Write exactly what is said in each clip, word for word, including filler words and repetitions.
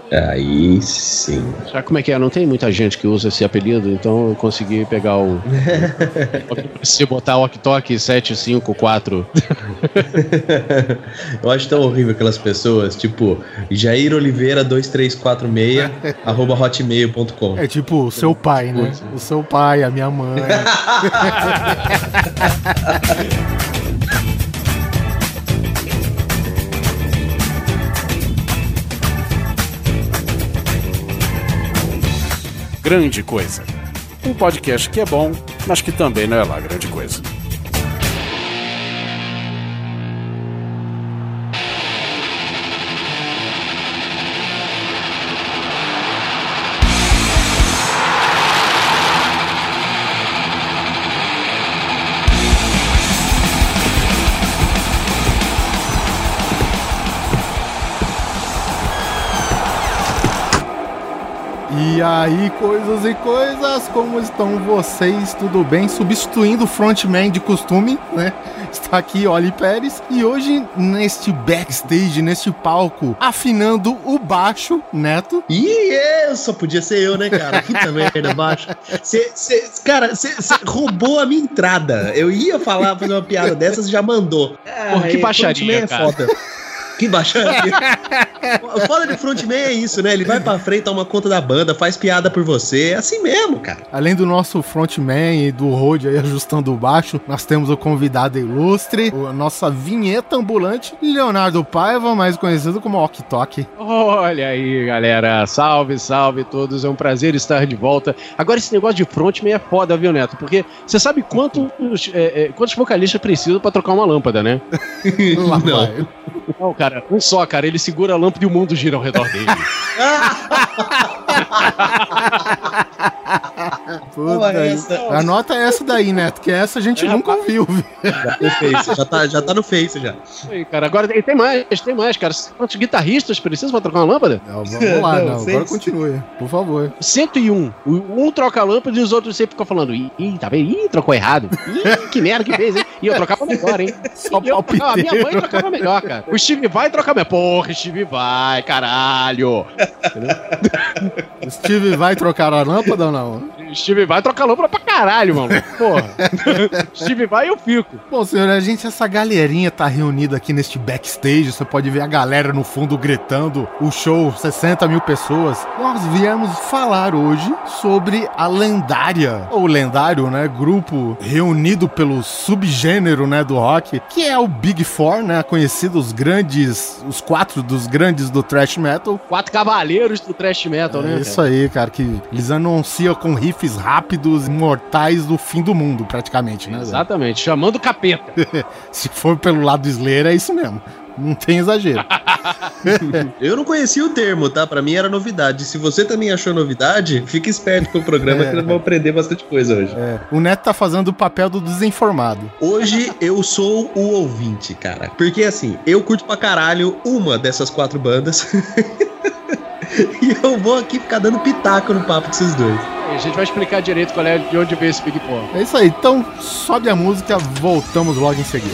Aí sim. Sabe como é que é? Não tem muita gente que usa esse apelido, então eu consegui pegar o... Se botar o Ok-Tok sete cinco quatro. Eu acho tão horrível aquelas pessoas, tipo, Jair Oliveira dois três quatro seis arroba hotmail ponto com. É tipo o seu pai, né? O seu pai, a minha mãe. Grande Coisa. Um podcast que é bom, mas que também não é lá grande coisa. E aí, coisas e coisas, como estão vocês? Tudo bem? Substituindo o frontman de costume, né? Está aqui Oli Pérez. E hoje, neste backstage, neste palco, afinando o baixo, Neto. Ih, é, só podia ser eu, né, cara? Puta merda, baixo. Cê, cê, cara, você roubou a minha entrada. Eu ia falar, fazer uma piada dessas e já mandou. Porra, que baixaria, é cara. Foda. Que baixaria. O foda de frontman é isso, né? Ele vai pra frente, toma conta da banda, faz piada por você. É assim mesmo, cara. Além do nosso frontman e do Rode aí ajustando o baixo, nós temos o convidado ilustre, a nossa vinheta ambulante, Leonardo Paiva, mais conhecido como Ok-Tok. Olha aí, galera. Salve, salve todos. É um prazer estar de volta. Agora, esse negócio de frontman é foda, viu, Neto? Porque você sabe quantos, é, é, quantos vocalistas precisam pra trocar uma lâmpada, né? Lá vai. Não, cara, um só, cara. Ele segura a lâmpada e o mundo gira ao redor dele. Puta, essa. Anota essa daí, Neto, que essa a gente é, nunca ouviu. Já, no face, já, tá, já tá no Face, já. Aí, cara, agora tem mais, tem mais, cara. Quantos guitarristas precisam pra trocar uma lâmpada? Não, vamos lá, não. Agora continue, por favor. cento e um. Um troca a lâmpada e os outros sempre ficam falando: ih, tá vendo? Ih, trocou errado. Ih, que merda que fez, hein? E eu trocava melhor, hein? Só eu, a minha mãe trocava melhor, cara. O Steve vai trocar melhor. Porra, Steve vai, caralho. O Steve vai trocar a lâmpada ou não? Steve vai trocar lâmpada pra caralho, mano. Porra. Steve vai e eu fico. Bom, senhor, a gente, essa galerinha tá reunida aqui neste backstage. Você pode ver a galera no fundo gritando. O show, sessenta mil pessoas. Nós viemos falar hoje sobre a lendária, ou lendário, né, grupo reunido pelo subgênero, né, do rock, que é o Big Four, né, conhecido os grandes, os quatro dos grandes do thrash metal. Quatro cavaleiros do thrash metal, é né? Isso cara? aí, cara, que eles anunciam com riffs rápidos, imortais do fim do mundo, praticamente, né? Exatamente, chamando o capeta. Se for pelo lado Slayer, é isso mesmo. Não tem exagero. Eu não conhecia o termo, tá? Pra mim era novidade. Se você também achou novidade, fique esperto com o programa é, que nós vamos aprender bastante coisa hoje. É. O Neto tá fazendo o papel do desinformado. Hoje eu sou o ouvinte, cara. Porque assim, eu curto pra caralho uma dessas quatro bandas. E eu vou aqui ficar dando pitaco no papo desses dois. A gente vai explicar direito qual é, de onde veio esse Big Four. É isso aí, então sobe a música, voltamos logo em seguida.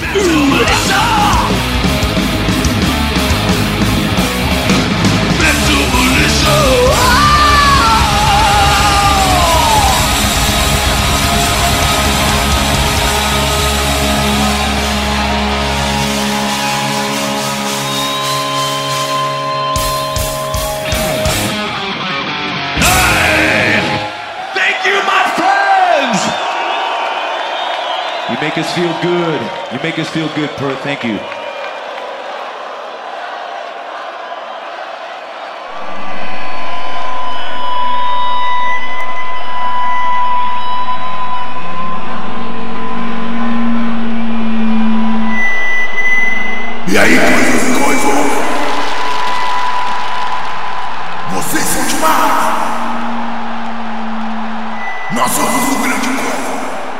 You make us feel good. You make us feel good, Perth. Thank you. E aí, coisas e coisas? Vocês são demais! Nós somos o grande coisa!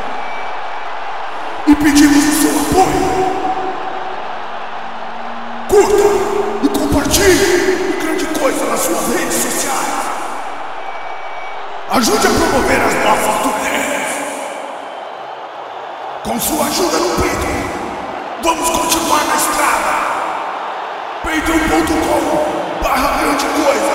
E pedimos o seu apoio! Curta e compartilhe o grande coisa nas suas redes sociais! Ajude a promover as nossas turnês! Com sua ajuda no Patreon, vamos continuar na estrada! patreon ponto com barra grande coisa.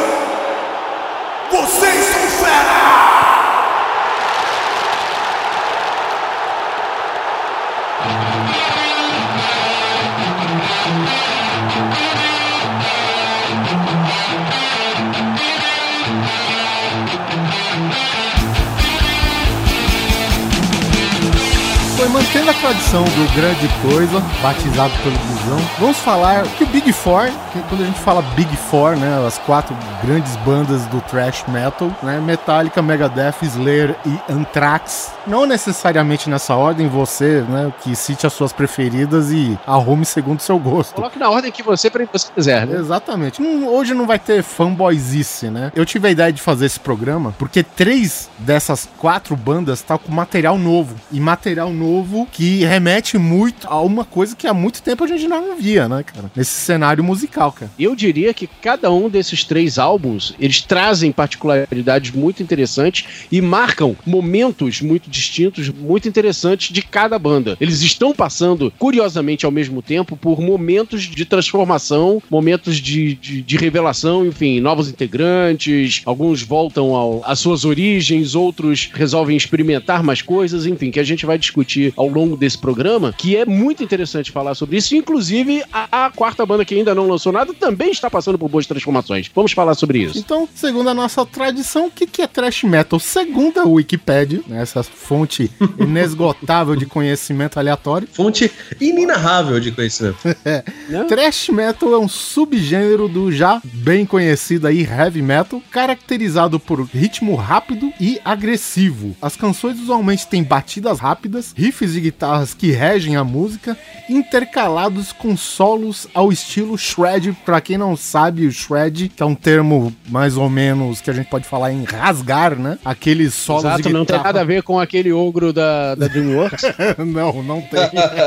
segundo a tradição do Grande Coisa, batizado pelo Guizão, vamos falar que o Big Four, que quando a gente fala Big Four, né, as quatro grandes bandas do thrash metal, né, Metallica, Megadeth, Slayer e Anthrax, não necessariamente nessa ordem, você, né, que cite as suas preferidas e arrume segundo o seu gosto. Coloque na ordem que você, você quiser, né? Exatamente. Não, hoje não vai ter fanboyzice, né? Eu tive a ideia de fazer esse programa porque três dessas quatro bandas tá com material novo. E material novo que remete muito a uma coisa que há muito tempo a gente não via, né, cara? Nesse cenário musical, cara. Eu diria que cada um desses três álbuns, eles trazem particularidades muito interessantes e marcam momentos muito distintos, muito interessantes de cada banda. Eles estão passando, curiosamente, ao mesmo tempo, por momentos de transformação, momentos de, de, de revelação, enfim, novos integrantes, alguns voltam ao, às suas origens, outros resolvem experimentar mais coisas, enfim, que a gente vai discutir ao longo desse programa, que é muito interessante falar sobre isso. Inclusive, a, a quarta banda que ainda não lançou nada também está passando por boas transformações. Vamos falar sobre isso. Então, segundo a nossa tradição, o que, que é thrash metal? Segundo a Wikipedia, né, essa fonte inesgotável de conhecimento aleatório. Fonte inenarrável de conhecimento. É. Thrash metal é um subgênero do já bem conhecido aí heavy metal, caracterizado por ritmo rápido e agressivo. As canções usualmente têm batidas rápidas, riffs de guitarras que regem a música, intercalados com solos ao estilo shred. Pra quem não sabe, o shred, que é um termo mais ou menos que a gente pode falar em rasgar, né? Aqueles solos Exato, de guitarra. Não tem nada a ver com aquele ogro da, da DreamWorks. Não, não tem.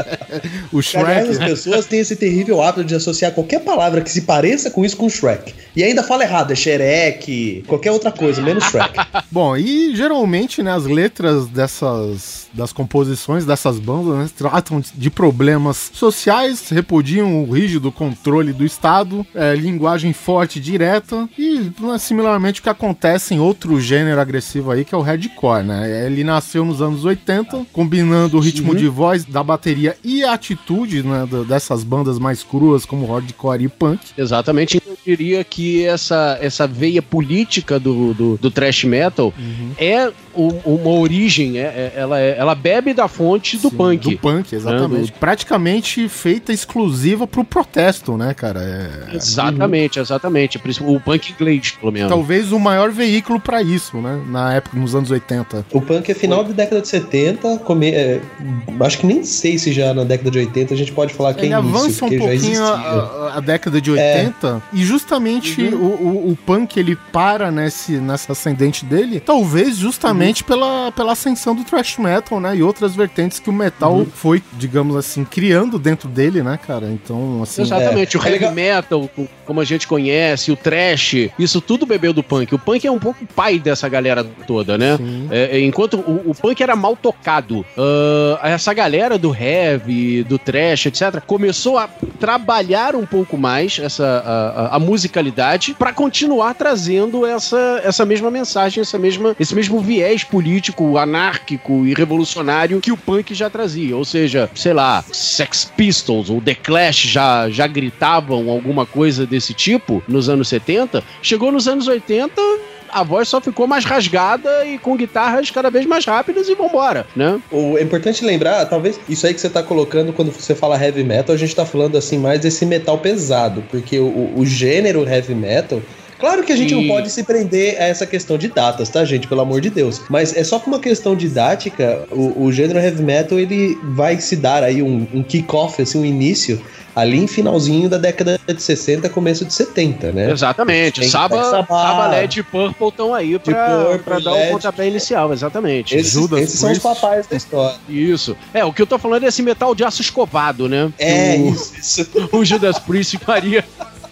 O Shrek... Aliás, as pessoas têm esse terrível hábito de associar qualquer palavra que se pareça com isso com Shrek. E ainda fala errado, é Shrek, qualquer outra coisa, menos Shrek. Bom, e geralmente, né, as letras dessas, das composições dessas bandas, né, tratam de problemas sociais, repudiam o rígido controle do Estado, é, linguagem forte e direta, e né, similarmente o que acontece em outro gênero agressivo aí, que é o hardcore, né? Ele nasceu nos anos oitenta, combinando o ritmo Sim. de voz da bateria e a atitude, né, dessas bandas mais cruas, como hardcore e punk. Exatamente. Eu diria que essa, essa veia política do, do, do thrash metal uhum. é o, uma origem, é, é, ela, é, ela bebe da fonte do Sim, punk. Do punk, exatamente. É, do... Praticamente feita exclusiva pro protesto, né, cara? É... Exatamente, exatamente. O punk inglês, pelo menos. Talvez o maior veículo pra isso, né? Na época, nos anos oitenta. O punk é final da década de setenta, come... é, acho que nem sei se já na década de oitenta a gente pode falar que Ele é início, avança um pouquinho a, a década de oitenta é. E justamente uhum. o, o, o punk ele para nesse, nessa ascendente dele, talvez justamente uhum. pela, pela ascensão do thrash metal, né? E outras vertentes que o metal uhum. foi, digamos assim, criando dentro dele, né, cara? Então, assim... Exatamente, é. o heavy metal, como a gente conhece, o thrash, isso tudo bebeu do punk. O punk é um pouco o pai dessa galera toda, né? É, enquanto o, o punk era mal tocado, uh, essa galera do heavy, do thrash, etcétera, começou a trabalhar um pouco mais essa, a, a, a musicalidade para continuar trazendo essa, essa mesma mensagem, essa mesma, esse mesmo viés político, anárquico e revolucionário que o punk já trazia. Ou seja, sei lá, Sex Pistols ou The Clash já, já gritavam alguma coisa desse tipo nos anos setenta, chegou nos anos oitenta... a voz só ficou mais rasgada e com guitarras cada vez mais rápidas e vambora, né? O, é importante lembrar, talvez, isso aí que você tá colocando quando você fala heavy metal, a gente tá falando assim mais desse metal pesado, porque o, o gênero heavy metal... Claro que a gente e... não pode se prender a essa questão de datas, tá, gente? Pelo amor de Deus. Mas é só por uma questão didática, o, o gênero heavy metal, ele vai se dar aí um, um kick-off, assim, um início, ali em finalzinho da década de sessenta, começo de setenta, né? Exatamente. Saba, Saba, Led e Purple estão aí pra, Purple, pra dar o um pontapé inicial, exatamente. Esses, esses são os papais da história. Isso. É, o que eu tô falando é esse metal de aço escovado, né? É, o, isso, isso. O Judas Priest faria...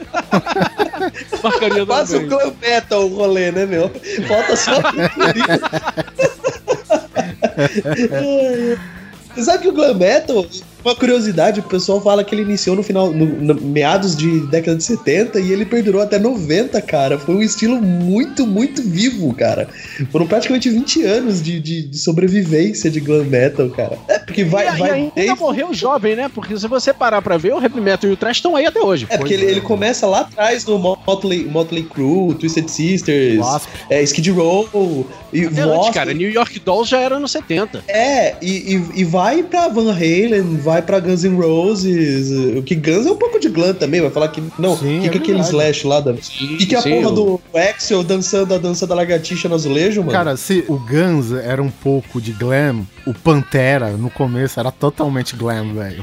Marcaria quase o glam metal o rolê, né, meu? Falta só Você sabe que o glam metal uma curiosidade, o pessoal fala que ele iniciou no final, no, no meados de década de setenta e ele perdurou até noventa, cara. Foi um estilo muito, muito vivo, cara. Foram praticamente vinte anos de, de, de sobrevivência de glam metal, cara. É, porque vai... E, vai e ainda desde... morreu jovem, né? Porque se você parar pra ver, o heavy metal e o thrash estão aí até hoje. É, porque ele, ele começa lá atrás no Motley, Motley Crue, Twisted Sisters, é, Skid Row e até antes, cara. New York Dolls já era nos setenta. É, e, e, e vai pra Van Halen, vai pra Guns N' Roses. O que Guns é um pouco de glam também, vai falar que não, sim, que, é que aquele slash lá da... Sim, e que a sim, porra eu... do Axel dançando a dança da lagartixa no azulejo, mano. Cara, se o Guns era um pouco de glam, o Pantera no começo era totalmente glam, velho.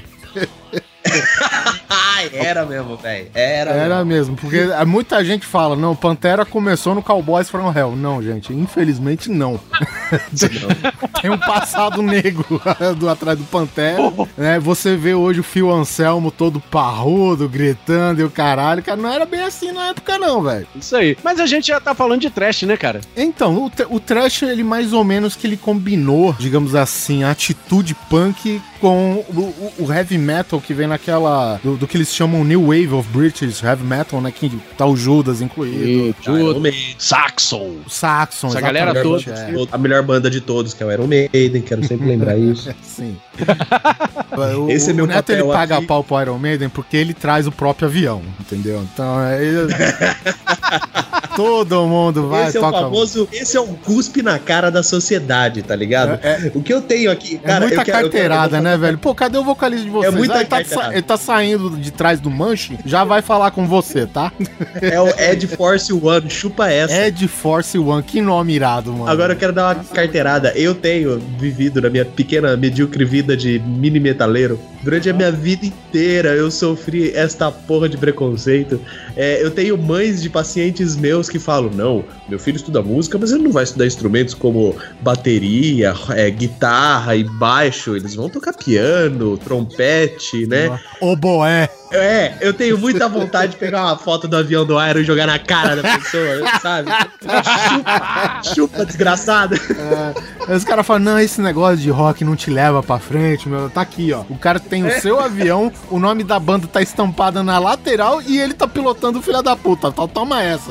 Era mesmo, velho. Era, Era mesmo, porque muita gente fala, não, Pantera começou no Cowboys from Hell. Não, gente, infelizmente não. Tem um passado negro do, atrás do Pantera, né? Você vê hoje o Phil Anselmo todo parrudo, gritando e o caralho, cara, não era bem assim na época não, velho. Isso aí. Mas a gente já tá falando de trash, né, cara? Então, o, o trash, ele mais ou menos que ele combinou, digamos assim, a atitude punk com o, o, o heavy metal que vem naquela, do, do que eles chamam New Wave of British Heavy Metal, né, que tá o Judas incluído. Judas, Saxon. Saxon, essa galera toda. É. A melhor banda de todos, que é o Iron Maiden, quero sempre lembrar isso. Sim. o, Esse é meu o Neto, ele paga aqui. pau pro Iron Maiden porque ele traz o próprio avião, entendeu? Então, ele... todo mundo vai... Esse é o famoso... Esse é um cuspe na cara da sociedade, tá ligado? É, é, o que eu tenho aqui... Cara, é muita eu quero, carteirada, eu quero, eu né, velho? Pô, cadê o vocalista de vocês? É muita ah, ele, tá sa- ele tá saindo de trás do manche, já vai falar com você, tá? É o Ed Force One, chupa essa. Ed Force One, que nome irado, mano. Agora eu quero dar uma carteirada. Eu tenho vivido na minha pequena, medíocre vida de mini metaleiro. Durante a minha vida inteira eu sofri esta porra de preconceito. É, eu tenho mães de pacientes meus que falam, não, meu filho estuda música, mas ele não vai estudar instrumentos como bateria, é, guitarra e baixo. Eles vão tocar piano, trompete, né? Oboé. É, eu tenho muita vontade de pegar uma foto do avião do Iron e jogar na cara da pessoa, sabe? Chupa, chupa, desgraçado. É, os caras falam, não, esse negócio de rock não te leva pra frente, meu. Tá aqui, ó. O cara tem o é. seu avião, o nome da banda tá estampado na lateral e ele tá pilotando o filho da puta. Então toma essa.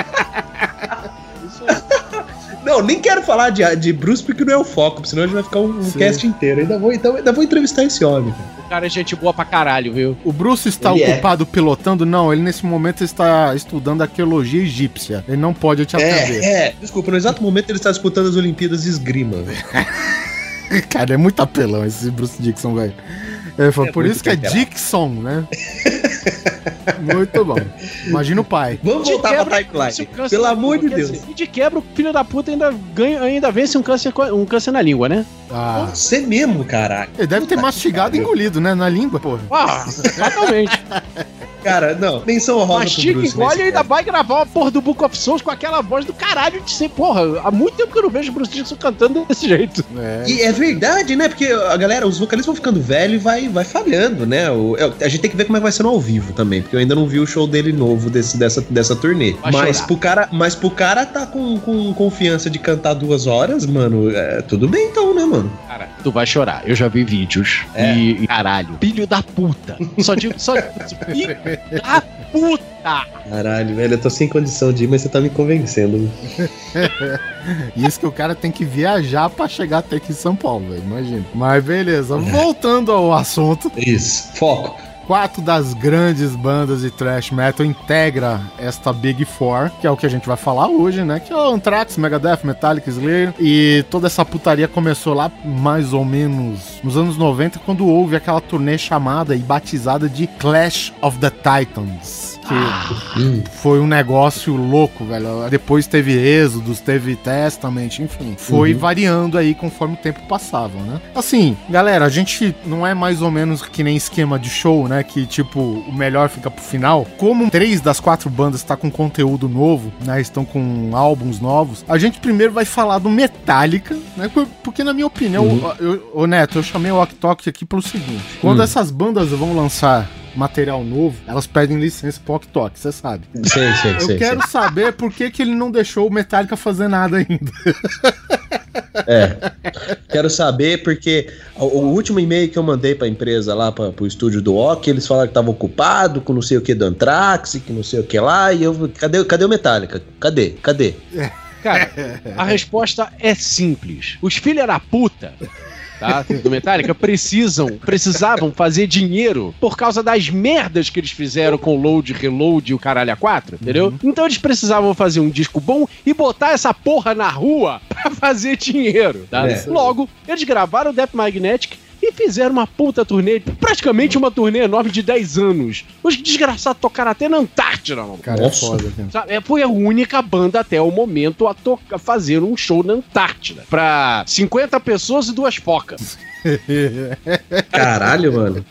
Isso aí. Não, nem quero falar de, de Bruce porque não é o foco, senão a gente vai ficar um, um cast inteiro. Ainda vou, então, ainda vou entrevistar esse homem. O cara é gente boa pra caralho, viu? O Bruce está ele ocupado é. pilotando? Não, ele nesse momento está estudando arqueologia egípcia. Ele não pode te atender. É, é, desculpa, no exato momento ele está disputando as Olimpíadas de esgrima, velho. Cara, é muito apelão esse Bruce Dixon, velho. É, foi é por isso que é apelão. Dixon, né? Muito bom. Imagina o pai. Vamos de voltar quebra, pra timeline. Pelo amor de Deus. Dizer, e de quebra, o filho da puta ainda, ganha, ainda vence um câncer, um câncer na língua, né? Ah. Você mesmo, caralho. Ele deve ter mastigado e engolido, né? Na língua, porra. Ah, totalmente. Cara, não, menção honrosa pro Bruce. Mastiga, engole e ainda vai gravar uma porra do Book of Souls com aquela voz do caralho de ser, porra, há muito tempo que eu não vejo o Bruce Dixon cantando desse jeito. É. E é verdade, né? Porque a galera, os vocalistas vão ficando velhos e vai, vai falhando, né? O, a gente tem que ver como é que vai ser no ao vivo também, porque eu ainda não vi o show dele novo desse, dessa, dessa turnê. Mas pro, cara, mas pro cara tá com, com confiança de cantar duas horas, mano, é, tudo bem então, né, mano? Cara, tu vai chorar. Eu já vi vídeos é. e, caralho, filho da puta. Só digo, só filho da puta. Caralho, velho, eu tô sem condição de ir, mas você tá me convencendo. Isso que o cara tem que viajar pra chegar até aqui em São Paulo, velho, imagina. Mas beleza, voltando ao assunto. Isso, foco. Quatro das grandes bandas de thrash metal integra esta Big Four, que é o que a gente vai falar hoje, né? Que é o Anthrax, Megadeth, Metallica, Slayer. E toda essa putaria começou lá mais ou menos nos anos noventa, quando houve aquela turnê chamada e batizada de Clash of the Titans. Que ah. foi um negócio louco, velho. Depois teve Êxodos, teve Testament, enfim. Foi uhum. variando aí conforme o tempo passava, né? Assim, galera, a gente não é mais ou menos que nem esquema de show, né? Que, tipo, o melhor fica pro final. Como três das quatro bandas tá com conteúdo novo, né? Estão com álbuns novos. A gente primeiro vai falar do Metallica, né? Porque, na minha opinião, uhum. eu, eu, Neto, eu chamei o Ok Tok aqui pelo seguinte. Quando uhum. essas bandas vão lançar material novo, elas pedem licença pro Ok Tok, você sabe. Sim, sim, Eu sim, quero sim. saber por que, que ele não deixou o Metallica fazer nada ainda. É. Quero saber, porque o, o último e-mail que eu mandei pra empresa lá, pra, pro estúdio do Ok, eles falaram que tava ocupado com não sei o que do Anthrax, que não sei o que lá, e eu, cadê, cadê o Metallica? Cadê? Cadê? Cara, a resposta é simples. Os filhos da puta, tá, do Metallica precisam, precisavam fazer dinheiro por causa das merdas que eles fizeram com load, reload e o caralho a quatro, entendeu? Uhum. Então eles precisavam fazer um disco bom e botar essa porra na rua pra fazer dinheiro, tá? É. Logo, eles gravaram o Death Magnetic e fizeram uma puta turnê, praticamente uma turnê enorme de dez anos. Os desgraçados tocaram até na Antártida, mano. Cara, é foda, cara. Foi a única banda até o momento a, to- a fazer um show na Antártida. Pra cinquenta pessoas e duas focas. Caralho, mano.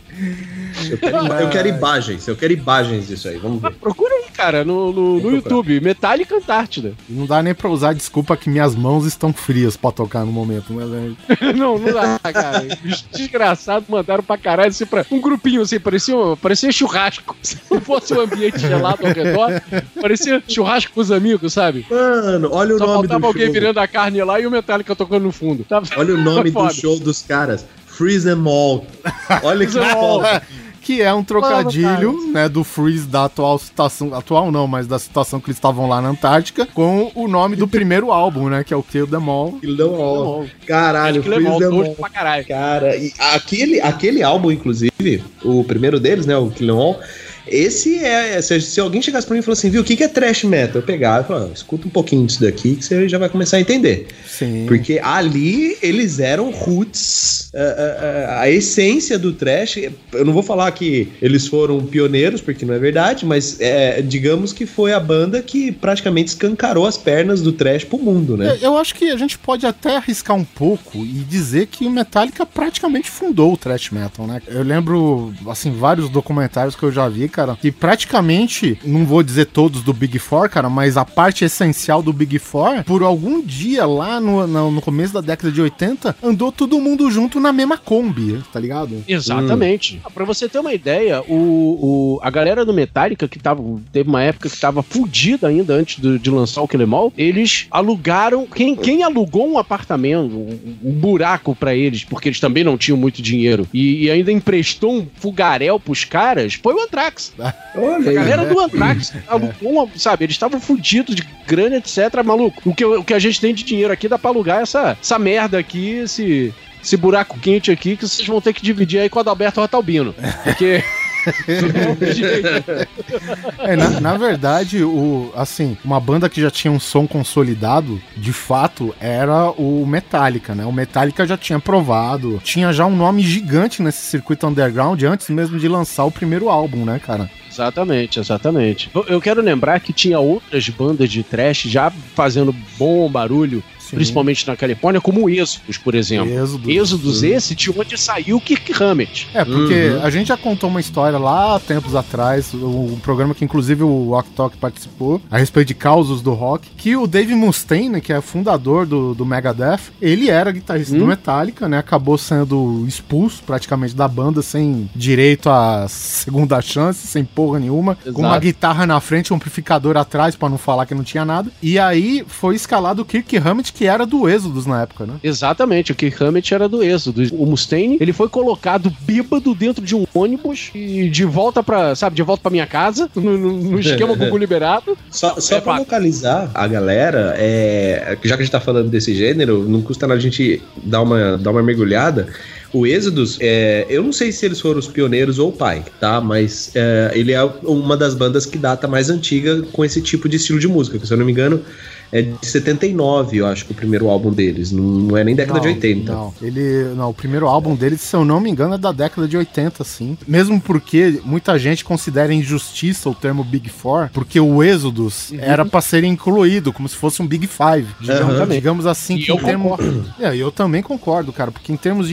Eu quero, eu quero imagens, eu quero imagens disso aí, vamos ver. Procura aí, cara, no, no, no YouTube, Metallica Antártida. Não dá nem pra usar desculpa que minhas mãos estão frias pra tocar no momento, né? Não, não dá, cara. Os desgraçados mandaram pra caralho, assim, pra um grupinho, assim, parecia, parecia churrasco. Se não fosse um ambiente gelado ao redor, parecia churrasco com os amigos, sabe? Mano, olha o Só nome do show. Só faltava alguém virando a carne lá e o Metallica tocando no fundo. Olha o nome do show dos caras. Freeze them all. Olha que foda. Que é um trocadilho, né, do Freeze da atual situação, atual não, mas da situação que eles estavam lá na Antártica, com o nome do primeiro álbum, né, que é o Kill Them All. Kill Them All. Caralho, Freeze Them All. Pra caralho. Cara, e aquele, aquele álbum, inclusive, o primeiro deles, né, o Kill Them All, esse é, se, se alguém chegasse pra mim e falasse assim, viu, o que, que é thrash metal? Eu pegava e falava, escuta um pouquinho disso daqui que você já vai começar a entender. Sim. Porque ali eles eram roots, a, a, a essência do thrash. Eu não vou falar que eles foram pioneiros, porque não é verdade, mas é, digamos que foi a banda que praticamente escancarou as pernas do thrash pro mundo, né? Eu acho que a gente pode até arriscar um pouco e dizer que o Metallica praticamente fundou o thrash metal, né? Eu lembro, assim, vários documentários que eu já vi, cara, que praticamente, não vou dizer todos do Big Four, cara, mas a parte essencial do Big Four, por algum dia lá no, no, no começo da década de oitenta, andou todo mundo junto na mesma Kombi, tá ligado? Exatamente. Hum. Pra você ter uma ideia, o, o, a galera do Metallica, que tava, teve uma época que tava fudida ainda antes de, de lançar o Kill Em All, eles alugaram, quem, quem alugou um apartamento, um, um buraco pra eles, porque eles também não tinham muito dinheiro, e, e ainda emprestou um fogaréu pros caras, foi o Anthrax. Olha a galera aí, do Anthrax alugou, uma, sabe, eles estavam fudidos de grana, etc, maluco. O que, o que a gente tem de dinheiro aqui dá pra alugar essa, essa merda aqui, esse, esse buraco quente aqui, que vocês vão ter que dividir aí com o Adalberto Rotalbino. Porque... é, na, na verdade, o, assim, uma banda que já tinha um som consolidado, de fato, era o Metallica, né? O Metallica já tinha provado, tinha já um nome gigante nesse circuito underground antes mesmo de lançar o primeiro álbum, né, cara? Exatamente, exatamente. Eu quero lembrar que tinha outras bandas de thrash já fazendo bom barulho, sim, principalmente na Califórnia, como o Êxodos, por exemplo. Êxodos, Êxodos esse de onde saiu o Kirk Hammett. É, porque uhum. a gente já contou uma história lá tempos atrás, um programa que inclusive o Rock Talk participou, a respeito de causos do rock, que o Dave Mustaine, que é fundador do, do Megadeth, ele era guitarrista hum. do Metallica, né? Acabou sendo expulso praticamente da banda, sem direito à segunda chance, sem porra nenhuma, exato, com uma guitarra na frente, um amplificador atrás, pra não falar que não tinha nada. E aí foi escalado o Kirk Hammett, que era do Êxodos na época, né? Exatamente, o Kirk Hammett era do Êxodos. O Mustaine, ele foi colocado bêbado dentro de um ônibus e de volta pra, sabe, de volta pra minha casa, no, no, no esquema Google liberado. Só, só é, pra localizar a galera, é, já que a gente tá falando desse gênero, não custa nada a gente dar uma, dar uma mergulhada. O Êxodos, é, eu não sei se eles foram os pioneiros ou o pai, tá? Mas é, ele é uma das bandas que data mais antiga com esse tipo de estilo de música, que se eu não me engano é de setenta e nove, eu acho que o primeiro álbum deles, não, não é nem década não, de oitenta. Não, ele, não, o primeiro álbum deles, se eu não me engano, é da década de oitenta, sim. Mesmo porque muita gente considera injustiça o termo Big Four, porque o Êxodos uhum. era pra ser incluído, como se fosse um Big Five. Digamos, uhum. digamos assim, e que eu em termos... concordo. É, eu também concordo, cara, porque em termos de importância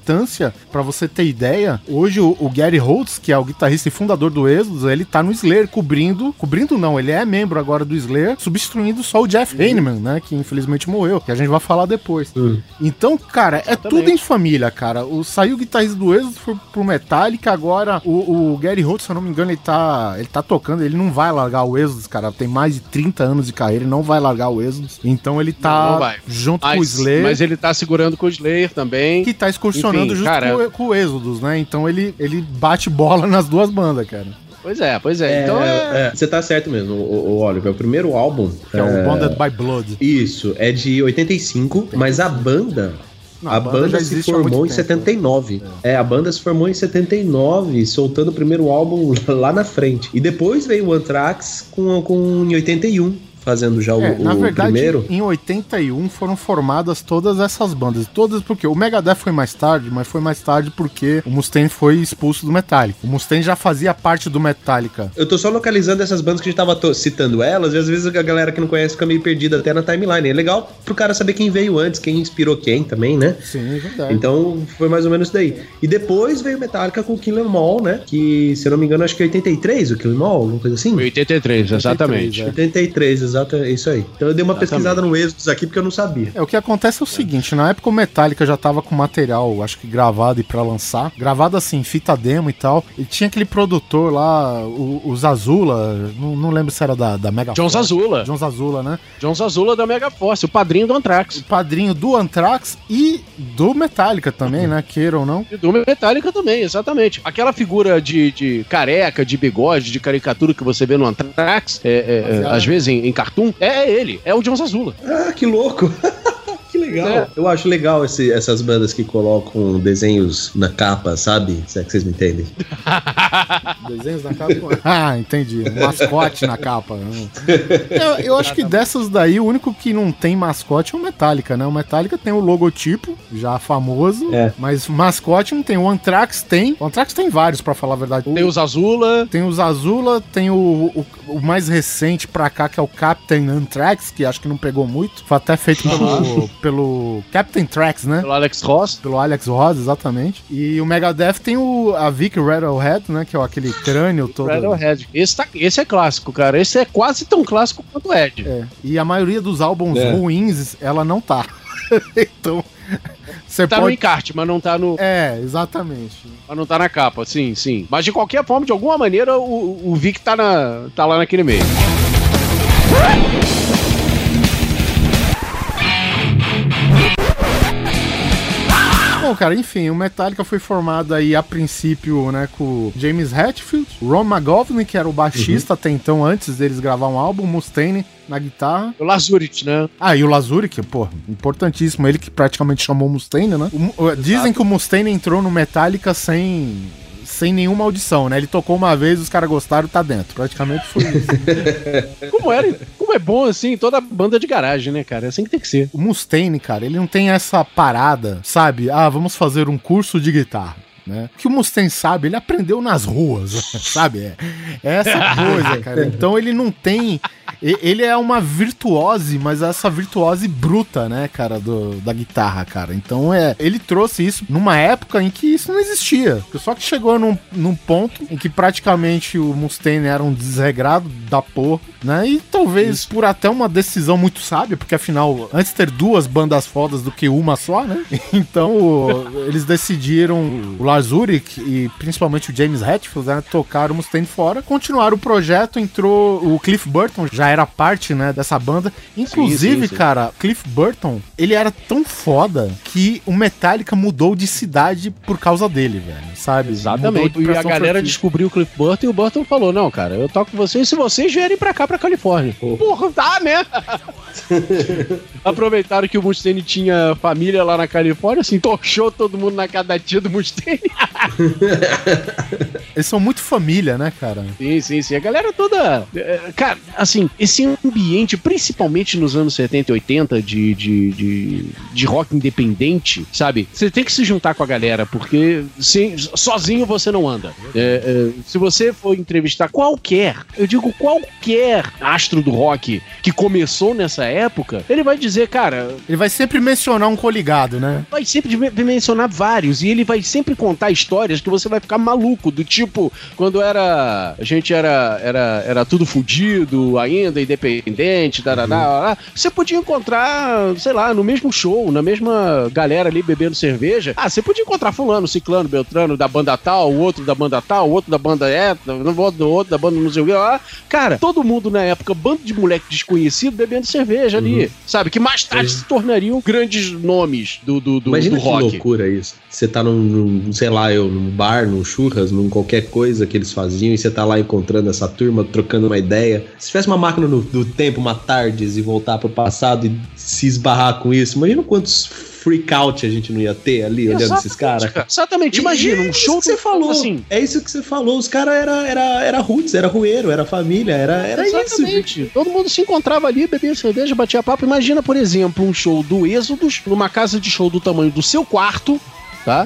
importância, pra você ter ideia, hoje o, o Gary Holtz, que é o guitarrista e fundador do Exodus, ele tá no Slayer cobrindo, cobrindo não, ele é membro agora do Slayer, substituindo só o Jeff Hanneman, né, que infelizmente morreu, que a gente vai falar depois. Uhum. Então, cara, é Exatamente. Tudo em família, cara. O, saiu o guitarrista do Exodus, foi pro Metallica, agora o, o Gary Holtz, se eu não me engano, ele tá, ele tá tocando, ele não vai largar o Exodus, cara, tem mais de trinta anos de carreira, ele não vai largar o Exodus, então ele tá não, não junto mas, com o Slayer. Mas ele tá segurando com o Slayer também. Que tá excursionando Enfim, junto cara... com, com o Exodus, né? Então ele, ele bate bola nas duas bandas, cara. Pois é, pois é. é então é... é... Você tá certo mesmo, o, o Oliver. O primeiro álbum... Que é, é o Bonded by Blood. Isso, é de oitenta e cinco, mas a banda... Não, a, a banda, banda se formou em setenta e nove. É. é, a banda se formou em setenta e nove, soltando o primeiro álbum lá na frente. E depois veio o Anthrax com, com, em oitenta e um. Fazendo já é, o, na o verdade, primeiro. Em oitenta e um foram formadas todas essas bandas. Todas porque o Megadeth foi mais tarde, mas foi mais tarde porque o Mustaine foi expulso do Metallica. O Mustaine já fazia parte do Metallica. Eu tô só localizando essas bandas que a gente tava citando elas, e às vezes a galera que não conhece fica meio perdida até na timeline. É legal pro cara saber quem veio antes, quem inspirou quem também, né? Sim, é verdade. Então foi mais ou menos isso daí. E depois veio o Metallica com o Kill 'Em All, né? Que, se eu não me engano, acho que é oitenta e três o Kill 'Em All, alguma coisa assim? oitenta e três, exatamente. oitenta e três, exato, é isso aí. Então eu dei uma Exatamente. pesquisada no Exodus aqui porque eu não sabia. É, o que acontece é o seguinte, na época o Metallica já tava com material, acho que gravado e pra lançar, gravado assim, fita demo e tal, e tinha aquele produtor lá, o, o Zazula, não, não lembro se era da, da Mega John Force. Zazula. John Zazula, né? John Zazula da Mega Force, o padrinho do Anthrax. O padrinho do Anthrax e do Metallica também, né? Queira ou não. E do Metallica também, exatamente. Aquela figura de, de careca, de bigode, de caricatura que você vê no Anthrax, é, é, é, às vezes em, em cartoon, é, é ele, é o John Zazula. Ah, que louco! Que legal. É. Eu acho legal esse, essas bandas que colocam desenhos na capa, sabe? Se é que vocês me entendem. Desenhos na capa? Ah, entendi. Um mascote na capa. Eu, eu acho que dessas daí, o único que não tem mascote é o Metallica, né? O Metallica tem o logotipo, já famoso, é. mas mascote não tem. O Anthrax tem. O Anthrax tem vários, pra falar a verdade. Tem os Azula. Tem os Azula, tem o, o, o mais recente pra cá, que é o Captain Anthrax, que acho que não pegou muito. Foi até feito pelo... pelo Captain Trax, né? Pelo Alex Ross. Pelo Alex Ross, exatamente. E o Megadeth tem o, a Vic Rattlehead, né? Que é aquele crânio todo. Rattlehead. Esse, tá, esse é clássico, cara. Esse é quase tão clássico quanto o Ed. É. E a maioria dos álbuns é. ruins, ela não tá. Então... Você tá pode... no encarte, mas não tá no... É, exatamente. Mas não tá na capa, sim, sim. Mas de qualquer forma, de alguma maneira, o, o Vic tá, na, tá lá naquele meio. Bom, cara, enfim, o Metallica foi formado aí a princípio, né, com o James Hetfield, o Ron McGovney, que era o baixista uhum. até então, antes deles gravar um álbum, Mustaine na guitarra. O Lazuric, né? Ah, e o Lazuric, pô, importantíssimo, ele que praticamente chamou o Mustaine, né? O, dizem que o Mustaine entrou no Metallica sem... sem nenhuma audição, né? Ele tocou uma vez, os caras gostaram, tá dentro. Praticamente foi isso. Como era? Como é bom, assim, toda banda de garagem, né, cara? É assim que tem que ser. O Mustaine, cara, ele não tem essa parada, sabe? Ah, vamos fazer um curso de guitarra. Né? O que o Mustaine sabe, ele aprendeu nas ruas, sabe? É, é essa coisa, cara. Então ele não tem... Ele é uma virtuose, mas essa virtuose bruta, né, cara, do, da guitarra, cara. Então é... Ele trouxe isso numa época em que isso não existia. Só que chegou num, num ponto em que praticamente o Mustaine era um desregrado da porra, né? E talvez isso. por até uma decisão muito sábia, porque afinal, antes ter duas bandas fodas do que uma só, né? Então o, eles decidiram... O Lars Ulrich e principalmente o James Hetfield, né, tocaram o Mustaine fora, continuaram o projeto, entrou o Cliff Burton, já era parte, né, dessa banda. Inclusive, sim, sim, sim. cara, Cliff Burton, ele era tão foda que o Metallica mudou de cidade por causa dele, velho, sabe? Exatamente. E a galera descobriu o Cliff Burton e o Burton falou, não, cara, eu toco com vocês se vocês vierem pra cá, pra Califórnia. Oh. Porra, tá, né? Aproveitaram que o Mustaine tinha família lá na Califórnia, assim, torchou todo mundo na casa da tia do Mustaine. Eles são muito família, né, cara? Sim, sim, sim. A galera toda... Cara, assim, esse ambiente, principalmente nos anos setenta e oitenta, de, de, de, de rock independente, sabe? Você tem que se juntar com a galera, porque se, sozinho você não anda. É, é, se você for entrevistar qualquer, eu digo qualquer astro do rock que começou nessa época, ele vai dizer, cara... Ele vai sempre mencionar um coligado, né? Vai sempre mencionar vários, e ele vai sempre contar histórias que você vai ficar maluco, do tipo, quando era... A gente era, era, era tudo fudido, ainda independente, darará, uhum. Você podia encontrar, sei lá, no mesmo show, na mesma galera ali bebendo cerveja. Ah, você podia encontrar fulano, ciclano, beltrano, da banda tal, o outro da banda tal, o outro da banda é, o outro da banda não sei o que lá. Cara, todo mundo na época, bando de moleque desconhecido bebendo cerveja ali, uhum. Sabe? Que mais tarde uhum. se tornariam grandes nomes do, do, do, Imagina do rock. Que loucura isso. Você tá num, num, sei lá, eu, num bar, num churras, num qualquer coisa que eles faziam, e você tá lá encontrando essa turma, trocando uma ideia. Se tivesse uma máquina no, do tempo, uma Tardes, e voltar pro passado e se esbarrar com isso, imagina quantos freak out a gente não ia ter ali, olhando Exatamente, esses caras. Exatamente, imagina, um show que você falou, assim. É isso que você falou, os caras era, era, era roots, era rueiro, era família, era, era Exatamente. isso. Todo mundo se encontrava ali, bebia cerveja, batia papo. Imagina, por exemplo, um show do Êxodos, numa casa de show do tamanho do seu quarto, tá?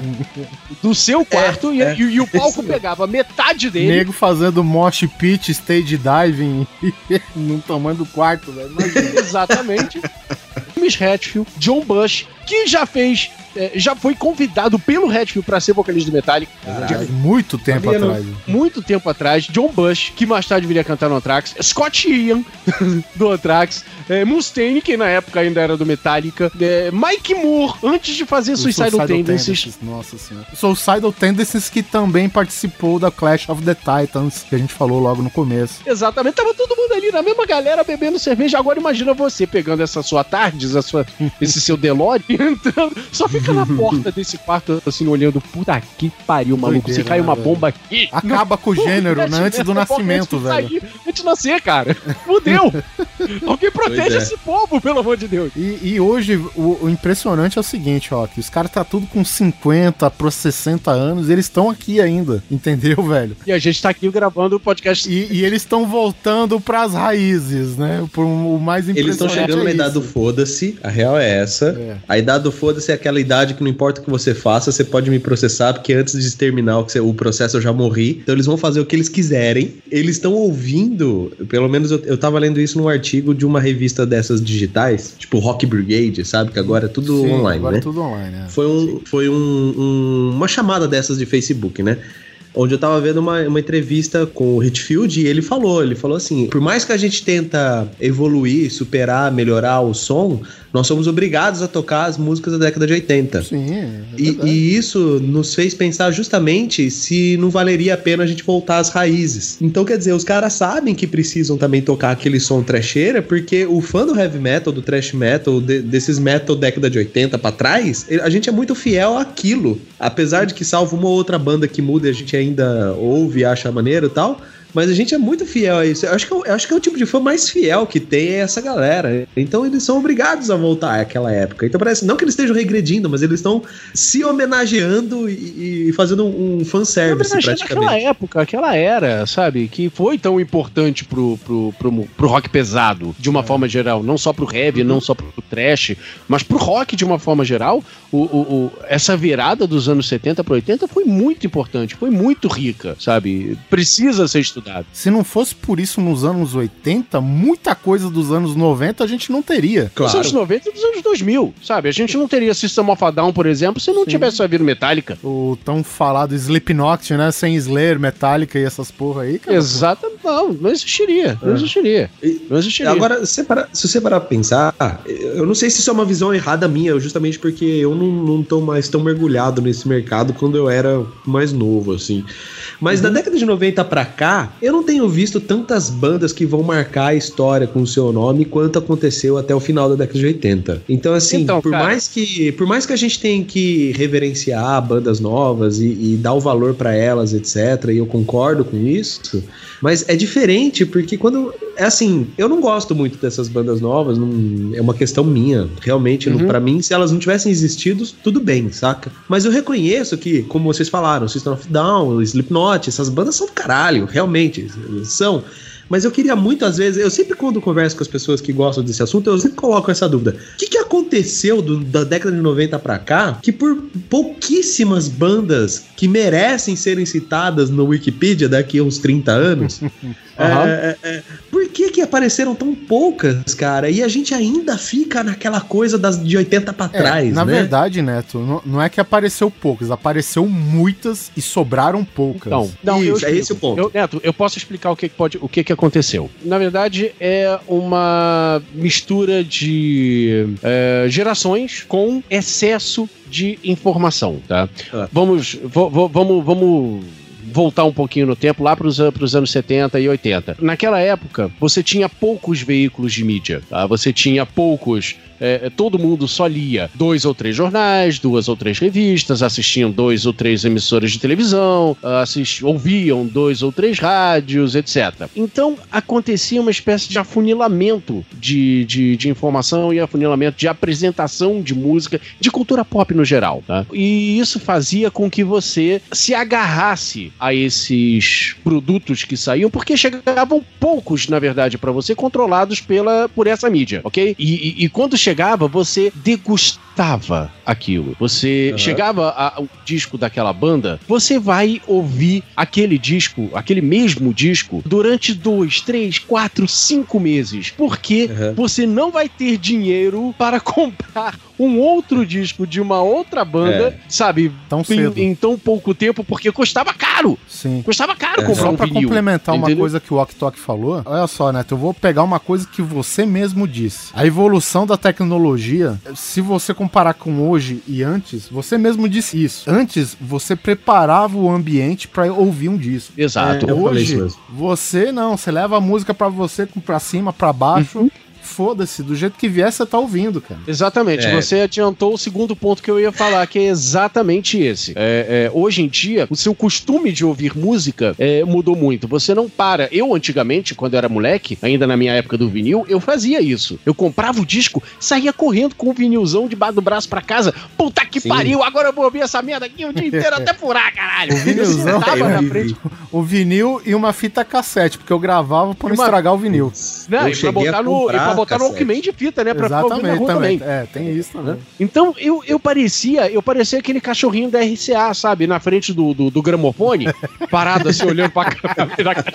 Do seu quarto, é, e, é. E, e o palco pegava metade dele. Nego fazendo mosh pit, stage diving no tamanho do quarto, velho. Exatamente. Miss Hetfield, John Bush, que já fez, é, já foi convidado pelo Hetfield pra ser vocalista do Metallica. De, muito tempo Sabia atrás. No, muito tempo atrás. John Bush, que mais tarde viria cantar no Anthrax. Scott Ian, do Anthrax. É, Mustaine, que na época ainda era do Metallica. É, Mike Moore, antes de fazer Suicidal, Suicidal Tendencies. Tendencies. Nossa senhora. Suicidal Tendencies, que também participou da Clash of the Titans, que a gente falou logo no começo. Exatamente. Tava todo mundo ali na mesma galera bebendo cerveja. Agora imagina você pegando essa sua Tardes, a sua, esse seu DeLorean, entrando, só fica na porta desse quarto, assim, olhando, puta que pariu, maluco, Doideira, se cai uma velho. bomba aqui... Acaba com o gênero, né, antes do nascimento, velho. Sair, antes de nascer, cara. Fudeu. Alguém protege é. esse povo, pelo amor de Deus. E, e hoje, o, o impressionante é o seguinte, ó, que os caras tá tudo com cinquenta para sessenta anos, e eles estão aqui ainda, entendeu, velho? E a gente tá aqui gravando o podcast. E, e eles estão voltando pras raízes, né? Por, o mais impressionante Eles estão chegando é na idade do foda-se, a real é essa. É. A idade do foda-se é aquela idade que não importa o que você faça, você pode me processar, porque antes de terminar o, que você, o processo eu já morri. Então eles vão fazer o que eles quiserem. Eles estão ouvindo, pelo menos eu, eu tava lendo isso num artigo de uma revista dessas digitais, tipo Rock Brigade, sabe? Que agora é tudo Sim, online, agora né? É tudo online, é. Foi, um, foi um, um, uma chamada dessas de Facebook, né? Onde eu tava vendo uma, uma entrevista com o Hetfield e ele falou, ele falou assim, por mais que a gente tenta evoluir, superar, melhorar o som, nós somos obrigados a tocar as músicas da década de oitenta. Sim, é e, e isso nos fez pensar justamente se não valeria a pena a gente voltar às raízes. Então, quer dizer, os caras sabem que precisam também tocar aquele som trecheira, porque o fã do heavy metal, do thrash metal, de, desses metal década de oitenta pra trás, a gente é muito fiel àquilo. Apesar de que salvo uma ou outra banda que muda, a gente ainda ouve e acha maneiro e tal, mas a gente é muito fiel a isso. Eu acho que, eu, eu acho que é o tipo de fã mais fiel que tem é essa galera. Então eles são obrigados a voltar àquela época. Então parece, não que eles estejam regredindo, mas eles estão se homenageando e, e fazendo um, um fanservice praticamente. Aquela época, aquela era, sabe? Que foi tão importante pro, pro, pro, pro rock pesado, de uma é. forma geral. Não só pro heavy, não só pro trash, mas pro rock de uma forma geral. O, o, o, essa virada dos anos setenta para oitenta foi muito importante, foi muito rica, sabe? Precisa ser estudada. Se não fosse por isso nos anos oitenta, muita coisa dos anos noventa a gente não teria. Claro. Dos anos noventa e dos anos dois mil, sabe? A gente não teria System of a Down, por exemplo, se não Sim. tivesse havido Metallica. O tão falado Slipknot, né? Sem Slayer, Metallica e essas porra aí, cara. Exatamente. Não, não existiria. Não é. existiria. Não existiria. Agora, se, para, se você parar pra pensar, eu não sei se isso é uma visão errada minha, justamente porque eu não, não tô mais tão mergulhado nesse mercado quando eu era mais novo, assim. Mas uhum. da década de noventa pra cá, eu não tenho visto tantas bandas que vão marcar a história com o seu nome quanto aconteceu até o final da década de oitenta. Então, assim, então, por, mais que, por mais que a gente tenha que reverenciar bandas novas e, e dar o valor pra elas, etcétera, e eu concordo com isso, mas é diferente, porque quando... é assim, eu não gosto muito dessas bandas novas, não, é uma questão minha. Realmente, uhum. pra mim, se elas não tivessem existido, tudo bem, saca? Mas eu reconheço que, como vocês falaram, System of a Down, Slipknot, essas bandas são do caralho, realmente, são. Mas eu queria muito, às vezes, eu sempre quando converso com as pessoas que gostam desse assunto, eu sempre coloco essa dúvida. O que, que aconteceu do, da década de noventa pra cá, que por pouquíssimas bandas que merecem serem citadas no Wikipedia daqui a uns trinta anos, uhum. é, é, é, por que que apareceram tão poucas, cara? E a gente ainda fica naquela coisa das de oitenta pra é, trás, na né? Na verdade, Neto, não, não é que apareceu poucas, apareceu muitas e sobraram poucas. Não, não Isso, eu é esse o ponto. Eu, Neto, eu posso explicar o que, que pode, o que, que aconteceu. Na verdade, é uma mistura de é, gerações com excesso de informação, tá? Ah. Vamos, vo, vo, vamos, vamos voltar um pouquinho no tempo, lá para os anos setenta e oitenta. Naquela época, você tinha poucos veículos de mídia, tá? Você tinha poucos... É, todo mundo só lia dois ou três jornais, duas ou três revistas, assistiam dois ou três emissoras de televisão, assist, ouviam dois ou três rádios, etcétera. Então, acontecia uma espécie de afunilamento de, de, de informação e afunilamento de apresentação de música, de cultura pop no geral, tá? E isso fazia com que você se agarrasse a esses produtos que saíam, porque chegavam poucos, na verdade, para você, controlados pela, por essa mídia, ok? E, e, e quando chegava, você degustava aquilo. Você uhum. chegava ao disco daquela banda, você vai ouvir aquele disco, aquele mesmo disco, durante dois, três, quatro, cinco meses. Porque uhum. você não vai ter dinheiro para comprar um outro disco de uma outra banda, é. sabe? Tão em, cedo. em tão pouco tempo, porque custava caro. Sim. Custava caro é. comprar Só um pra vinil. complementar Entendeu? uma coisa que o Ok Tok falou, olha só, Neto, eu vou pegar uma coisa que você mesmo disse. A evolução da tecnologia, se você comparar com hoje e antes, você mesmo disse isso. Antes, você preparava o ambiente pra ouvir um disco. Exato. É, hoje, você não, você leva a música pra você, pra cima, pra baixo... Uhum. Foda-se, do jeito que vier, você tá ouvindo, cara. Exatamente, é. Você adiantou o segundo ponto que eu ia falar, que é exatamente esse. É, é, hoje em dia, o seu costume de ouvir música é, mudou muito. Você não para. Eu, antigamente, quando eu era moleque, ainda na minha época do vinil, eu fazia isso. Eu comprava o disco, saía correndo com o vinilzão debaixo do braço pra casa. Puta que Sim. pariu, agora eu vou ouvir essa merda aqui o dia inteiro até furar, caralho. O vinilzão, na frente. O vinil e uma fita cassete, porque eu gravava pra não uma... estragar o vinil. Não, e pra botar no... botar no Walkman de fita, né? Pra Exatamente, ficar ouvindo na rua também. também. É, tem isso também. Então, eu, eu parecia eu parecia aquele cachorrinho da R C A, sabe? Na frente do, do, do gramofone, parado assim, olhando pra câmera.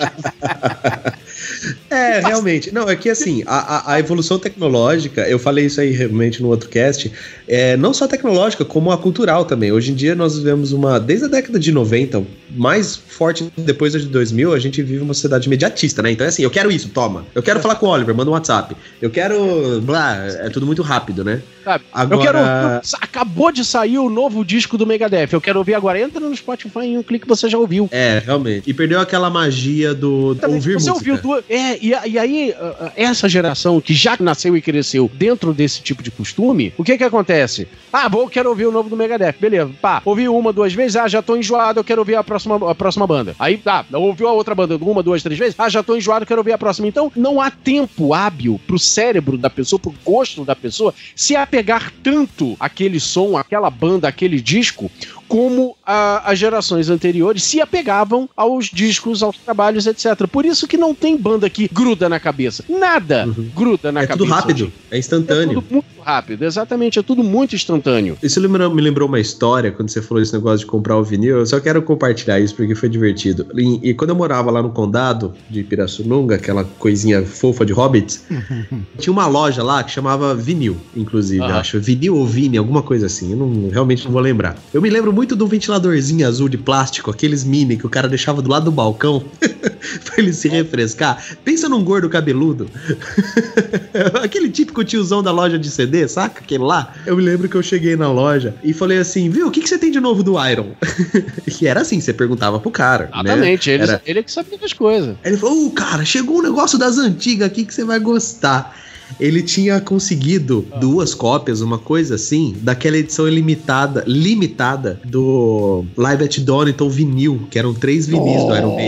É, realmente. Não, é que assim, a, a evolução tecnológica, eu falei isso aí realmente no outro cast, é, não só tecnológica, como a cultural também. Hoje em dia nós vivemos uma, desde a década de noventa, mais forte depois de dois mil, a gente vive uma sociedade imediatista, né? Então é assim, eu quero isso, toma. Eu quero falar com o Oliver, manda um WhatsApp. Eu quero, blá, é tudo muito rápido, né? Sabe? Agora... Eu quero, eu, acabou de sair o novo disco do Megadeth, eu quero ouvir agora. Entra no Spotify em um clique você já ouviu. É, realmente. E perdeu aquela magia do, do ouvir você música. Ouviu duas, é, e, e aí, essa geração que já nasceu e cresceu dentro desse tipo de costume, o que que acontece? Ah, vou, quero ouvir o novo do Megadeth, beleza. Pá, ouvi uma, duas vezes, ah, já tô enjoado, eu quero ouvir a próxima, a próxima banda. Aí, tá, ouviu a outra banda uma, duas, três vezes, ah, já tô enjoado, quero ouvir a próxima. Então, não há tempo hábil pro cérebro da pessoa, pro gosto da pessoa, se apegar tanto àquele som, àquela banda, àquele disco, como a, as gerações anteriores se apegavam aos discos, aos trabalhos, etcétera. Por isso que não tem banda que gruda na cabeça. Nada uhum. gruda na é cabeça. É tudo rápido, hoje. É instantâneo. É tudo muito rápido, exatamente, é tudo muito instantâneo. Isso me lembrou uma história, quando você falou esse negócio de comprar o vinil, eu só quero compartilhar isso porque foi divertido. E, e quando eu morava lá no condado de Pirassununga, aquela coisinha fofa de hobbits, tinha uma loja lá que chamava Vinil, inclusive, uhum. acho. Vinil ou Vini, alguma coisa assim, eu não, realmente não vou lembrar. Eu me lembro muito de um ventiladorzinho azul de plástico, aqueles mini que o cara deixava do lado do balcão pra ele se refrescar. Pensa num gordo cabeludo. Aquele típico tiozão da loja de C D, saca? Aquele lá. Eu me lembro que eu cheguei na loja e falei assim, viu, o que, que você tem de novo do Iron? E era assim, você perguntava pro cara. Exatamente, né? ele, era... ele que sabia das coisas. Aí ele falou, ô oh, cara, chegou um negócio das antigas aqui que você vai gostar. Ele tinha conseguido ah. duas cópias, uma coisa assim, daquela edição limitada, limitada do Live at Donington vinil, que eram três vinis oh, do Iron Maiden.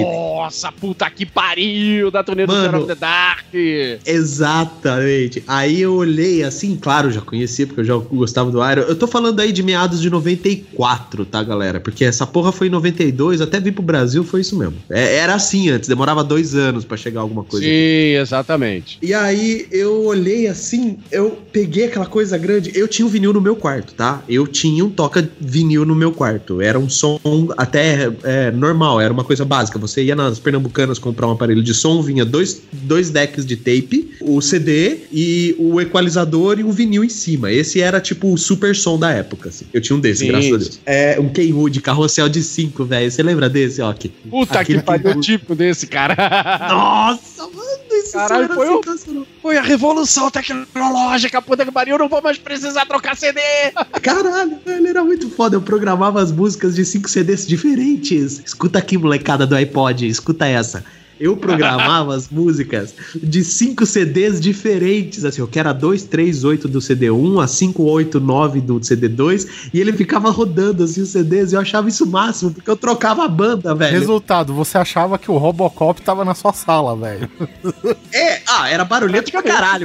Nossa, puta que pariu, da turnê do Fear of the Dark. Exatamente. Aí eu olhei assim, claro, já conhecia, porque eu já gostava do Iron. Eu tô falando aí de meados de noventa e quatro, tá, galera? Porque essa porra foi em noventa e dois, até vir pro Brasil foi isso mesmo. É, era assim antes, demorava dois anos pra chegar alguma coisa. Sim, aqui. Exatamente. E aí eu olhei assim, eu peguei aquela coisa grande, eu tinha um vinil no meu quarto, tá? Eu tinha um toca vinil no meu quarto. Era um som até é, normal, era uma coisa básica. Você ia nas Pernambucanas comprar um aparelho de som, vinha dois, dois decks de tape, o C D e o equalizador e um vinil em cima. Esse era tipo o super som da época, assim. Eu tinha um desse, Sim. graças a Deus. É um Kenwood, carrossel de cinco, velho. Você lembra desse, ó? Aqui. Puta Aquele que pariu, o tipo desse, cara. Nossa, mano, isso Caralho, foi, o, foi a revolução tecnológica, puta que pariu, eu não vou mais precisar trocar C D. Caralho, ele era muito foda. Eu programava as músicas de cinco C Ds diferentes. Escuta aqui, molecada do iPod, escuta essa. Eu programava as músicas de cinco C Ds diferentes, assim, eu quero a dois, três, oito do C D um, a cinco, oito, nove do C D dois, e ele ficava rodando assim os C Ds, e eu achava isso o máximo, porque eu trocava a banda, velho. Resultado, você achava que o Robocop tava na sua sala, velho. É, ah, era barulhento pra caralho.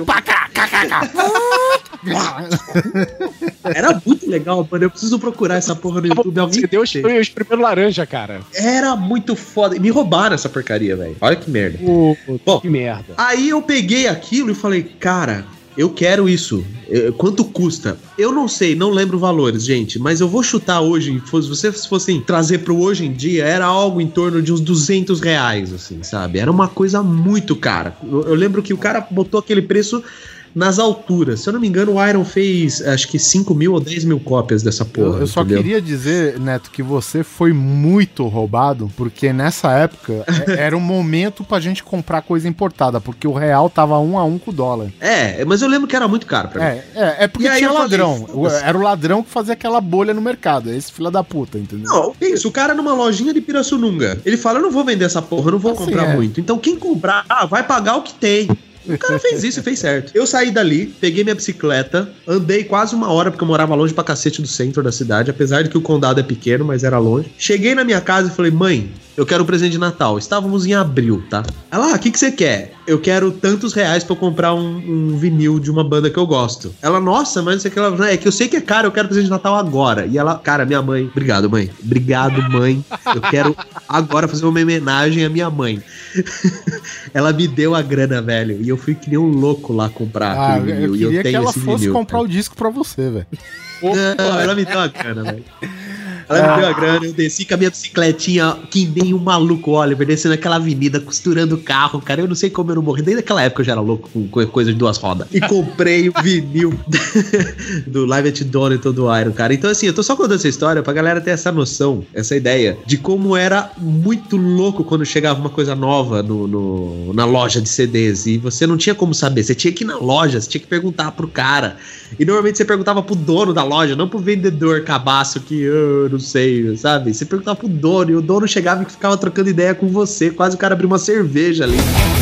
Era muito legal, mano, eu preciso procurar essa porra no YouTube. Alguém deu os primeiros laranja, cara. Era muito foda, e me roubaram essa porcaria, velho. Olha que merda. Oh, Bom, que merda. Aí eu peguei aquilo e falei, cara, eu quero isso. Quanto custa? Eu não sei, não lembro valores, gente, mas eu vou chutar hoje, se vocês fossem trazer pro hoje em dia, era algo em torno de uns duzentos reais, assim, sabe? Era uma coisa muito cara. Eu, eu lembro que o cara botou aquele preço nas alturas. Se eu não me engano, o Iron fez acho que cinco mil ou dez mil cópias dessa porra. Eu, eu só entendeu? queria dizer, Neto, que você foi muito roubado, porque nessa época era um momento pra gente comprar coisa importada, porque o real tava um a um com o dólar. É, mas eu lembro que era muito caro pra mim. É, é, é porque tinha ladrão. Falei, era o ladrão que fazia aquela bolha no mercado. Esse filho da puta, entendeu? Não, isso, o cara numa lojinha de Pirassununga, ele fala, eu não vou vender essa porra, eu não vou assim, comprar é. muito. Então quem comprar, ah, vai pagar o que tem. O cara fez isso e fez certo. Eu saí dali, peguei minha bicicleta, andei quase uma hora, porque eu morava longe pra cacete do centro da cidade, apesar de que o condado é pequeno, mas era longe. Cheguei na minha casa e falei, mãe, eu quero um presente de Natal. Estávamos em abril, tá? Ela, ah, o que que você quer? Eu quero tantos reais pra eu comprar um, um vinil de uma banda que eu gosto. Ela, nossa, mas não sei o que ela... É que eu sei que é caro, eu quero presente de Natal agora. E ela, cara, minha mãe... Obrigado, mãe. Obrigado, mãe. Eu quero agora fazer uma homenagem à minha mãe. Ela me deu a grana, velho. E eu fui que nem um louco lá comprar ah, aquele vinil. Eu queria e eu tenho que ela fosse vinil, comprar cara. o disco pra você, velho. Não, ela me deu a grana, velho. Ela me deu a grana, eu desci com a minha bicicletinha, que nem um maluco, Oliver, descendo aquela avenida, costurando o carro, cara. Eu não sei como eu não morri. Desde aquela época eu já era louco com coisa de duas rodas. E comprei o vinil do Live at Donington do Iron, cara. Então, assim, eu tô só contando essa história pra galera ter essa noção, essa ideia de como era muito louco quando chegava uma coisa nova no, no, na loja de C Ds. E você não tinha como saber. Você tinha que ir na loja, você tinha que perguntar pro cara. E normalmente você perguntava pro dono da loja, não pro vendedor cabaço que eu não sei, sabe? Você perguntava pro dono e o dono chegava e ficava trocando ideia com você. Quase o cara abriu uma cerveja ali.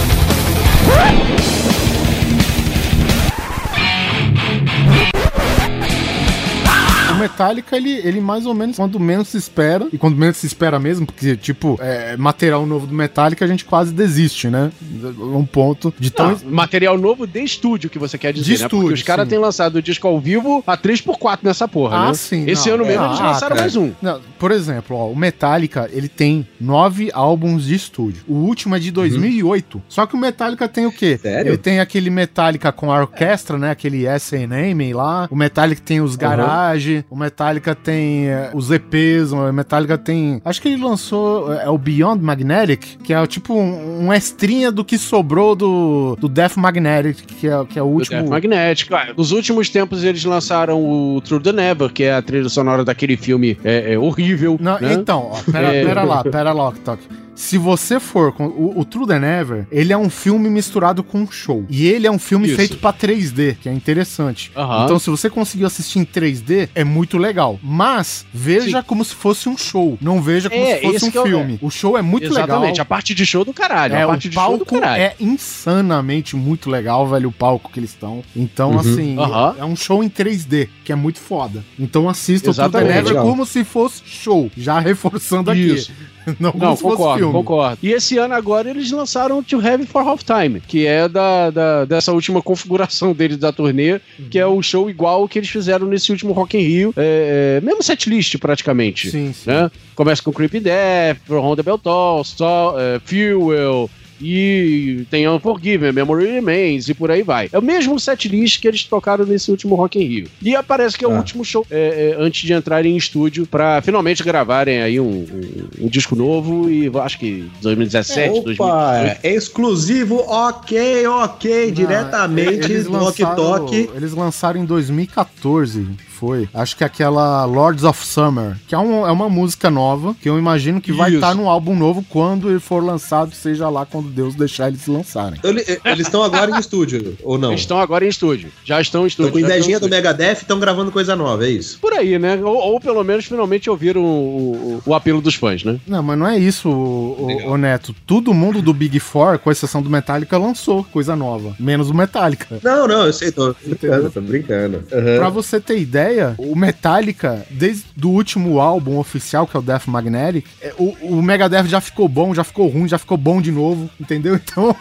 O Metallica, ele, ele mais ou menos, quando menos se espera, e quando menos se espera mesmo, porque, tipo, é, material novo do Metallica, a gente quase desiste, né? Um ponto de tão... Não, material novo de estúdio, que você quer dizer, de né? estúdio, porque os caras têm lançado o disco ao vivo a três por quatro nessa porra, ah, né? Sim, Esse não, ano mesmo é, eles ah, lançaram cara. mais um. Não, por exemplo, ó, o Metallica, ele tem nove álbuns de estúdio. O último é de dois mil e oito. Uhum. Só que o Metallica tem o quê? Sério? Ele tem aquele Metallica com a orquestra, né? Aquele S and M lá. O Metallica tem os Garage. Uhum. O Metallica tem é, os E Ps. O Metallica tem... Acho que ele lançou é, o Beyond Magnetic, que é tipo um, um extrinha do que sobrou do, do Death Magnetic, que é, que é o último... Death Magnetic, claro. Nos últimos tempos eles lançaram o Through the Never, que é a trilha sonora daquele filme é, é horrível. Não, né? Então, ó, pera, é... pera lá, pera lá, Oktok. Se você for com o, o True the Never, ele é um filme misturado com um show. E ele é um filme Isso. feito pra três D, que é interessante. Uhum. Então, se você conseguiu assistir em três D, é muito legal. Mas, veja Sim. como se fosse um show. Não veja como é, se fosse um filme. É. O show é muito Exatamente. legal. Exatamente, a parte de show do caralho. É, a parte o de show do palco caralho. é insanamente muito legal, velho, o palco que eles estão. Então, uhum. assim, uhum. é um show em três D, que é muito foda. Então, assista Exatamente. o True the Never legal. como se fosse show. Já reforçando Isso. aqui. Não, Não, concordo, concordo. E esse ano agora eles lançaram To Heavy for Half Time, que é da, da, dessa última configuração deles da turnê, uhum. que é o show igual que eles fizeram nesse último Rock in Rio, é, é, mesmo setlist praticamente. Sim, sim. Né? Começa com Creepy Death, From the Bell Tolls, so, uh, Fuel... E tem Unforgiven, Memory Remains e por aí vai. É o mesmo setlist que eles tocaram nesse último Rock in Rio. E parece que é o ah. último show é, é, antes de entrarem em estúdio pra finalmente gravarem aí um, um, um disco novo e acho que dois mil e dezessete, Opa, dois mil e dezoito. É exclusivo, ok, ok, Não, diretamente do Rock Talk. Eles lançaram em dois mil e catorze. Foi. Acho que é aquela Lords of Summer, que é, um, é uma música nova, que eu imagino que vai estar tá no álbum novo quando ele for lançado, seja lá quando Deus deixar eles lançarem. Eles estão agora em estúdio, ou não? Eles estão agora em estúdio. Já estão em estúdio. Estão com invejinha do Megadeth e estão gravando coisa nova, é isso? Por aí, né? Ou, ou pelo menos finalmente ouviram o, o, o apelo dos fãs, né? Não, mas não é isso, o, o, o Neto. Todo mundo do Big Four, com exceção do Metallica, lançou coisa nova. Menos o Metallica. Não, não, eu sei, tô brincando, tô brincando. Uhum. Pra você ter ideia, o Metallica, desde o último álbum oficial, que é o Death Magnetic, o, o Megadeth já ficou bom, já ficou ruim, já ficou bom de novo, entendeu? Então...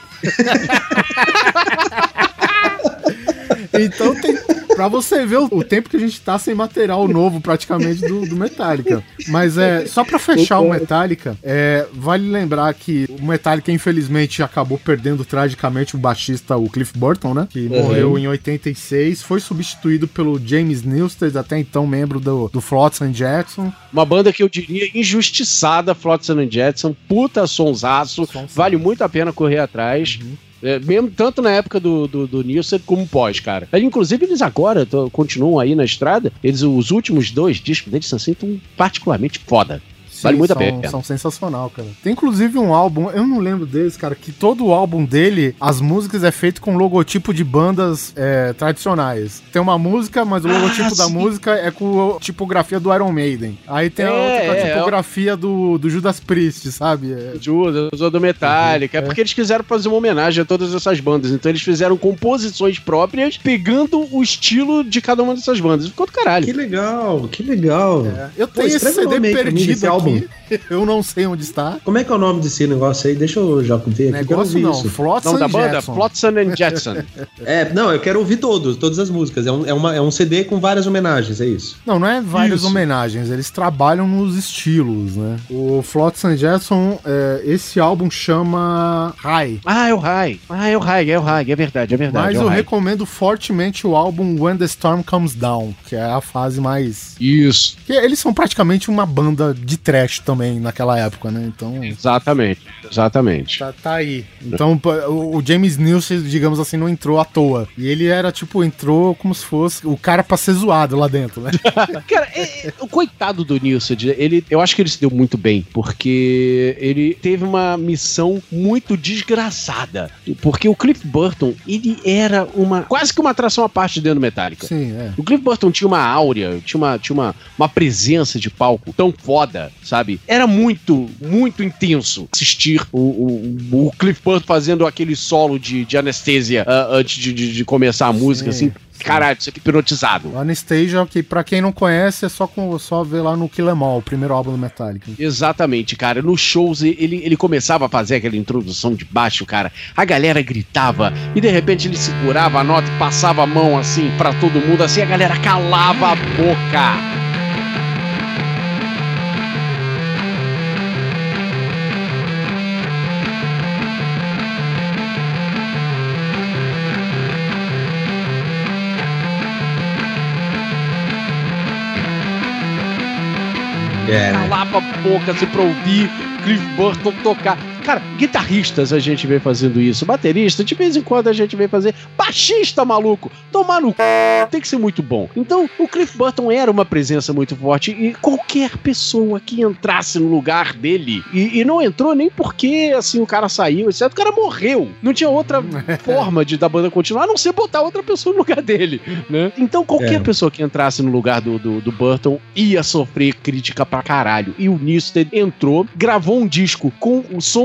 então tem... Pra você ver o, o tempo que a gente tá sem material novo, praticamente, do, do Metallica. Mas é só pra fechar o Metallica, é, vale lembrar que o Metallica, infelizmente, acabou perdendo tragicamente o baixista, o Cliff Burton, né? Que uhum. morreu em oitenta e seis. Foi substituído pelo James Newsted, até então membro do, do Flotsam and Jetsam. Uma banda que eu diria injustiçada, Flotsam and Jetsam. Puta sonsaço. Sonsaço. Vale muito a pena correr atrás. Uhum. É, mesmo tanto na época do, do, do Nilsson como pós, cara. Inclusive, eles agora tô, continuam aí na estrada. Eles, os últimos dois discos deles são assim, tão particularmente foda. Sim, vale muito são, a pena. São sensacional, cara. Tem inclusive um álbum, eu não lembro deles, cara, que todo o álbum dele, as músicas é feito com logotipo de bandas é, tradicionais. Tem uma música, mas o logotipo ah, da sim. música é com a tipografia do Iron Maiden. Aí tem é, a outra com a tipografia é, do, do Judas Priest, sabe? É. Judas, do Metallica. Uhum, é porque eles quiseram fazer uma homenagem a todas essas bandas. Então eles fizeram composições próprias, pegando o estilo de cada uma dessas bandas. Ficou do caralho. Que legal, que legal. É. Eu tenho Pô, esse C D perdido aqui. Eu não sei onde está. Como é que é o nome desse negócio aí? Deixa eu já ver aqui. Negócio não, Flotsam não, da banda? Flotsam and Jetsam. É, não, eu quero ouvir todos, todas as músicas. É um, é, uma, é um C D com várias homenagens, é isso? Não, não é várias isso. homenagens, eles trabalham nos estilos, né? O Flotsam and Jetsam, é, esse álbum chama High. Ah, é o High. Ah, é o High, é o High, é verdade, é verdade. Mas é eu high. recomendo fortemente o álbum When the Storm Comes Down, que é a fase mais... Isso. Que eles são praticamente uma banda de thrash também naquela época, né? Então... Exatamente, exatamente. Tá, tá aí. Então, o, o James Newsted, digamos assim, não entrou à toa. E ele era, tipo, entrou como se fosse o cara pra ser zoado lá dentro, né? Cara, é, é, o coitado do Newsted, ele, eu acho que ele se deu muito bem, porque ele teve uma missão muito desgraçada. Porque o Cliff Burton, ele era uma quase que uma atração à parte dentro do Metallica. Sim, é. O Cliff Burton tinha uma áurea, tinha uma, tinha uma, uma presença de palco tão foda, sabe? Era muito, muito intenso assistir o, o, o Cliff Burton fazendo aquele solo de, de anestesia uh, antes de, de, de começar a música, sim, assim. Sim. Caralho, isso aqui hipnotizado. O Anastasia, que pra quem não conhece, é só, com, só ver lá no Kill Em All, o primeiro álbum do Metallica. Exatamente, cara. Nos shows, ele, ele começava a fazer aquela introdução de baixo, cara. A galera gritava e de repente ele segurava a nota e passava a mão assim pra todo mundo, assim a galera calava a boca. Yeah. Calava a boca assim pra ouvir Cliff Burton tocar. Cara, guitarristas a gente vem fazendo isso, baterista, de vez em quando a gente vem fazer, baixista, maluco, tomar no c... tem que ser muito bom. Então, o Cliff Burton era uma presença muito forte e qualquer pessoa que entrasse no lugar dele, e, e não entrou nem porque, assim, o cara saiu, etcétera, o cara morreu. Não tinha outra forma de da banda continuar, a não ser botar outra pessoa no lugar dele, né? Então, qualquer é. pessoa que entrasse no lugar do, do, do Burton ia sofrer crítica pra caralho. E o Newsted entrou, gravou um disco com o som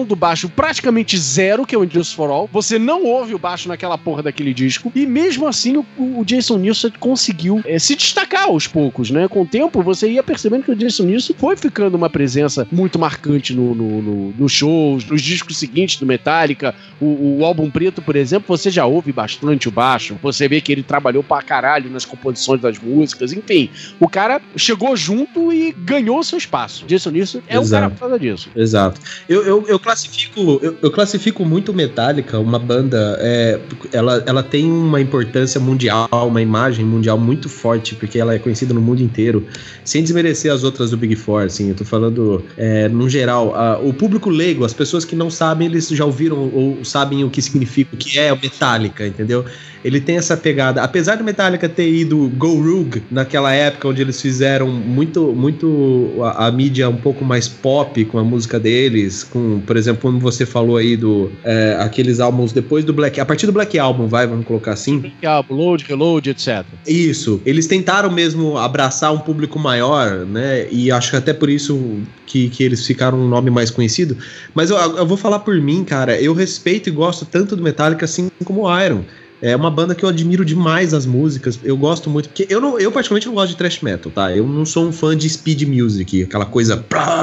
do baixo praticamente zero, que é o Injustice for All. Você não ouve o baixo naquela porra daquele disco. E mesmo assim, o, o Jason Newsted conseguiu é, se destacar aos poucos, né? Com o tempo, você ia percebendo que o Jason Newsted foi ficando uma presença muito marcante no, no, no, nos shows, nos discos seguintes do Metallica. O, o álbum preto, por exemplo, você já ouve bastante o baixo. Você vê que ele trabalhou pra caralho nas composições das músicas. Enfim, o cara chegou junto e ganhou o seu espaço. Jason Newsted é um cara por causa disso. Exato. Eu, eu, eu classifico eu, eu classifico muito Metallica, uma banda, é, ela, ela tem uma importância mundial, uma imagem mundial muito forte, porque ela é conhecida no mundo inteiro, sem desmerecer as outras do Big Four, assim, eu tô falando, é, no geral, a, o público leigo, as pessoas que não sabem, eles já ouviram ou sabem o que significa, o que é o Metallica, entendeu? Ele tem essa pegada, apesar do Metallica ter ido go rogue naquela época onde eles fizeram muito, muito a, a mídia um pouco mais pop com a música deles, com, por exemplo, como você falou aí do é, aqueles álbuns depois do Black, a partir do Black Album, vai, vamos colocar assim. Black Album, Load, Reload, etcétera. Isso, eles tentaram mesmo abraçar um público maior, né, e acho que até por isso que, que eles ficaram um nome mais conhecido, mas eu, eu vou falar por mim, cara, eu respeito e gosto tanto do Metallica assim como o Iron. É uma banda que eu admiro demais as músicas, eu gosto muito, porque eu, não, eu particularmente não gosto de thrash metal, tá? Eu não sou um fã de speed music, aquela coisa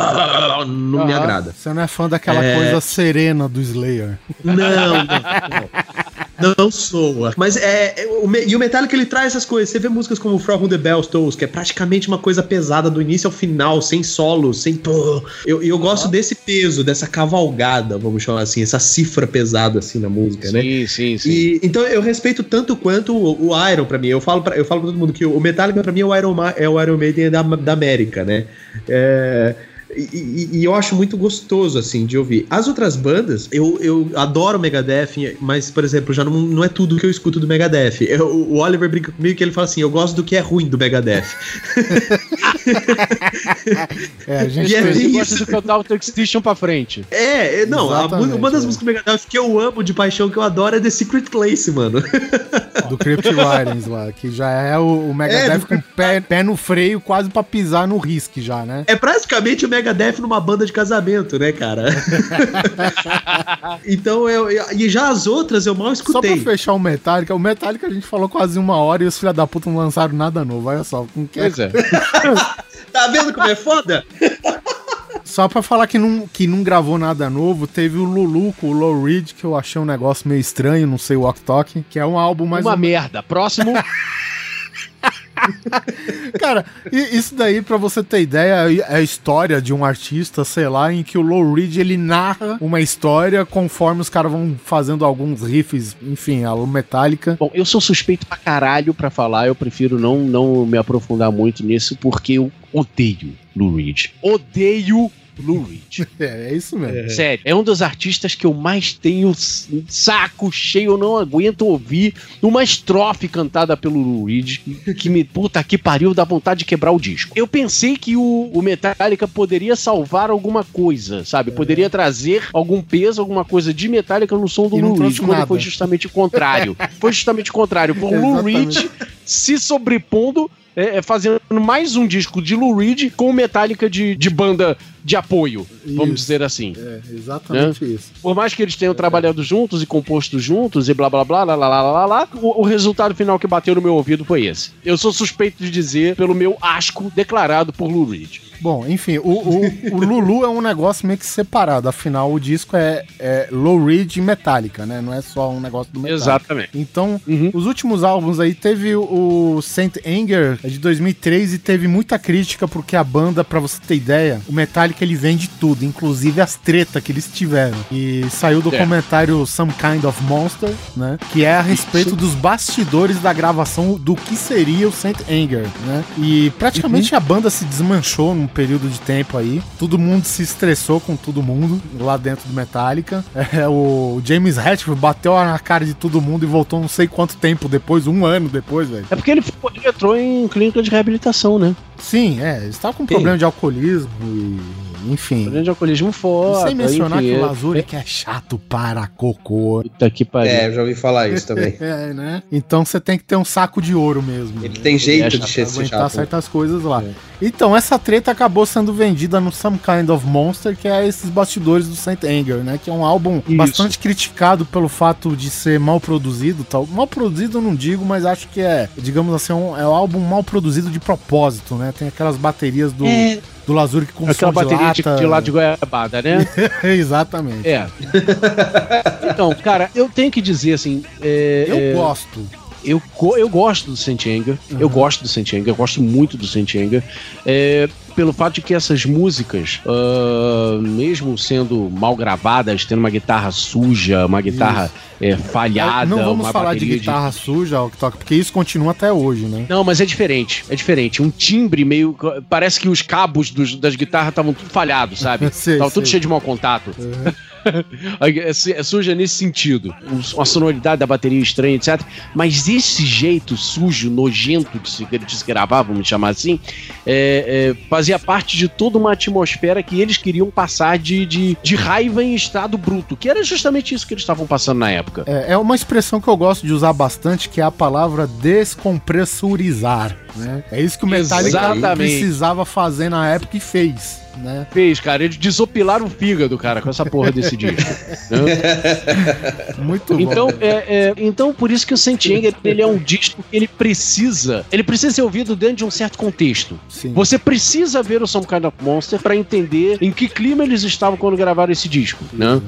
não ah, me agrada. Você não é fã daquela é... coisa serena do Slayer? Não, não, não. Não sou. Mas é, é o, e o Metallica, ele traz essas coisas. Você vê músicas como From Whom the Bells Tolls, que é praticamente uma coisa pesada do início ao final, sem solo, sem... Eu, eu gosto desse peso, dessa cavalgada, vamos chamar assim, essa cifra pesada assim na música, sim, né? Sim, sim, sim. E, então eu respeito tanto quanto o, o Iron pra mim. Eu falo pra, eu falo pra todo mundo que o Metallica pra mim é o Iron, é o Iron Maiden da, da América, né? É... E, e, e eu acho muito gostoso, assim, de ouvir. As outras bandas, eu, eu adoro Megadeth, mas, por exemplo, já não, não é tudo que eu escuto do Megadeth. Eu, o Oliver brinca comigo que ele fala assim, eu gosto do que é ruim do Megadeth. É, a gente é gosta do que eu dá o Extinction pra frente. É, não, a, uma das é. músicas do Megadeth que eu amo de paixão, que eu adoro, é The Secret Place, mano. Do Crypt Writings lá, que já é o, o Megadeth é, com o pé, pé no freio, quase pra pisar no Risk já, né? É praticamente o Megadeth numa banda de casamento, né, cara? Então, eu, eu... E já as outras eu mal escutei. Só pra fechar o Metallica, o Metallica a gente falou quase uma hora e os filha da puta não lançaram nada novo, olha só. Com que... Pois é. Tá vendo como é foda? Só pra falar que não, que não gravou nada novo, teve o Lulu com o Lou Reed, que eu achei um negócio meio estranho, não sei, o Walk Talk, que é um álbum mais... Uma um... merda. Próximo... Cara, isso daí, pra você ter ideia, é a história de um artista, sei lá, em que o Lou Reed, ele narra uma história conforme os caras vão fazendo alguns riffs, enfim, a Metallica. Bom, eu sou suspeito pra caralho pra falar, eu prefiro não, não me aprofundar muito nisso, porque eu odeio Lou Reed. Odeio Lou Reed. É, é isso mesmo. É. Sério, é um dos artistas que eu mais tenho saco cheio, eu não aguento ouvir uma estrofe cantada pelo Lou Reed, que me, puta que pariu, dá vontade de quebrar o disco. Eu pensei que o, o Metallica poderia salvar alguma coisa, sabe? É. Poderia trazer algum peso, alguma coisa de Metallica no som do Lou Reed, quando nada. Foi justamente o contrário. Foi justamente o contrário. Foi o Lou Reed se sobrepondo, é, fazendo mais um disco de Lou Reed com Metallica de, de banda de apoio, isso. Vamos dizer assim. É, exatamente, né? Isso. Por mais que eles tenham é. trabalhado juntos e composto juntos e blá blá blá, lá, lá, lá, lá, lá, o, o resultado final que bateu no meu ouvido foi esse. Eu sou suspeito de dizer pelo meu asco declarado por Lou Reed. Bom, enfim, o, o, o Lulu é um negócio meio que separado, afinal o disco é, é Lou Reed e Metallica, né? Não é só um negócio do Metallica. Exatamente. Então, uhum. os últimos álbuns aí, teve o Saint Anger de dois mil e três e teve muita crítica porque a banda, pra você ter ideia, o Metallica ele vende tudo, inclusive as tretas que eles tiveram. E saiu do é. comentário Some Kind of Monster, né? Que é a respeito Isso. dos bastidores da gravação do que seria o Saint Anger, né? E praticamente uhum. a banda se desmanchou num período de tempo aí. Todo mundo se estressou com todo mundo lá dentro do Metallica. É, o James Hetfield bateu na cara de todo mundo e voltou não sei quanto tempo depois, um ano depois, velho. É porque ele, ele entrou em clínica de reabilitação, né? Sim, é. Ele estava com um problema de alcoolismo e... Enfim. Problema de alcoolismo foda. Sem mencionar enfim, que o Lazuri é... que é chato para cocô. Puta que pariu. É, já ouvi falar isso também. É, né? Então você tem que ter um saco de ouro mesmo. Ele tem jeito é de ser chato. Aguentar certas coisas lá. É. Então, essa treta acabou sendo vendida no Some Kind of Monster, que é esses bastidores do Saint Anger, né? Que é um álbum Isso. bastante criticado pelo fato de ser mal produzido, tal. Mal produzido eu não digo, mas acho que é, digamos assim, um, é um álbum mal produzido de propósito, né? Tem aquelas baterias do... É. Do Lazuric com aquela som de bateria lata. de, de lado de goiabada, né? Exatamente. É. Então, cara, eu tenho que dizer assim... É, eu é, gosto. Eu, eu gosto do Saint Anger. Uhum. Eu gosto do Saint Anger. Eu gosto muito do Saint Anger. É, pelo fato de que essas músicas, uh, mesmo sendo mal gravadas, tendo uma guitarra suja, uma guitarra é, falhada... Não vamos uma falar de guitarra de... suja, porque isso continua até hoje, né? Não, mas é diferente. É diferente. Um timbre meio... Parece que os cabos dos, das guitarras estavam tudo falhados, sabe? Estavam tudo cheio de mau contato. Uhum. É suja nesse sentido. Uma sonoridade da bateria estranha, etcétera. Mas esse jeito sujo, nojento de se, de se gravar, vamos chamar assim, é, é, fazia parte de toda uma atmosfera que eles queriam passar de, de, de raiva em estado bruto, que era justamente isso que eles estavam passando na época. É, é uma expressão que eu gosto de usar bastante, que é a palavra descompressurizar, né? É isso que o Metallica Exatamente. precisava fazer na época e fez. Né? Fez, cara. Eles desopilaram o fígado, cara, com essa porra desse disco. Né? Muito então, bom. É, é, então, por isso que o Saint Anger, ele é um disco que ele precisa, ele precisa ser ouvido dentro de um certo contexto. Sim. Você precisa ver o Some Kind of Monster pra entender em que clima eles estavam quando gravaram esse disco, né?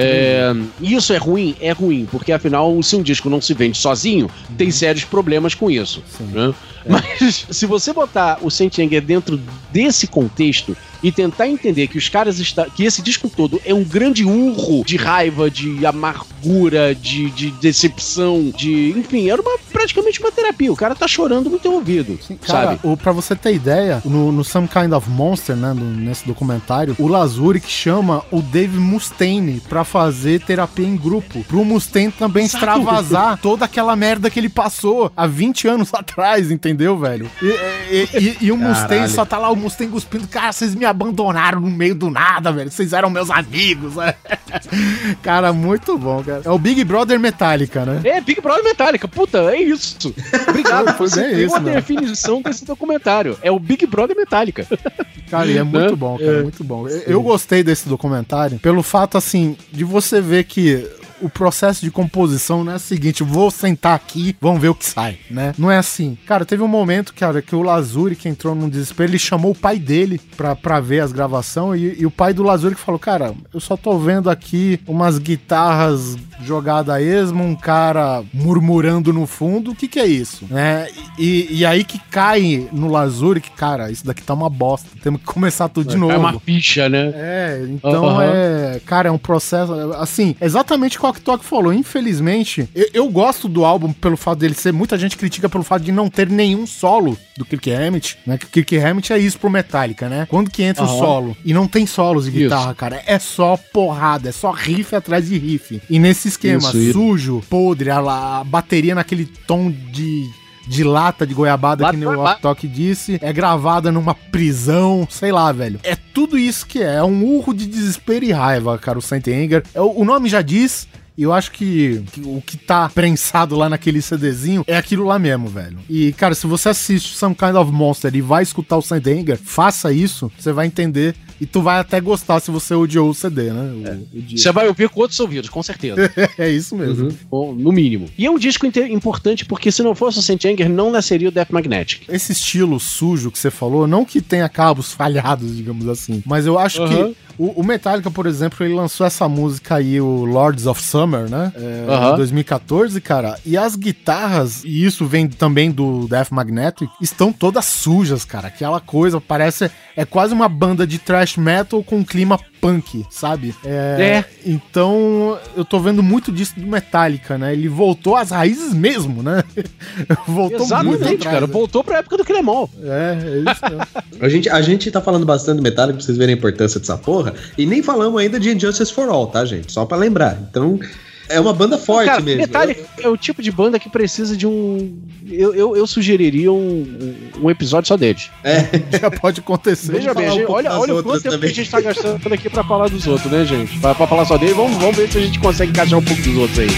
É, isso é ruim? É ruim, porque afinal, se um disco não se vende sozinho, uhum. tem sérios problemas com isso. Né? É. Mas se você botar o Saint Anger dentro desse contexto e tentar entender que os caras está, que esse disco todo é um grande urro de raiva, de amargura, de, de decepção, de... Enfim, era uma, praticamente uma terapia. O cara tá chorando no teu ouvido, Sim, cara, sabe? O, pra você ter ideia, no, no Some Kind of Monster, né, no, nesse documentário, o Lazuric chama o Dave Mustaine pra fazer terapia em grupo, pro Mustaine também Exato. extravasar toda aquela merda que ele passou há vinte anos atrás, entendeu, velho? E, e, e, e o Mustaine só tá lá, o Mustaine cuspindo, cara, vocês me abandonaram no meio do nada, velho. Vocês eram meus amigos, né? Cara, muito bom, cara. É o Big Brother Metallica, né? É, Big Brother Metallica. Puta, é isso. Obrigado. Foi bem isso, a definição desse documentário. É o Big Brother Metallica. Cara, e é muito bom, cara. É muito bom. Eu, eu gostei desse documentário pelo fato, assim, de você ver que o processo de composição não é o seguinte, vou sentar aqui, vamos ver o que sai, né? Não é assim. Cara, teve um momento, cara, que o Lazuric entrou num desespero, ele chamou o pai dele pra, pra ver as gravações e, e o pai do Lazuric falou, cara, eu só tô vendo aqui umas guitarras jogadas a esmo, um cara murmurando no fundo, o que que é isso? Né? E, e aí que cai no Lazuric, cara, isso daqui tá uma bosta, temos que começar tudo de novo. É uma ficha, né? É, então uh-huh. é... Cara, é um processo, assim, exatamente qual que o Toque falou, infelizmente, eu, eu gosto do álbum pelo fato dele ser, muita gente critica pelo fato de não ter nenhum solo do Kirk Hammett, né, que o Kirk Hammett é isso pro Metallica, né, quando que entra uhum. o solo, e não tem solos de guitarra, isso. cara, é só porrada, é só riff atrás de riff, e nesse esquema, isso, sujo, isso. podre, a, a bateria naquele tom de... de lata de goiabada, lata que nem o Ok-Tok disse, é gravada numa prisão, sei lá, velho. É tudo isso que é, é um urro de desespero e raiva, cara, o Saint Anger. É, o nome já diz... E eu acho que, que o que tá prensado lá naquele CDzinho é aquilo lá mesmo, velho. E, cara, se você assiste Some Kind of Monster e vai escutar o Saint Anger, faça isso, você vai entender. E tu vai até gostar se você odiou o C D, né? O, é. o você vai ouvir com outros ouvidos, com certeza. É isso mesmo. Uhum. No mínimo. E é um disco importante porque se não fosse o Saint Anger, não nasceria o Death Magnetic. Esse estilo sujo que você falou, não que tenha cabos falhados, digamos assim, mas eu acho uhum. que o, o Metallica, por exemplo, ele lançou essa música aí, o Lords of Summer, né? É, uhum. Em dois mil e catorze, cara. E as guitarras, e isso vem também do Death Magnetic, estão todas sujas, cara. Aquela coisa, parece... É quase uma banda de thrash metal com clima punk, sabe? É, é. Então, eu tô vendo muito disso do Metallica, né? Ele voltou às raízes mesmo, né? Voltou Exatamente, muito atrás, cara. Né? Voltou pra época do Cremol. É, é isso mesmo. a, gente, a gente tá falando bastante do Metallica pra vocês verem a importância dessa porra. E nem falamos ainda de Injustice for All, tá, gente? Só pra lembrar. Então... É uma banda forte, cara, mesmo. Metallica é o tipo de banda que precisa de um... Eu, eu, eu sugeriria um, um episódio só deles. É, já pode acontecer. Veja bem, um gente, olha, olha o quanto tempo que a gente tá gastando aqui pra falar dos outros, né, gente? Pra, pra falar só dele, vamos, vamos ver se a gente consegue encaixar um pouco dos outros aí.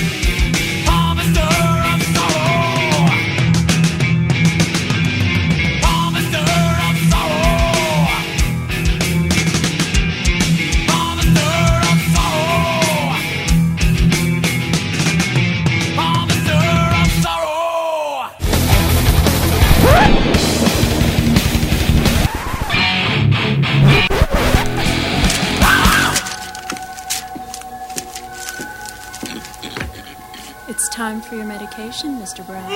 time for your medication, mister Brown?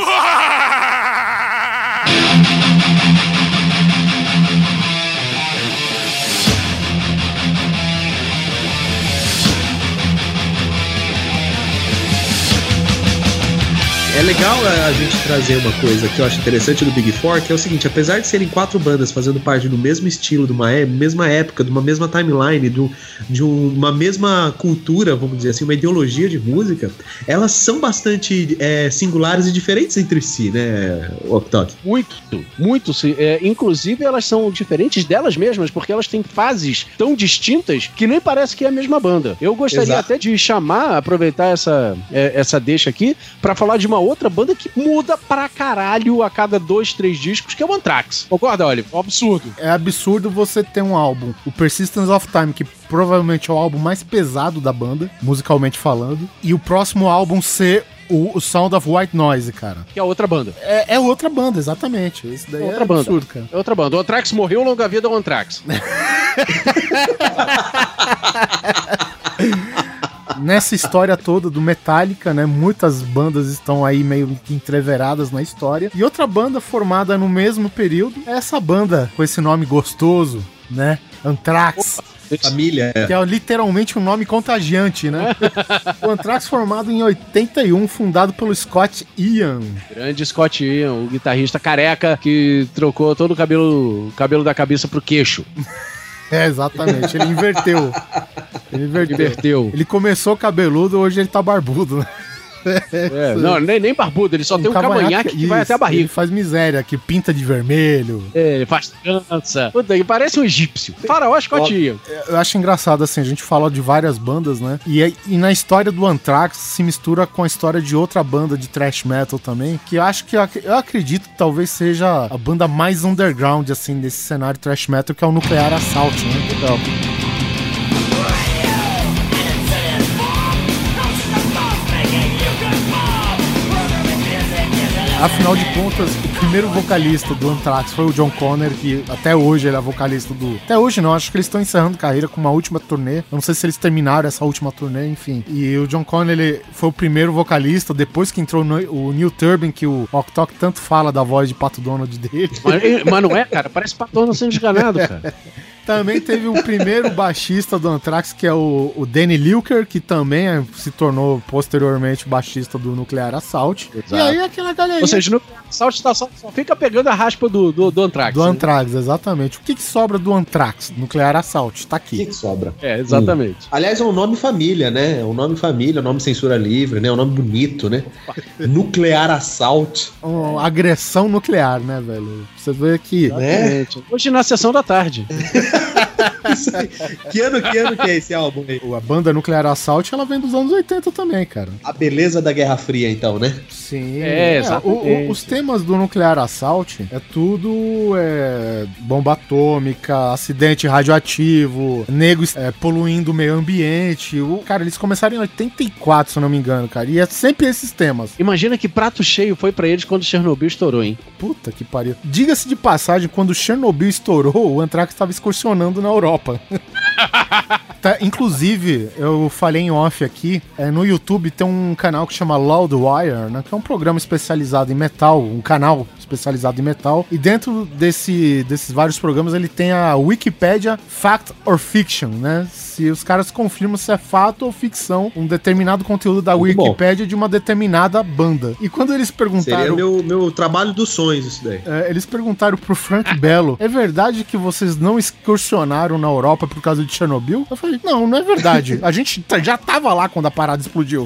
É legal a gente trazer uma coisa que eu acho interessante do Big Four, que é o seguinte: apesar de serem quatro bandas fazendo parte do mesmo estilo, de uma é, mesma época, de uma mesma timeline, de, um, de um, uma mesma cultura, vamos dizer assim, uma ideologia de música, elas são bastante é, singulares e diferentes entre si, né, Octok? Muito, muito. É, inclusive, elas são diferentes delas mesmas, porque elas têm fases tão distintas que nem parece que é a mesma banda. Eu gostaria Exato. até de chamar, aproveitar essa, é, essa deixa aqui, pra falar de uma outra banda que muda pra caralho a cada dois, três discos, que é o Anthrax. Concorda, Oliver? É um absurdo. É absurdo você ter um álbum, o Persistence of Time, que provavelmente é o álbum mais pesado da banda, musicalmente falando, e o próximo álbum ser o, o Sound of White Noise, cara. Que é outra banda. É, é outra banda, exatamente. Isso daí é, outra é banda. absurdo, cara. É outra banda. O Anthrax morreu, longa vida ao Anthrax. Nessa história toda do Metallica, né, muitas bandas estão aí meio que entreveradas na história. E outra banda formada no mesmo período é essa banda com esse nome gostoso, né, Anthrax. Família. Que é literalmente um nome contagiante, né? O Anthrax, formado em oitenta e um, fundado pelo Scott Ian. Grande Scott Ian, o guitarrista careca que trocou todo o cabelo, o cabelo da cabeça pro queixo. É, exatamente. Ele inverteu. Ele inverteu. inverteu. Ele começou cabeludo, hoje ele tá barbudo, né? É, não, nem, nem barbudo, ele só um tem um cavanhaque que, que vai até a barriga. Ele faz miséria, que pinta de vermelho. É, ele faz trança. Puta, ele parece um egípcio. Faraó Scott Ian. Eu acho engraçado, assim, a gente fala de várias bandas, né? E, e na história do Anthrax se mistura com a história de outra banda de thrash metal também, que eu acho que, eu acredito que talvez seja a banda mais underground, assim, desse cenário thrash metal, que é o Nuclear Assault, né? Então, afinal de contas, o primeiro vocalista do Anthrax foi o John Connor, que até hoje ele é vocalista do... Até hoje não, acho que eles estão encerrando carreira com uma última turnê. Eu não sei se eles terminaram essa última turnê, enfim. E o John Connor, ele foi o primeiro vocalista, depois que entrou no, o Neil Turbin, que o Octok tanto fala da voz de Pato Donald dele. Mas, mas não é, cara? Parece Pato Donald sendo enganado, cara. Também teve o primeiro baixista do Anthrax, que é o, o Danny Lilker, que também é, se tornou posteriormente baixista do Nuclear Assault. Exato. E aí aquela galerinha... Ou seja, o Nuclear Assault tá só, só fica pegando a raspa do, do, do Anthrax. Do né? Anthrax, exatamente. O que, que sobra do Anthrax? Nuclear Assault, tá aqui. O que, que sobra? É, exatamente. Hum. Aliás, é um nome família, né? É um nome família, é um nome censura livre, né? É um nome bonito, né? Nuclear Assault. Uma agressão nuclear, né, velho? Você vê aqui. Né? Hoje na sessão da tarde. Isso aí. Que ano, que ano que é esse álbum aí? A banda Nuclear Assault, ela vem dos anos oitenta também, cara. A beleza da Guerra Fria, então, né? Sim. É, é o, o, os temas do Nuclear Assault é tudo é, bomba atômica, acidente radioativo, negros é, poluindo o meio ambiente. O, cara, eles começaram em oitenta e quatro, se eu não me engano, cara. E é sempre esses temas. Imagina que prato cheio foi pra eles quando Chernobyl estourou, hein? Puta que pariu. Diga-se de passagem, quando Chernobyl estourou, o Anthrax estava excursionando na Europa. Tá, inclusive, eu falei em off aqui, é, no YouTube tem um canal que chama Loudwire, né, que é um programa especializado em metal, um canal especializado em metal, e dentro desse, desses vários programas ele tem a Wikipedia Fact or Fiction, né, se os caras confirmam se é fato ou ficção um determinado conteúdo da Muito Wikipedia bom. De uma determinada banda. E quando eles perguntaram... Seria meu, meu trabalho dos sonhos isso daí. É, eles perguntaram pro Frank Bello, é verdade que vocês não excursionaram na Europa por causa de Chernobyl? Eu falei, não, não é verdade. A gente já tava lá quando a parada explodiu.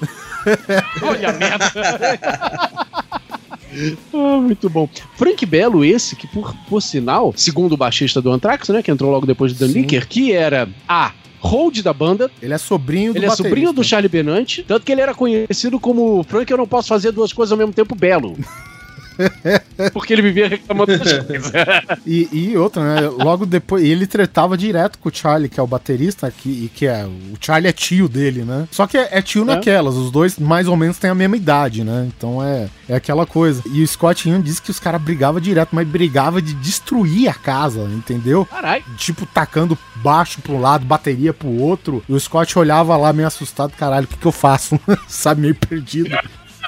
Olha a merda. Ah, muito bom. Frank Bello, esse, que por, por sinal, segundo o baixista do Anthrax, né, que entrou logo depois do Dan Licker, que era a hold da banda. Ele é sobrinho do Ele baterista. É sobrinho do Charlie Benante, tanto que ele era conhecido como Frank, eu não posso fazer duas coisas ao mesmo tempo, Belo. Porque ele vivia reclamando das coisas. E, e outra, né? Logo depois, ele tretava direto com o Charlie, que é o baterista, que, e que é. O Charlie é tio dele, né? Só que é, é tio é. naquelas, os dois mais ou menos têm a mesma idade, né? Então é, é aquela coisa. E o Scott Ian disse que os caras brigavam direto, mas brigava de destruir a casa, entendeu? Caralho. Tipo, tacando baixo pro lado, bateria pro outro. E o Scott olhava lá meio assustado, caralho, o que que eu faço? Sabe, meio perdido.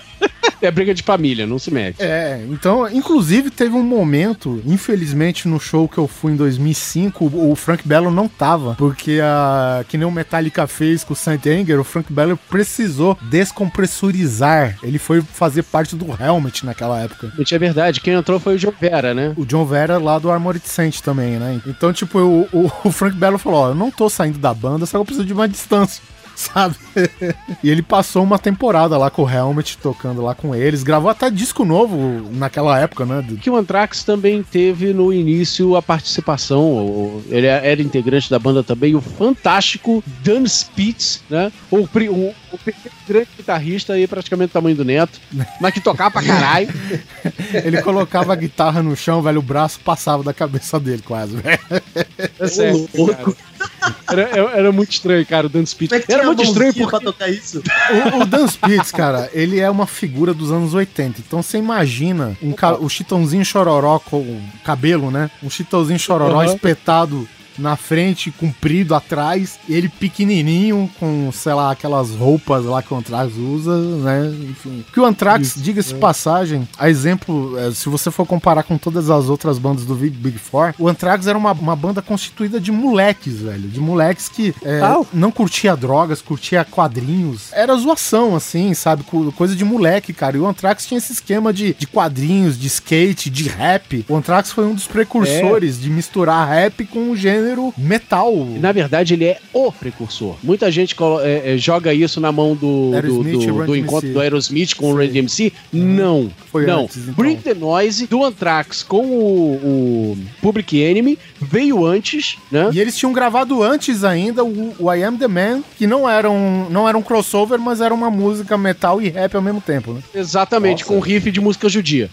É briga de família, não se mete. É, então, inclusive teve um momento, infelizmente no show que eu fui em dois mil e cinco, o Frank Bello não tava, porque a, que nem o Metallica fez com o Saint Anger, o Frank Bello precisou descompressurizar. Ele foi fazer parte do Helmet naquela época. Gente, é verdade, quem entrou foi o John Vera, né? O John Vera lá do Armored Saint também, né? Então, tipo, o, o, o Frank Bello falou, ó, eu não tô saindo da banda, só que eu preciso de mais distância. Sabe? E ele passou uma temporada lá com o Helmet, tocando lá com eles. Gravou até disco novo naquela época, né? Que o Anthrax também teve no início a participação. Ele era integrante da banda também, o fantástico Dan Spitz, né? O, o, o grande guitarrista aí, praticamente do tamanho do Neto, mas que tocava pra caralho. Ele colocava a guitarra no chão, velho, o braço passava da cabeça dele quase, velho. É sério, era, era muito estranho, cara, o Dan Spitz. É era muito estranho porque... pra tocar isso. O, o Dan Spitz, cara, ele é uma figura dos anos oitenta. Então você imagina um ca... o Chitãozinho Chororó com o cabelo, né? Um Chitãozinho Chororó uhum. espetado na frente, comprido atrás, ele pequenininho, com, sei lá, aquelas roupas lá que o Anthrax usa, né, enfim. Que o Anthrax, diga-se de passagem, a exemplo, se você for comparar com todas as outras bandas do Big Four, o Anthrax era uma, uma banda constituída de moleques, velho, de moleques que é, ah. não curtia drogas, curtia quadrinhos, era zoação, assim, sabe, coisa de moleque, cara, e o Anthrax tinha esse esquema de, de quadrinhos, de skate, de rap. O Anthrax foi um dos precursores é. de misturar rap com o gênero metal. Na verdade, ele é o precursor. Muita gente é, é, joga isso na mão do, do, do, do encontro do Aerosmith com Sim. o Run D M C. Não. Foi não. Antes, então. Bring the Noise do Anthrax com o, o Public Enemy veio antes, né? E eles tinham gravado antes ainda o, o I Am The Man, que não era, um, não era um crossover, mas era uma música metal e rap ao mesmo tempo, né? Exatamente, Nossa. com riff de música judia.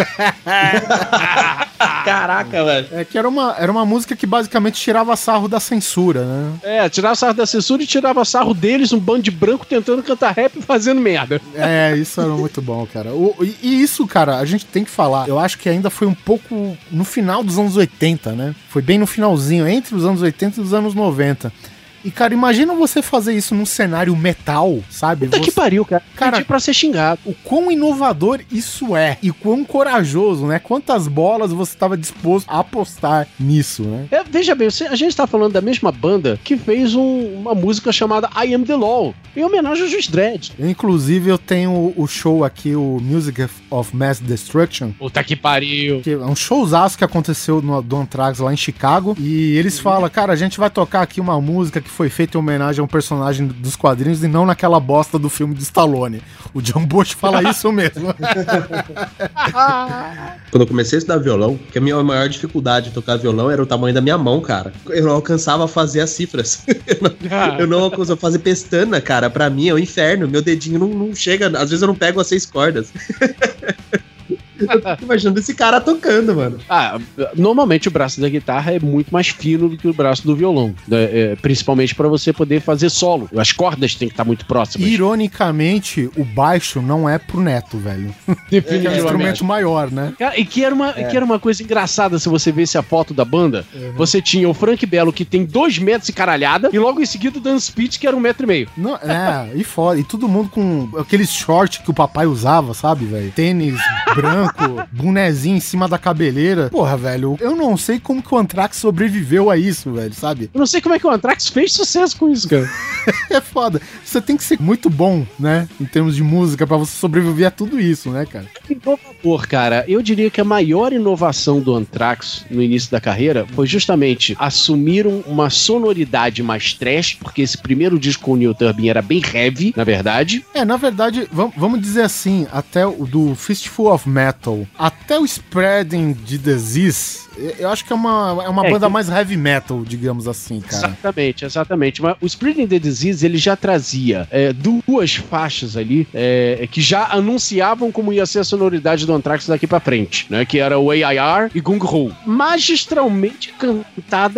Caraca, velho. É que era uma, era uma música que basicamente tirava sarro da censura, né? É, tirava sarro da censura e tirava sarro deles, um bando de branco tentando cantar rap e fazendo merda. É, isso era muito bom, cara. O, e, e isso, cara, a gente tem que falar. Eu acho que ainda foi um pouco no final dos anos oitenta, né? Foi bem no finalzinho, entre os anos oitenta e os anos noventa. E, cara, imagina você fazer isso num cenário metal, sabe? Puta você... que pariu, cara. Cara, Pedi pra ser xingado. O quão inovador isso é. E quão corajoso, né? Quantas bolas você estava disposto a apostar nisso, né? É, veja bem, a gente tá falando da mesma banda que fez um, uma música chamada I Am The Law, em homenagem ao Juiz Dredd. Inclusive, eu tenho o show aqui, o Music of Mass Destruction. Puta que pariu. Que é um showzaço que aconteceu no do Anthrax lá em Chicago. E eles uhum. falam, cara, a gente vai tocar aqui uma música que foi feita em homenagem a um personagem dos quadrinhos e não naquela bosta do filme do Stallone. O John Bush fala isso mesmo. Quando eu comecei a estudar violão, que a minha maior dificuldade de tocar violão era o tamanho da minha mão, cara. Eu não alcançava fazer as cifras. eu, não, eu não alcançava fazer pestana, cara. Pra mim é o inferno. Meu dedinho não, não chega. Às vezes eu não pego as seis cordas. Eu tô imaginando esse cara tocando, mano. Ah, normalmente o braço da guitarra é muito mais fino do que o braço do violão, né? É, principalmente pra você poder fazer solo. As cordas têm que estar muito próximas. Ironicamente, o baixo não é pro Neto, velho. Definitivamente. É um instrumento maior, né? Cara, e que era, uma, é. que era uma coisa engraçada se você visse a foto da banda. Uhum. Você tinha o Frank Bello, que tem dois metros e caralhada, e logo em seguida o Dan Spitz, que era um metro e meio. Não, é, e foda. E todo mundo com aqueles shorts que o papai usava, sabe, velho? Tênis branco, bonezinho em cima da cabeleira. Porra, velho, eu não sei como que o Anthrax sobreviveu a isso, velho, sabe? Eu não sei como é que o Anthrax fez sucesso com isso, cara. É foda. Você tem que ser muito bom, né, em termos de música, pra você sobreviver a tudo isso, né, cara? Inovador, cara. Eu diria que a maior inovação do Anthrax no início da carreira foi justamente assumir uma sonoridade mais trash, porque esse primeiro disco com o Neil Turbin era bem heavy, na verdade. É, na verdade, vamos dizer assim, até o do Fistful of Metal até o Spreading the Disease, eu acho que é uma, é uma é, banda que... mais heavy metal, digamos assim, cara. Exatamente, exatamente. Mas o Spreading the Disease, ele já trazia é, duas faixas ali é, que já anunciavam como ia ser a sonoridade do Anthrax daqui pra frente, né? Que era o A I R e Gung Ho. Magistralmente cantadas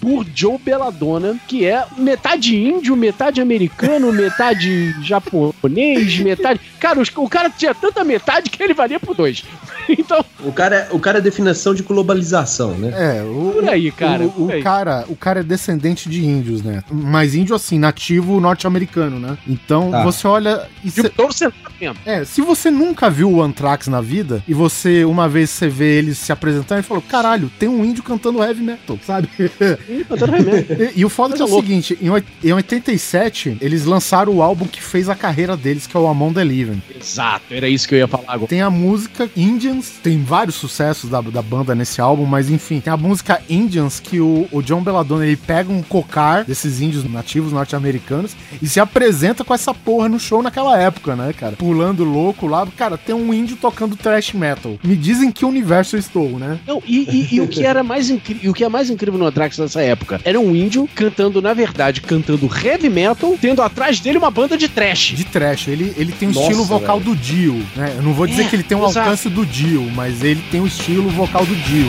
por Joe Belladonna, que é metade índio, metade americano, metade japonês, metade... Cara, os, o cara tinha tanta metade que ele valia por dois. Então... O cara, é, o cara é definição de globalização, né? É, o, por aí, cara. O, por o, aí. cara, o cara é descendente de índios, né? Mas índio, assim, nativo norte-americano, né? Então, Ah. você olha... E De cê, todo sentado mesmo. é, se você nunca viu o Anthrax na vida, e você, uma vez você vê eles se apresentando, e falou, caralho, tem um índio cantando heavy metal, sabe? Ih, tá dando remédio. E, e o foda é que é o Coisa louca. seguinte, em, oit- em oitenta e sete, eles lançaram o álbum que fez a carreira deles, que é o Among the Living. Exato, era isso que eu ia falar agora. Tem a música Indians, tem vários sucessos da, da banda nesse álbum, mas enfim, tem a música Indians, que o, o John Belladonna, ele pega um cocar desses índios nativos norte-americanos e se apresenta com essa porra no show naquela época, né, cara? Pulando louco lá, cara, tem um índio tocando thrash metal. Me dizem que universo eu estou, né? Não, e, e- e o que era mais incrível, o que é mais incrível no Anthrax nessa época era um índio cantando, na verdade, cantando heavy metal, tendo atrás dele uma banda de trash. De trash, ele, ele tem o Nossa, estilo vocal velho. do Dio, né? Eu não vou dizer É, que ele tem o exato. alcance do Dio, mas ele tem o estilo vocal do Dio.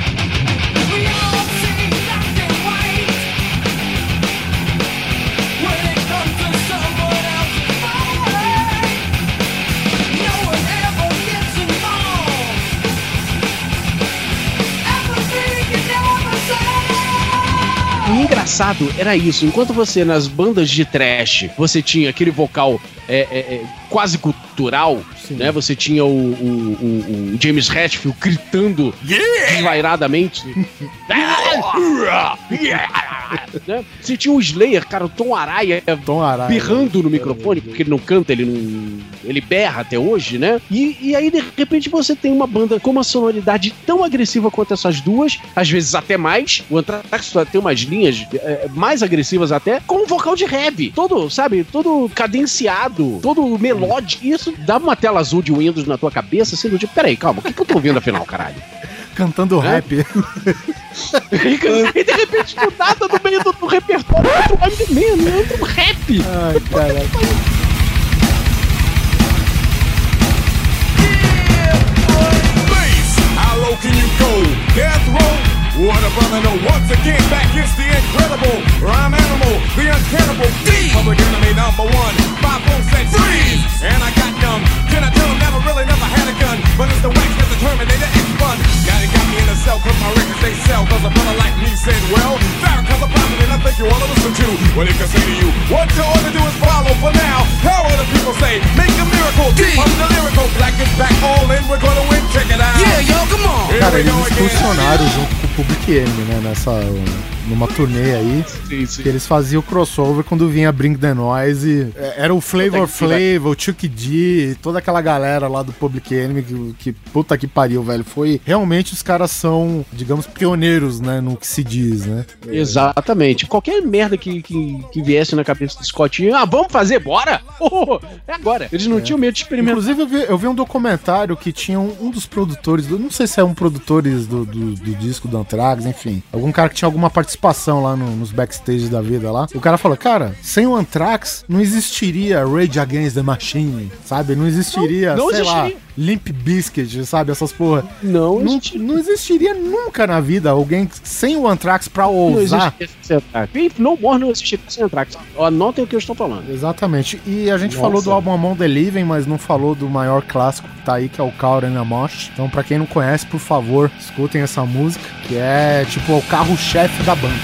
O engraçado era isso. Enquanto você, nas bandas de trash, você tinha aquele vocal é, é, é, quase cultural, né? Você tinha o, o- o- o James Hetfield gritando desvairadamente. Né? Você tinha o Slayer, cara, o Tom Araya Tom Araya. berrando no microfone, porque ele não canta, ele não. Ele berra até hoje, né? E, e aí, de repente, você tem uma banda com uma sonoridade tão agressiva quanto essas duas, às vezes até mais. O Anthrax tem umas linhas é, mais agressivas até, com um vocal de heavy. Todo, sabe, todo cadenciado, todo melódico. Isso dá uma tela azul de Windows na tua cabeça, assim, do tipo, peraí, calma, o que, que eu tô ouvindo afinal, caralho? Cantando É? rap. E de repente, do nada, no meio do, do repertório, entra um Man, entra um rap. Ai, caralho. How low can you go? Death row? What a brother know. Once again, back is the incredible rhyme animal, the uncannibal D. Public enemy number one. Five four said freeze, and I got numb. Can I tell him never really never had a gun? But it's the wax that the Terminator X fun. Now they got me in a cell 'cause my records they sell. 'Cause a brother like me said, well, Farrakhan's a prophet and I think you ought to listen to what he can say to you. What you ought to do is follow for now. How will the people say? Make a miracle. D. I'm the lyrical. Black is back all in. We're gonna win. Check it out. Yeah, yo, come on. Here Cara, we eles go again. excursionaram junto com o Public Enemy, né? Nessa... Numa turnê aí, Sim, sim. que eles faziam o crossover quando vinha Bring the Noise. É, Era o Flavor Puta que Flav, o Chuck D, toda aquela galera lá do Public Enemy que, que puta que pariu, velho. Foi, realmente os caras são, digamos, pioneiros, né, no que se diz, né? Exatamente. Qualquer merda que, que, que viesse na cabeça do Scott, ah, vamos fazer, bora! Oh, é agora. Eles não tinham medo de experimentar. Inclusive, eu vi, eu vi um documentário que tinha um, um dos produtores, do, não sei se é um produtores do, do, do disco do Anthrax, enfim. Algum cara que tinha alguma participação lá no- nos backstage da vida lá. O cara falou, cara, sem o Anthrax não existiria Rage Against the Machine, sabe? Não existiria, Não, não sei lá, existiria. Limp Bizkit, sabe? Essas porra. Não, Não, existe- não existiria nunca na vida alguém sem o Anthrax pra não ousar. existe sem Anthrax. Faith No More não existe sem Anthrax. Anotem o que eu estou falando. Exatamente. E a gente Nossa. falou do álbum Among the Living, mas não falou do maior clássico que tá aí, que é o Coward and Amosh. Então, pra quem não conhece, por favor, escutem essa música, que é tipo o carro-chefe da banda.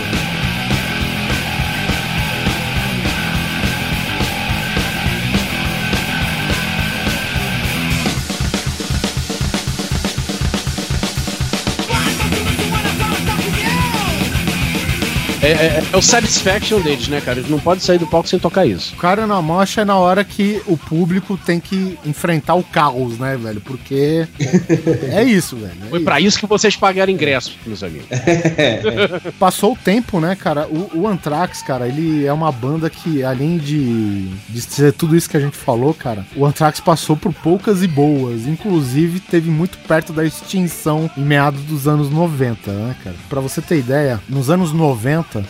É, é- é o satisfaction deles, né, cara? Eles não podem sair do palco sem tocar isso. O cara na mocha é na hora que o público tem que enfrentar o caos, né, velho? Porque é isso, velho. é Foi isso. pra isso que vocês pagaram ingresso, meus amigos. Passou o tempo, né, cara? O, o Anthrax, cara, ele é uma banda que, além de, de ser tudo isso que a gente falou, cara, o Anthrax passou por poucas e boas. Inclusive, teve muito perto da extinção em meados dos anos noventa, né, cara? Pra você ter ideia, nos anos noventa,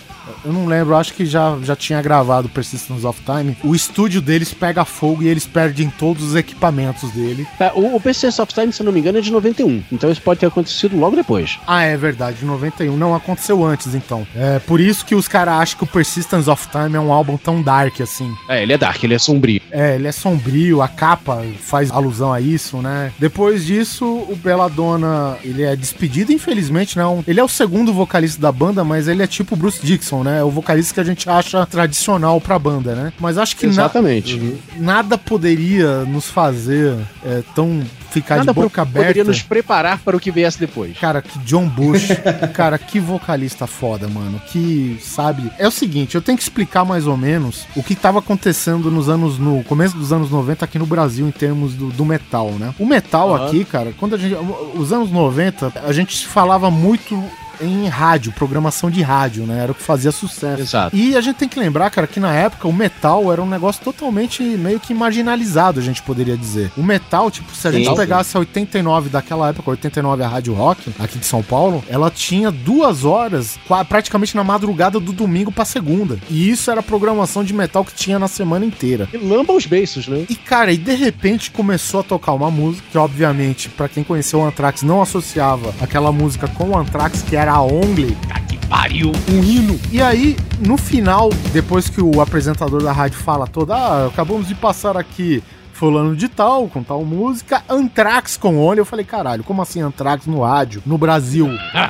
eu não lembro, acho que já, já tinha gravado Persistence of Time. O estúdio deles pega fogo e eles perdem todos os equipamentos dele. É, o, o Persistence of Time, se eu não me engano, é de noventa e um. Então isso pode ter acontecido logo depois. Ah, é verdade, de noventa e um. Não, aconteceu antes, então. É por isso que os caras acham que o Persistence of Time é um álbum tão dark assim. É, ele é dark, ele é sombrio. É, ele é sombrio, a capa faz alusão a isso, né? Depois disso, o Belladonna, ele é despedido, infelizmente, não. Ele é o segundo vocalista da banda, mas ele é tipo o Bruce Dickinson, né? É o vocalista que a gente acha tradicional pra banda, né? Mas acho que Exatamente. Na... nada poderia nos fazer é, tão... ficar Nada de boca aberta. Poderia nos preparar para o que viesse depois. Cara, que John Bush, cara, que vocalista foda, mano. Que, sabe... É o seguinte, eu tenho que explicar mais ou menos o que tava acontecendo nos anos... No começo dos anos noventa aqui no Brasil, em termos do, do metal, né? O metal uhum. aqui, cara, quando a gente... Os anos noventa, a gente falava muito... em rádio, programação de rádio, né? Era o que fazia sucesso. Exato. E a gente tem que lembrar, cara, que na época o metal era um negócio totalmente meio que marginalizado, a gente poderia dizer. O metal, tipo, se a sim, gente pegasse sim. a oitenta e nove daquela época, oitenta e nove a Rádio Rock, aqui de São Paulo, ela tinha duas horas, praticamente na madrugada do domingo pra segunda. E isso era a programação de metal que tinha na semana inteira. E lamba os beiços, né? E, cara, e de repente começou a tocar uma música que, obviamente, pra quem conheceu o Anthrax, não associava aquela música com o Anthrax, que era a Only. Que pariu, um hino. E aí, no final, depois que o apresentador da rádio fala toda, ah, acabamos de passar aqui fulano de tal, com tal música, Anthrax com Only, eu falei, caralho, como assim Anthrax no rádio, no Brasil?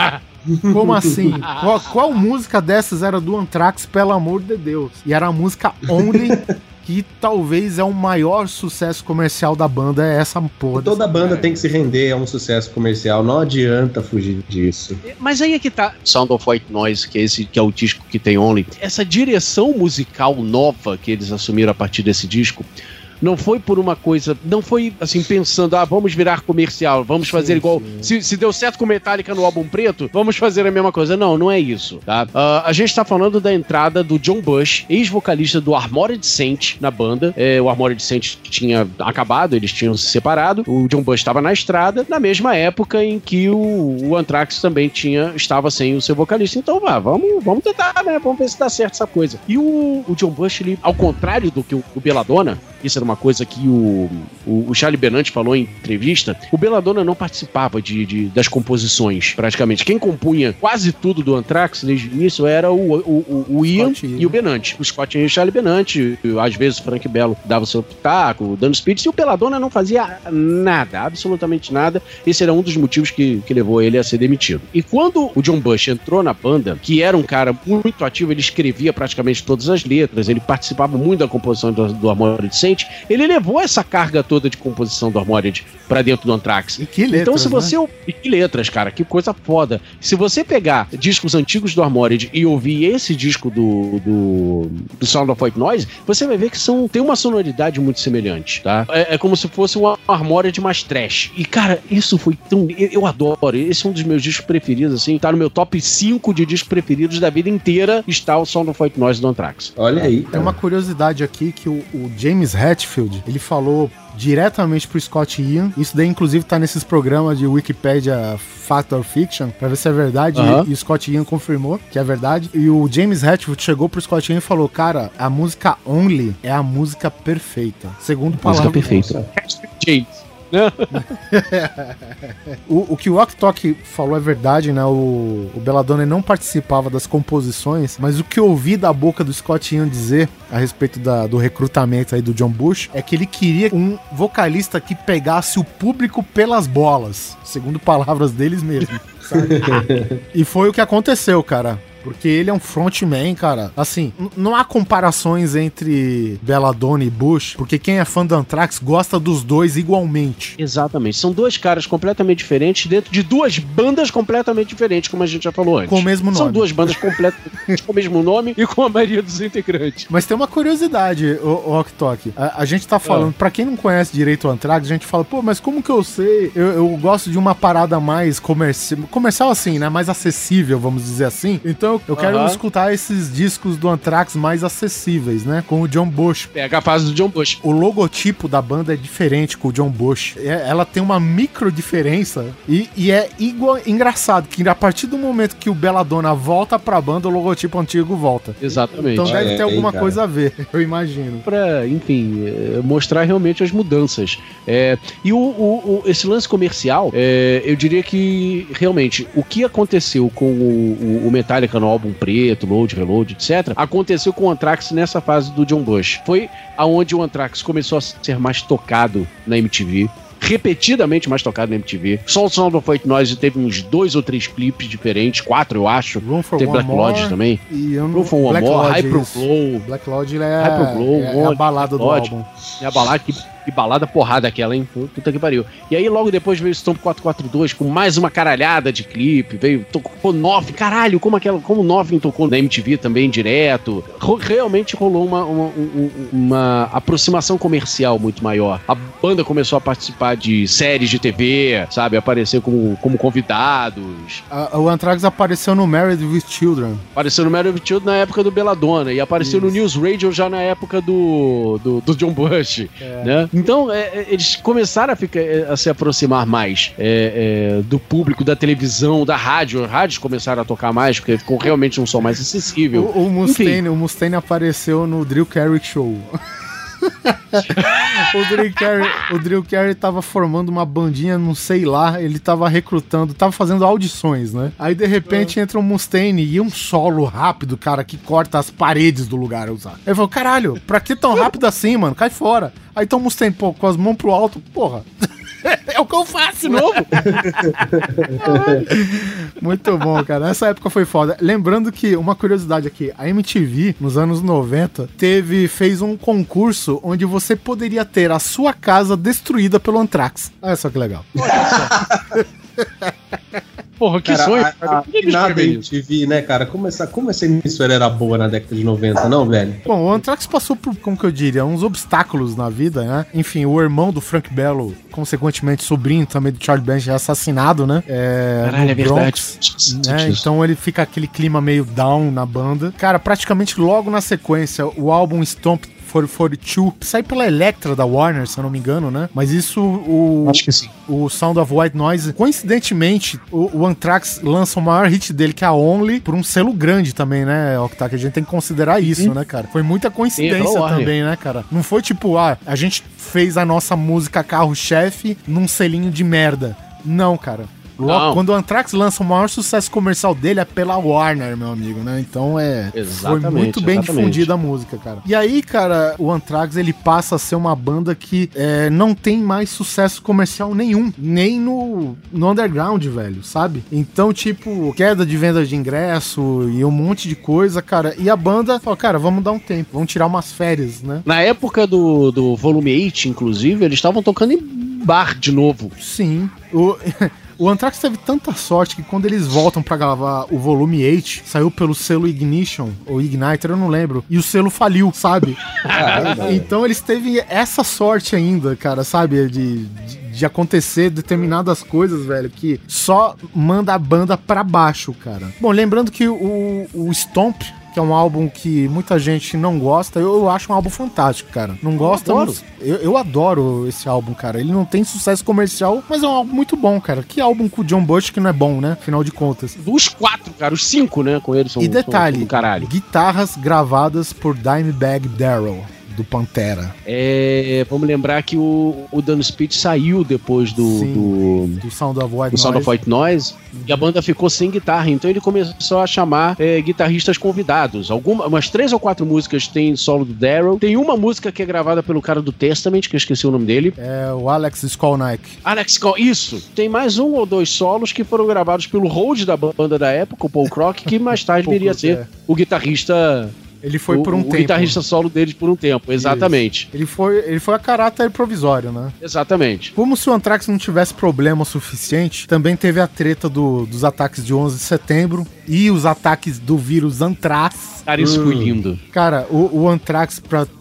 Como assim? Qual, qual música dessas era do Anthrax, pelo amor de Deus? E era a música Only... que talvez é o maior sucesso comercial da banda, é essa porra. Toda banda cara. Tem que se render a um sucesso comercial, não adianta fugir disso. Mas aí é que tá Sound of White Noise, que é, esse, que é o disco que tem Only. Essa direção musical nova que eles assumiram a partir desse disco, não foi por uma coisa, não foi assim pensando, ah, vamos virar comercial, vamos fazer sim, igual, se, se deu certo com Metallica no álbum preto, vamos fazer a mesma coisa. Não, não é isso, tá? Uh, a gente tá falando da entrada do John Bush, ex-vocalista do Armored Saint na banda. É, o Armored Saint tinha acabado, eles tinham se separado, o John Bush estava na estrada, na mesma época em que o, o Anthrax também tinha, estava sem o seu vocalista. Então, vá, vamos, vamos tentar, né? Vamos ver se dá certo essa coisa. E o, o John Bush, ele, ao contrário do que o, o Belladonna, isso era uma coisa que o, o, o Charlie Benante falou em entrevista, o Belladonna não participava de, de, das composições, praticamente. Quem compunha quase tudo do Anthrax desde o início era o, o, o, o Ian Scott, e o Benante. O Scott e o Charlie Benante, às vezes o Frank Bello dava o seu pitaco, dando speech, e o Belladonna não fazia nada, absolutamente nada. Esse era um dos motivos que, que levou ele a ser demitido. E quando o John Bush entrou na banda, que era um cara muito ativo, ele escrevia praticamente todas as letras, ele participava muito da composição do, do Armored Saint, ele levou essa carga toda de composição do Armored pra dentro do Anthrax. E que letras, então, se você... Né? E que letras, cara, que coisa foda. Se você pegar discos antigos do Armored e ouvir esse disco do, do, do Sound of White Noise, você vai ver que são, tem uma sonoridade muito semelhante, tá? É, é como se fosse um Armored mais trash. E, cara, isso foi tão... Eu, eu adoro. Esse é um dos meus discos preferidos, assim. Tá no meu top cinco de discos preferidos da vida inteira, está o Sound of White Noise do Anthrax. Olha aí. Tem uma curiosidade aqui que o, o James Hetfield, ele falou diretamente pro Scott Ian, isso daí inclusive tá nesses programas de Wikipedia Fact or Fiction, pra ver se é verdade, uh-huh. e, e o Scott Ian confirmou que é verdade, e o James Hetfield chegou pro Scott Ian e falou, cara, a música Only é a música perfeita, segundo palavras. Música perfeita. James. o, o que o Ok Tok falou é verdade, né? O, o Belladonna não participava das composições, mas o que eu ouvi da boca do Scott Ian dizer a respeito da, do recrutamento aí do John Bush é que ele queria um vocalista que pegasse o público pelas bolas, segundo palavras deles mesmo, sabe? E foi o que aconteceu, cara. Porque ele é um frontman, cara. Assim, n- não há comparações entre Belladonna e Bush, porque quem é fã do Anthrax gosta dos dois igualmente. Exatamente. São dois caras completamente diferentes dentro de duas bandas completamente diferentes, como a gente já falou antes. Com o mesmo nome. São duas bandas completamente com o mesmo nome e com a maioria dos integrantes. Mas tem uma curiosidade, o, o Ok Tok. A, a gente tá falando, ah. pra quem não conhece direito o Anthrax, a gente fala, pô, mas como que eu sei? Eu, eu gosto de uma parada mais comercial, comercial assim, né? Mais acessível, vamos dizer assim. Então Então eu quero uh-huh. escutar esses discos do Anthrax mais acessíveis, né? Com o John Bush. Pega a fase do John Bush. O logotipo da banda é diferente com o John Bush. É, ela tem uma micro diferença e, e é igual, engraçado que a partir do momento que o Belladonna volta pra banda, o logotipo antigo volta. Exatamente. Então deve é, ter alguma é, coisa a ver, eu imagino. Pra, enfim, mostrar realmente as mudanças. É, e o, o, o, esse lance comercial, é, eu diria que realmente o que aconteceu com o, o Metallica no álbum preto, Load, Reload, etcétera, aconteceu com o Anthrax nessa fase do John Bush. Foi aonde o Anthrax começou a ser mais tocado na M T V. Repetidamente mais tocado na M T V. Só o Sound of White Noise teve uns dois ou três clipes diferentes, quatro eu acho. Tem Black Lodge também. E eu não... Room for One More, Hyperflow. Black Lodge é, Hyperflow, é, é a balada do Lodge. álbum. É a balada que... Que balada porrada aquela, hein? Puta que pariu. E aí logo depois veio o Stomp quatrocentos e quarenta e dois com mais uma caralhada de clipe. Veio, tocou nove. Caralho, como aquela, como o Nothing tocou na M T V também direto. Realmente rolou uma, uma, uma, uma aproximação comercial muito maior. A banda começou a participar de séries de T V, sabe? Aparecer como, como convidados. A, o Anthrax apareceu no Married with Children. Apareceu no Married with Children na época do Belladonna. E apareceu Isso. no News Radio já na época do, do, do John Bush, é. né? Então, é, eles começaram a, ficar, a se aproximar mais é, é, do público, da televisão, da rádio. As rádios começaram a tocar mais, porque ficou realmente um som mais acessível. O, o, Mustaine, o Mustaine apareceu no Drew Carey Show. o, Drew Carey, o Drew Carey tava formando uma bandinha, não sei lá, ele tava recrutando, tava fazendo audições, né? Aí de repente entra um Mustaine e um solo rápido, cara, que corta as paredes do lugar a usar. Ele falou, caralho, pra que tão rápido assim, mano? Cai fora. Aí então o Mustaine, pô, com as mãos pro alto, porra. É o que eu faço de novo. Muito bom, cara. Essa época foi foda. Lembrando que, uma curiosidade aqui, a M T V, nos anos noventa, teve, fez um concurso onde você poderia ter a sua casa destruída pelo Anthrax. Olha só que legal. Olha só. Porra, que cara, sonho. A, a, nada M T V, né, cara? Como essa, como essa emissora era boa na década de noventa, não, velho? Bom, o Anthrax passou por, como que eu diria, uns obstáculos na vida, né? Enfim, o irmão do Frank Bello, consequentemente sobrinho também do Charlie Bench, é assassinado, né? É, Caralho, é Bronx, verdade. Né? Então ele fica aquele clima meio down na banda. Cara, praticamente logo na sequência, o álbum Stomp quatrocentos e quarenta e dois sai pela Elektra da Warner, se eu não me engano, né? Mas isso, o... Acho que sim. O Sound of White Noise, coincidentemente, o, o Anthrax lança o maior hit dele, que é a Only, por um selo grande também, né, Octa? Que a gente tem que considerar isso, sim. né, cara? Foi muita coincidência sim, também, né, cara? Não foi tipo, ah, a gente fez a nossa música carro-chefe num selinho de merda. Não, cara. Logo, quando o Anthrax lança o maior sucesso comercial dele é pela Warner, meu amigo, né? Então é... Exatamente, foi muito bem exatamente. difundida a música, cara. E aí, cara, o Anthrax, ele passa a ser uma banda que é, não tem mais sucesso comercial nenhum. Nem no, no underground, velho, sabe? Então, tipo, queda de venda de ingresso e um monte de coisa, cara. E a banda falou, cara, vamos dar um tempo, vamos tirar umas férias, né? Na época do, do Volume oito, inclusive, eles estavam tocando em bar de novo. Sim. O... O Anthrax teve tanta sorte que quando eles voltam pra gravar o volume oito, saiu pelo selo Ignition, ou Igniter, eu não lembro, e o selo faliu, sabe? Ah, então eles teve essa sorte ainda, cara, sabe? De, de, de acontecer determinadas coisas, velho, que só manda a banda pra baixo, cara. Bom, lembrando que o, o Stomp, que é um álbum que muita gente não gosta, eu, eu acho um álbum fantástico, cara. Não gosta, eu adoro. Mas eu, eu adoro esse álbum, cara. Ele não tem sucesso comercial, mas é um álbum muito bom, cara. Que álbum com o John Bush que não é bom, né? Afinal de contas. Dos quatro, cara. Os cinco, né? Com eles são, e detalhe, são do caralho. Guitarras gravadas por Dimebag Darrell, do Pantera. É, vamos lembrar que o, o Dan Speed saiu depois do, do, do Sound of White do Sound Noise, of White Noise uhum. E a banda ficou sem guitarra, então ele começou a chamar é, guitarristas convidados. Algumas, umas três ou quatro músicas tem solo do Darrell. Tem uma música que é gravada pelo cara do Testament, que eu esqueci o nome dele. É o Alex Skolnick. Alex Skolnick, isso. Tem mais um ou dois solos que foram gravados pelo Rhodes da banda da época, o Paul Crock, que mais tarde viria a ser é. o guitarrista... Ele foi o, por um o tempo. O guitarrista solo deles por um tempo, exatamente. Ele foi, ele foi a caráter provisório, né? Exatamente. Como se o Anthrax não tivesse problema o suficiente, também teve a treta do, dos ataques de onze de setembro e os ataques do vírus Anthrax. Cara, isso foi lindo. Cara, o, o Anthrax, pra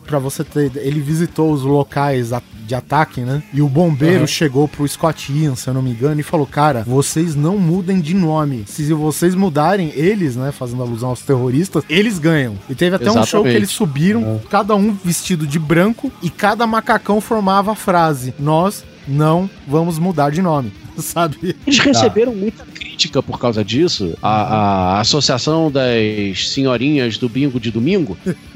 pra você ter... Ele visitou os locais de ataque, né? E o bombeiro uhum. chegou pro Scott Ian, se eu não me engano, e falou, cara, vocês não mudem de nome. Se vocês mudarem, eles, né, fazendo alusão aos terroristas, eles ganham. E teve até Exatamente. um show que eles subiram, uhum. cada um vestido de branco, e cada macacão formava a frase, nós não vamos mudar de nome, sabe? Eles receberam tá. muita crítica por causa disso. A, a Associação das Senhorinhas do Bingo de Domingo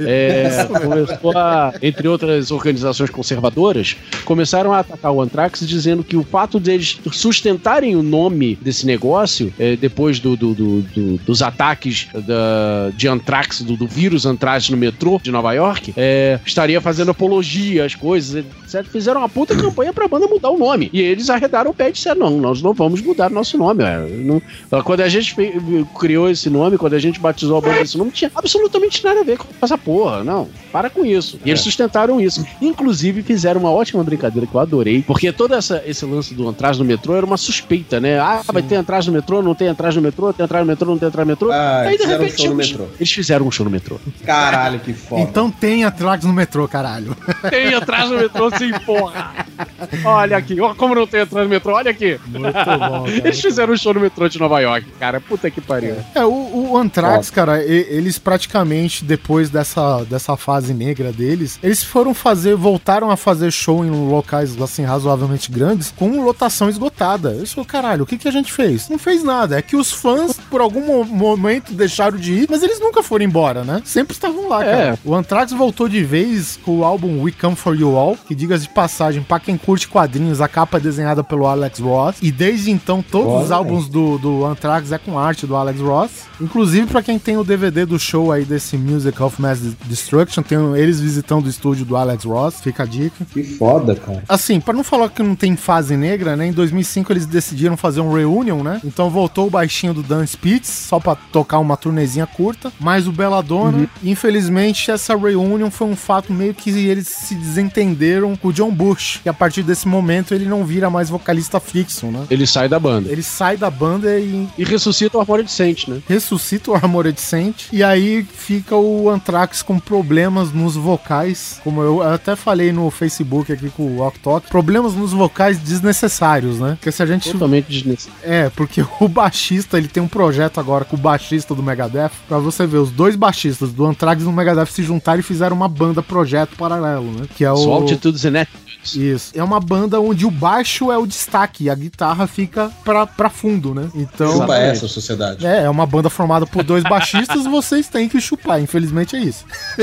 é, começou a, entre outras organizações conservadoras, começaram a atacar o Anthrax dizendo que o fato deles sustentarem o nome desse negócio, é, depois do, do, do, do, dos ataques da, de Anthrax, do, do vírus Anthrax no metrô de Nova York, é, estaria fazendo apologia às coisas, etcétera. Fizeram uma puta campanha pra banda mudar o nome. E eles arredaram o pé e disseram, não, nós não vamos mudar nosso nome. Não, quando a gente criou esse nome, quando a gente batizou a banda esse nome, não tinha absolutamente nada a ver com essa porra, não. Para com isso. E eles sustentaram isso. Inclusive, fizeram uma ótima brincadeira que eu adorei, porque todo essa, esse lance do Anthrax no metrô era uma suspeita, né? Ah, Sim. vai ter Anthrax no metrô, não tem Anthrax no metrô, tem Anthrax no metrô, não tem Anthrax no metrô. Ah, aí, de repente, um show no metrô. Eles fizeram um show no metrô. Caralho, que foda. Então tem Anthrax no metrô, caralho. Tem Anthrax no metrô, sim, porra. Olha aqui, olha como não tem Anthrax no metrô, olha aqui. Muito bom, cara. Eles fizeram um show no metrô de Nova York, cara. Puta que pariu. É, o, o Anthrax, cara, eles praticamente, depois dessa, dessa fase negra deles, eles foram fazer, voltaram a fazer show em locais, assim, razoavelmente grandes, com lotação esgotada. Eu sou, caralho, o que que a gente fez? Não fez nada. É que os fãs, por algum momento, deixaram de ir, mas eles nunca foram embora, né? Sempre estavam lá, cara. É. O Anthrax voltou de vez com o álbum We Come For You All, que, diga de passagem, pra quem curte quadrinhos, a capa é desenhada pelo Alex Ross, e desde então todos Boa, os álbuns do, do Anthrax é com arte do Alex Ross. Inclusive, pra quem tem o D V D do show aí desse Music of Mass Destruction, tem eles visitando o estúdio do Alex Ross, fica a dica. Que foda, cara. Assim, pra não falar que não tem fase negra, né, em dois mil e cinco eles decidiram fazer um reunion, né, então voltou o baixinho do Dan Spitz, só pra tocar uma turnezinha curta, mais o Belladonna, uhum. e infelizmente essa reunion foi um fato meio que eles se desentenderam com o John Bush, e a partir desse momento ele não vira mais vocalista fixo, né. Ele sai da banda. Ele sai da banda e... E ressuscita o Armored Saint, né? Ressuscita o Armored Saint, e aí fica o Anthrax com problemas nos vocais, como eu até falei no Facebook aqui com o Walk Talk, problemas nos vocais desnecessários, né? Porque se a gente... Totalmente desnecessário. É, porque o baixista, ele tem um projeto agora com o baixista do Megadeth, pra você ver, os dois baixistas do Anthrax e do Megadeth se juntaram e fizeram uma banda projeto paralelo, né? Que é o... Altitudes and Attitudes. Isso. É uma banda onde o baixo é o destaque e a guitarra fica pra, pra fundo, né? Então... Chupa essa sociedade. É, é uma banda formada por dois baixistas, vocês têm que chupar, infelizmente é isso.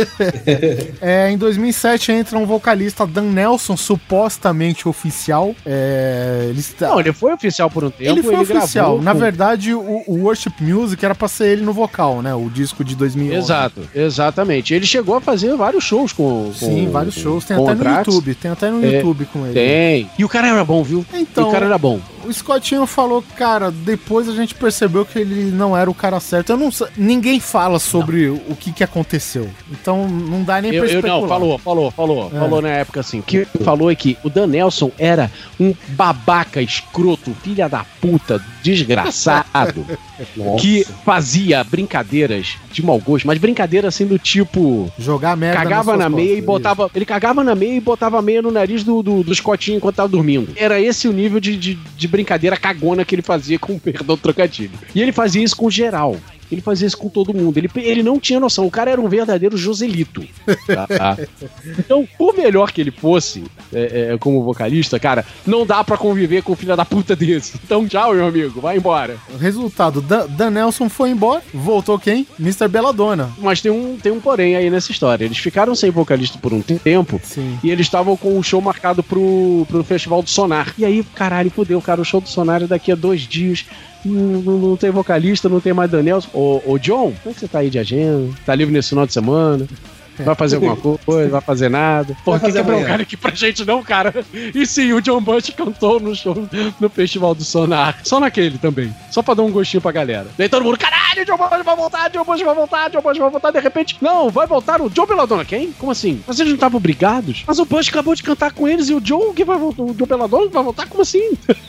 É, em dois mil e sete entra um vocalista, Dan Nelson, supostamente oficial. É, ele está... Não, ele foi oficial por um tempo. Ele foi ele oficial. Na com... verdade, o, o Worship Music era pra ser ele no vocal, né? O disco de dois mil e onze. Exato, exatamente. Ele chegou a fazer vários shows com... com Sim, vários shows. Tem até no YouTube. Tem até no é, YouTube com ele. Tem. E o cara era bom, viu? Então, e o cara era bom. O Scottinho falou, cara, depois a gente percebeu que ele não era o cara certo. Eu não sei, ninguém fala sobre não. o que, que aconteceu. Então não dá nem eu, pra especular. Eu, não, falou, falou, falou. É. Falou na época assim. O que falou é que o Dan Nelson era um babaca escroto, filha da puta, desgraçado, que fazia brincadeiras de mau gosto, mas brincadeira assim do tipo... Jogar merda Cagava na meia costas, e botava... Isso. Ele cagava na meia e botava a meia no nariz do, do, do Scottinho enquanto tava dormindo. Era esse o nível de, de, de brincadeira cagona que ele fazia, com perdão do trocadilho. E ele fazia isso com geral. Ele fazia isso com todo mundo. Ele, ele não tinha noção. O cara era um verdadeiro Joselito. Tá, tá. Então, por melhor que ele fosse, é, é, como vocalista, cara, não dá pra conviver com um filho da puta desse. Então, tchau, meu amigo. Vai embora. Resultado, Dan, Dan Nelson foi embora. Voltou quem? mister Belladonna. Mas tem um, tem um porém aí nessa história. Eles ficaram sem vocalista por um tempo. Sim. E eles estavam com um show marcado pro, pro Festival do Sonar. E aí, caralho, fodeu, cara. O show do Sonar é daqui a dois dias. Não, não, não tem vocalista, não tem mais Danielson. Ô, ô, John, como é que você tá aí de agenda? Tá livre nesse final de semana? Vai fazer alguma coisa? Vai fazer nada? Pô, quer quebrar um cara aqui pra gente não, cara? E sim, o John Bush cantou no show, no Festival do Sonar. Só naquele também. Só pra dar um gostinho pra galera. Daí todo mundo, caralho, o John Bush vai voltar, John Bush vai voltar, John Bush vai voltar. De repente, não, vai voltar o John Belladonna. Quem? Como assim? Mas eles não estavam brigados? Mas o Bush acabou de cantar com eles e o John que vai voltar, o John Belladonna vai voltar? Como assim?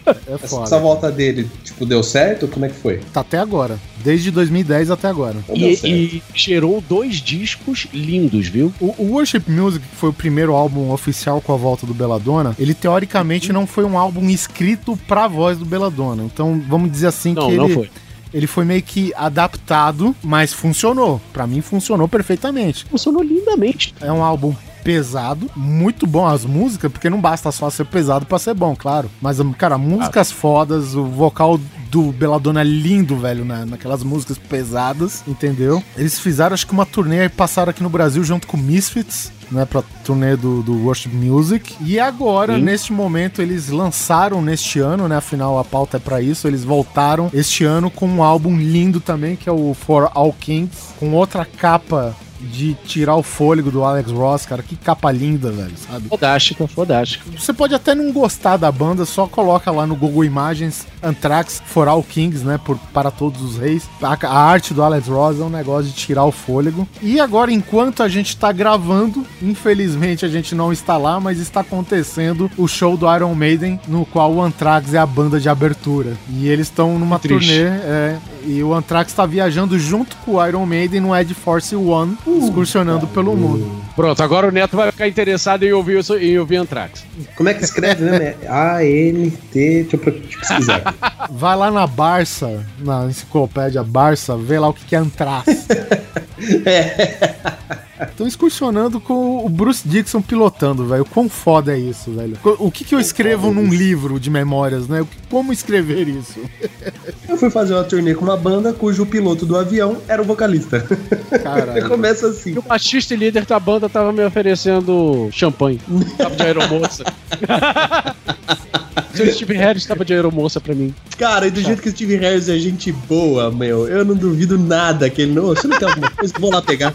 É foda. Essa volta dele, tipo, deu certo? Como é que foi? Tá até agora. Desde dois mil e dez até agora. E, e gerou dois discos lindos, viu? O, o Worship Music, que foi o primeiro álbum oficial com a volta do Belladonna, ele teoricamente não foi um álbum escrito pra voz do Belladonna. Então, vamos dizer assim não, que não ele... foi. Ele foi meio que adaptado, mas funcionou. Pra mim, funcionou perfeitamente. Funcionou lindamente. É um álbum pesado, muito bom as músicas, porque não basta só ser pesado pra ser bom, claro. Mas, cara, músicas ah. fodas, o vocal do Belladonna é lindo, velho, né? Naquelas músicas pesadas, entendeu? Eles fizeram, acho que uma turnê e passaram aqui no Brasil junto com Misfits, né, pra turnê do, do Worship Music. E agora, Sim. neste momento, eles lançaram neste ano, né, afinal a pauta é pra isso, eles voltaram este ano com um álbum lindo também, que é o For All Kings, com outra capa de tirar o fôlego do Alex Ross, cara, que capa linda, velho, sabe? Fodástico, fodástico. Você pode até não gostar da banda, só coloca lá no Google Imagens Anthrax For All Kings, né, por, para todos os reis. A, a arte do Alex Ross é um negócio de tirar o fôlego. E agora, enquanto a gente tá gravando, infelizmente a gente não está lá, mas está acontecendo o show do Iron Maiden, no qual o Anthrax é a banda de abertura. E eles estão numa turnê, é, e o Anthrax tá viajando junto com o Iron Maiden no Ed Force One, excursionando pelo mundo. Pronto, agora o Neto vai ficar interessado em ouvir, em ouvir Anthrax. Como é que escreve, né? A N T... Deixa eu pesquisar. Vai lá na Barça, na enciclopédia Barça, vê lá o que é Anthrax. É. Estão excursionando com o Bruce Dickinson pilotando, velho. Quão foda é isso, velho? O que que eu escrevo num livro de memórias, né? Como escrever isso? Eu fui fazer uma turnê com uma banda cujo piloto do avião era o vocalista. Caralho. Começa assim. E o baixista e líder da banda tava me oferecendo champanhe. Tava de aeromoça. O Steve Harris tava de aeromoça pra mim. Cara, e do jeito que o Steve Harris é gente boa, meu, eu não duvido nada que ele não... Você não tem alguma coisa? Vou lá pegar.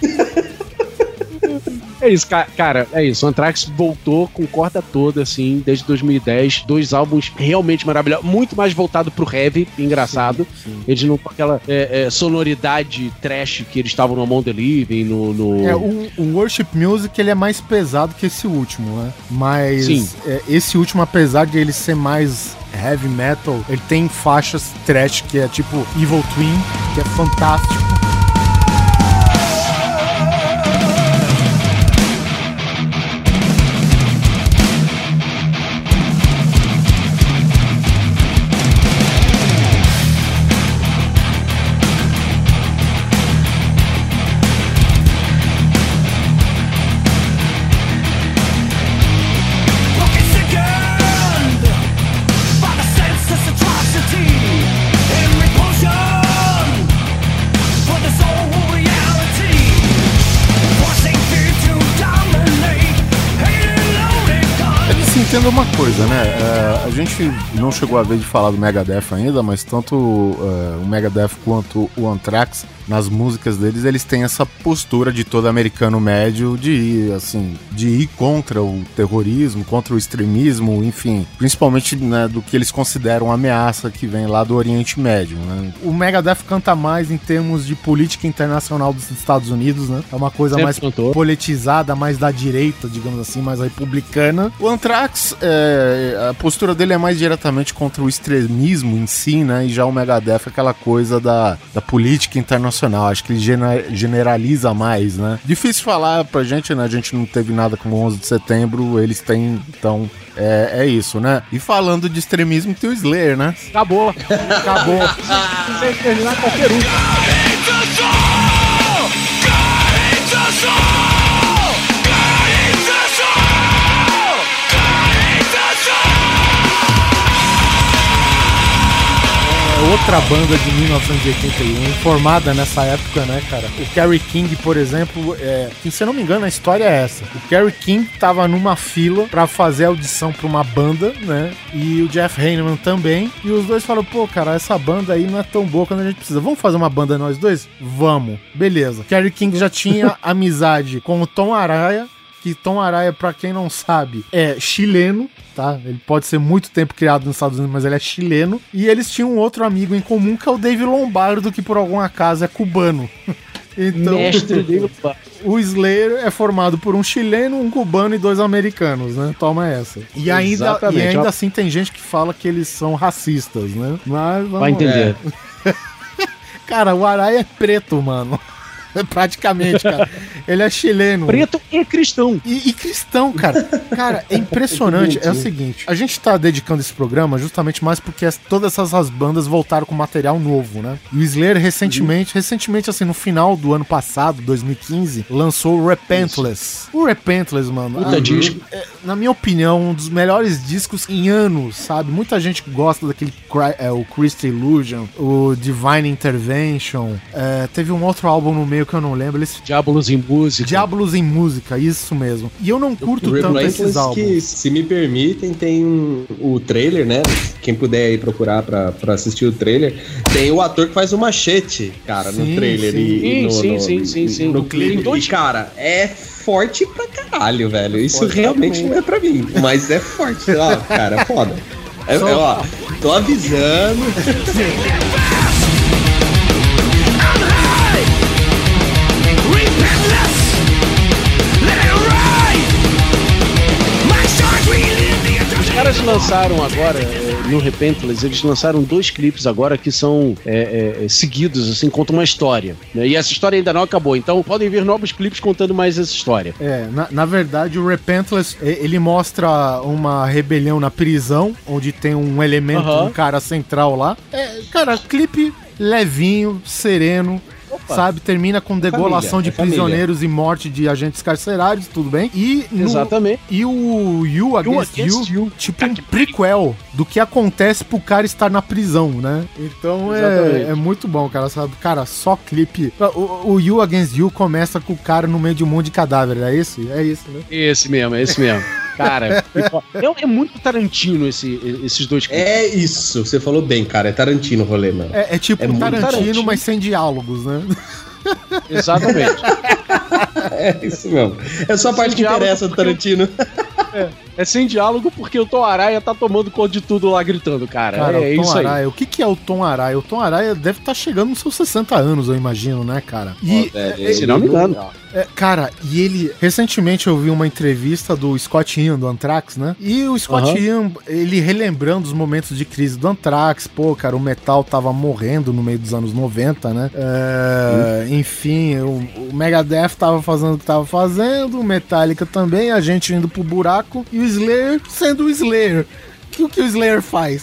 É isso, cara, é isso. O Anthrax voltou com corda toda, assim, desde dois mil e dez. Dois álbuns realmente maravilhosos. Muito mais voltado pro heavy, engraçado. Sim, sim. Eles não com aquela é, é, sonoridade trash que eles estavam no Among the Living, no... no... É, o, o Worship Music, ele é mais pesado que esse último, né? Mas é, esse último, apesar de ele ser mais heavy metal, ele tem faixas trash, que é tipo Evil Twin, que é fantástico. Entenda uma coisa, né? É, a gente não chegou a ver de falar do Megadeth ainda, mas tanto uh, o Megadeth quanto o Anthrax, nas músicas deles, eles têm essa postura de todo americano médio de ir, assim, de ir contra o terrorismo, contra o extremismo, enfim, principalmente, né, do que eles consideram ameaça que vem lá do Oriente Médio, né? O Megadeth canta mais em termos de política internacional dos Estados Unidos, né? É uma coisa Sempre mais cantou. politizada, mais da direita, digamos assim, mais republicana. O Anthrax, é, a postura dele é mais diretamente contra o extremismo em si, né? E já o Megadeth é aquela coisa da, da política internacional. Acho que ele generaliza mais, né? Difícil falar pra gente, né? A gente não teve nada com o onze de setembro, eles têm, então é, é isso, né? E falando de extremismo, tem o Slayer, né? Acabou. Acabou. Você terminar qualquer um. Outra banda de mil novecentos e oitenta e um, formada nessa época, né, cara? O Kerry King, por exemplo, é, que, se eu não me engano, a história é essa. O Kerry King tava numa fila pra fazer audição pra uma banda, né? E o Jeff Hanneman também. E os dois falaram, pô, cara, essa banda aí não é tão boa quando a gente precisa. Vamos fazer uma banda nós dois? Vamos. Beleza. Kerry King já tinha amizade com o Tom Araya, que Tom Araya, pra quem não sabe, é chileno, tá? Ele pode ser muito tempo criado nos Estados Unidos, mas ele é chileno. E eles tinham um outro amigo em comum, que é o Dave Lombardo, que por algum acaso é cubano. Então... Mestre Dave Lombardo. o Slayer é formado por um chileno, um cubano e dois americanos, né? Toma essa. E ainda, e ainda assim tem gente que fala que eles são racistas, né? Mas vamos Vai entender. É. Cara, o Araya é preto, mano. Praticamente, cara. Ele é chileno. Preto e cristão. E, e cristão, cara. Cara, é impressionante. É o seguinte, a gente tá dedicando esse programa justamente mais porque as, todas essas bandas voltaram com material novo, né? E o Slayer recentemente, uhum. recentemente assim, no final do ano passado, dois mil e quinze, lançou o Repentless. Isso. O Repentless, mano. Puta disco. É, na minha opinião, um dos melhores discos em anos, sabe? Muita gente gosta daquele é, o Christ Illusion, o Divine Intervention. É, teve um outro álbum no meio que eu não lembro. Eles... Diabolos em Música. Diabolos em Música, isso mesmo. E eu não curto o tanto esses álbuns. Que, se me permitem, tem um, o trailer, né? Quem puder aí procurar pra, pra assistir o trailer, tem o ator que faz o Machete, cara, sim, no trailer. Sim, e, e no, sim, no, sim, sim, sim. No clipe. E, cara, é forte pra caralho, velho. Isso forte realmente não é pra mim, mas é forte. Ó, cara, é foda. É, é, ó, tô avisando. Os caras lançaram agora, no Repentless, eles lançaram dois clipes agora que são é, é, seguidos, assim, contam uma história. Né? E essa história ainda não acabou, então podem vir novos clipes contando mais essa história. É, na, na verdade, o Repentless, ele mostra uma rebelião na prisão, onde tem um elemento, uh-huh. um cara central lá. É, cara, clipe levinho, sereno. Opa. Sabe, termina com degolação família, de prisioneiros família. E morte de agentes carcerários, tudo bem. E no, exatamente. E o You Against, you, against you, tipo um prequel do que acontece pro cara estar na prisão, né? Então é, é muito bom, cara, sabe? Cara, só clipe. O, o You Against You começa com o cara no meio de um monte de cadáver, é esse? É isso, né? Esse mesmo, é esse mesmo. Cara, é, é muito Tarantino esse, esses dois clipes. É isso, você falou bem, cara. É Tarantino o rolê, mano. É, é tipo é Tarantino, Tarantino, mas sem diálogos, né? Exatamente. É isso mesmo. É só a parte que interessa do Tarantino. É, é sem diálogo porque o Tom Araya tá tomando conta de tudo lá gritando, cara. Cara, é o Tom isso Araya, aí. O que, que é o Tom Araya? O Tom Araya deve estar tá chegando nos seus sessenta anos, eu imagino, né, cara? E, oh, é, é, se não me engano. É, cara, e ele... Recentemente eu vi uma entrevista do Scott Ian, do Anthrax, né? E o Scott uhum. Ian, ele relembrando os momentos de crise do Anthrax. Pô, cara, o metal tava morrendo no meio dos anos noventa, né? É, uhum. Enfim, o, o Megadeth tava fazendo o que tava fazendo, o Metallica também, a gente indo pro buraco, e o Slayer sendo o Slayer. Que o que o Slayer faz?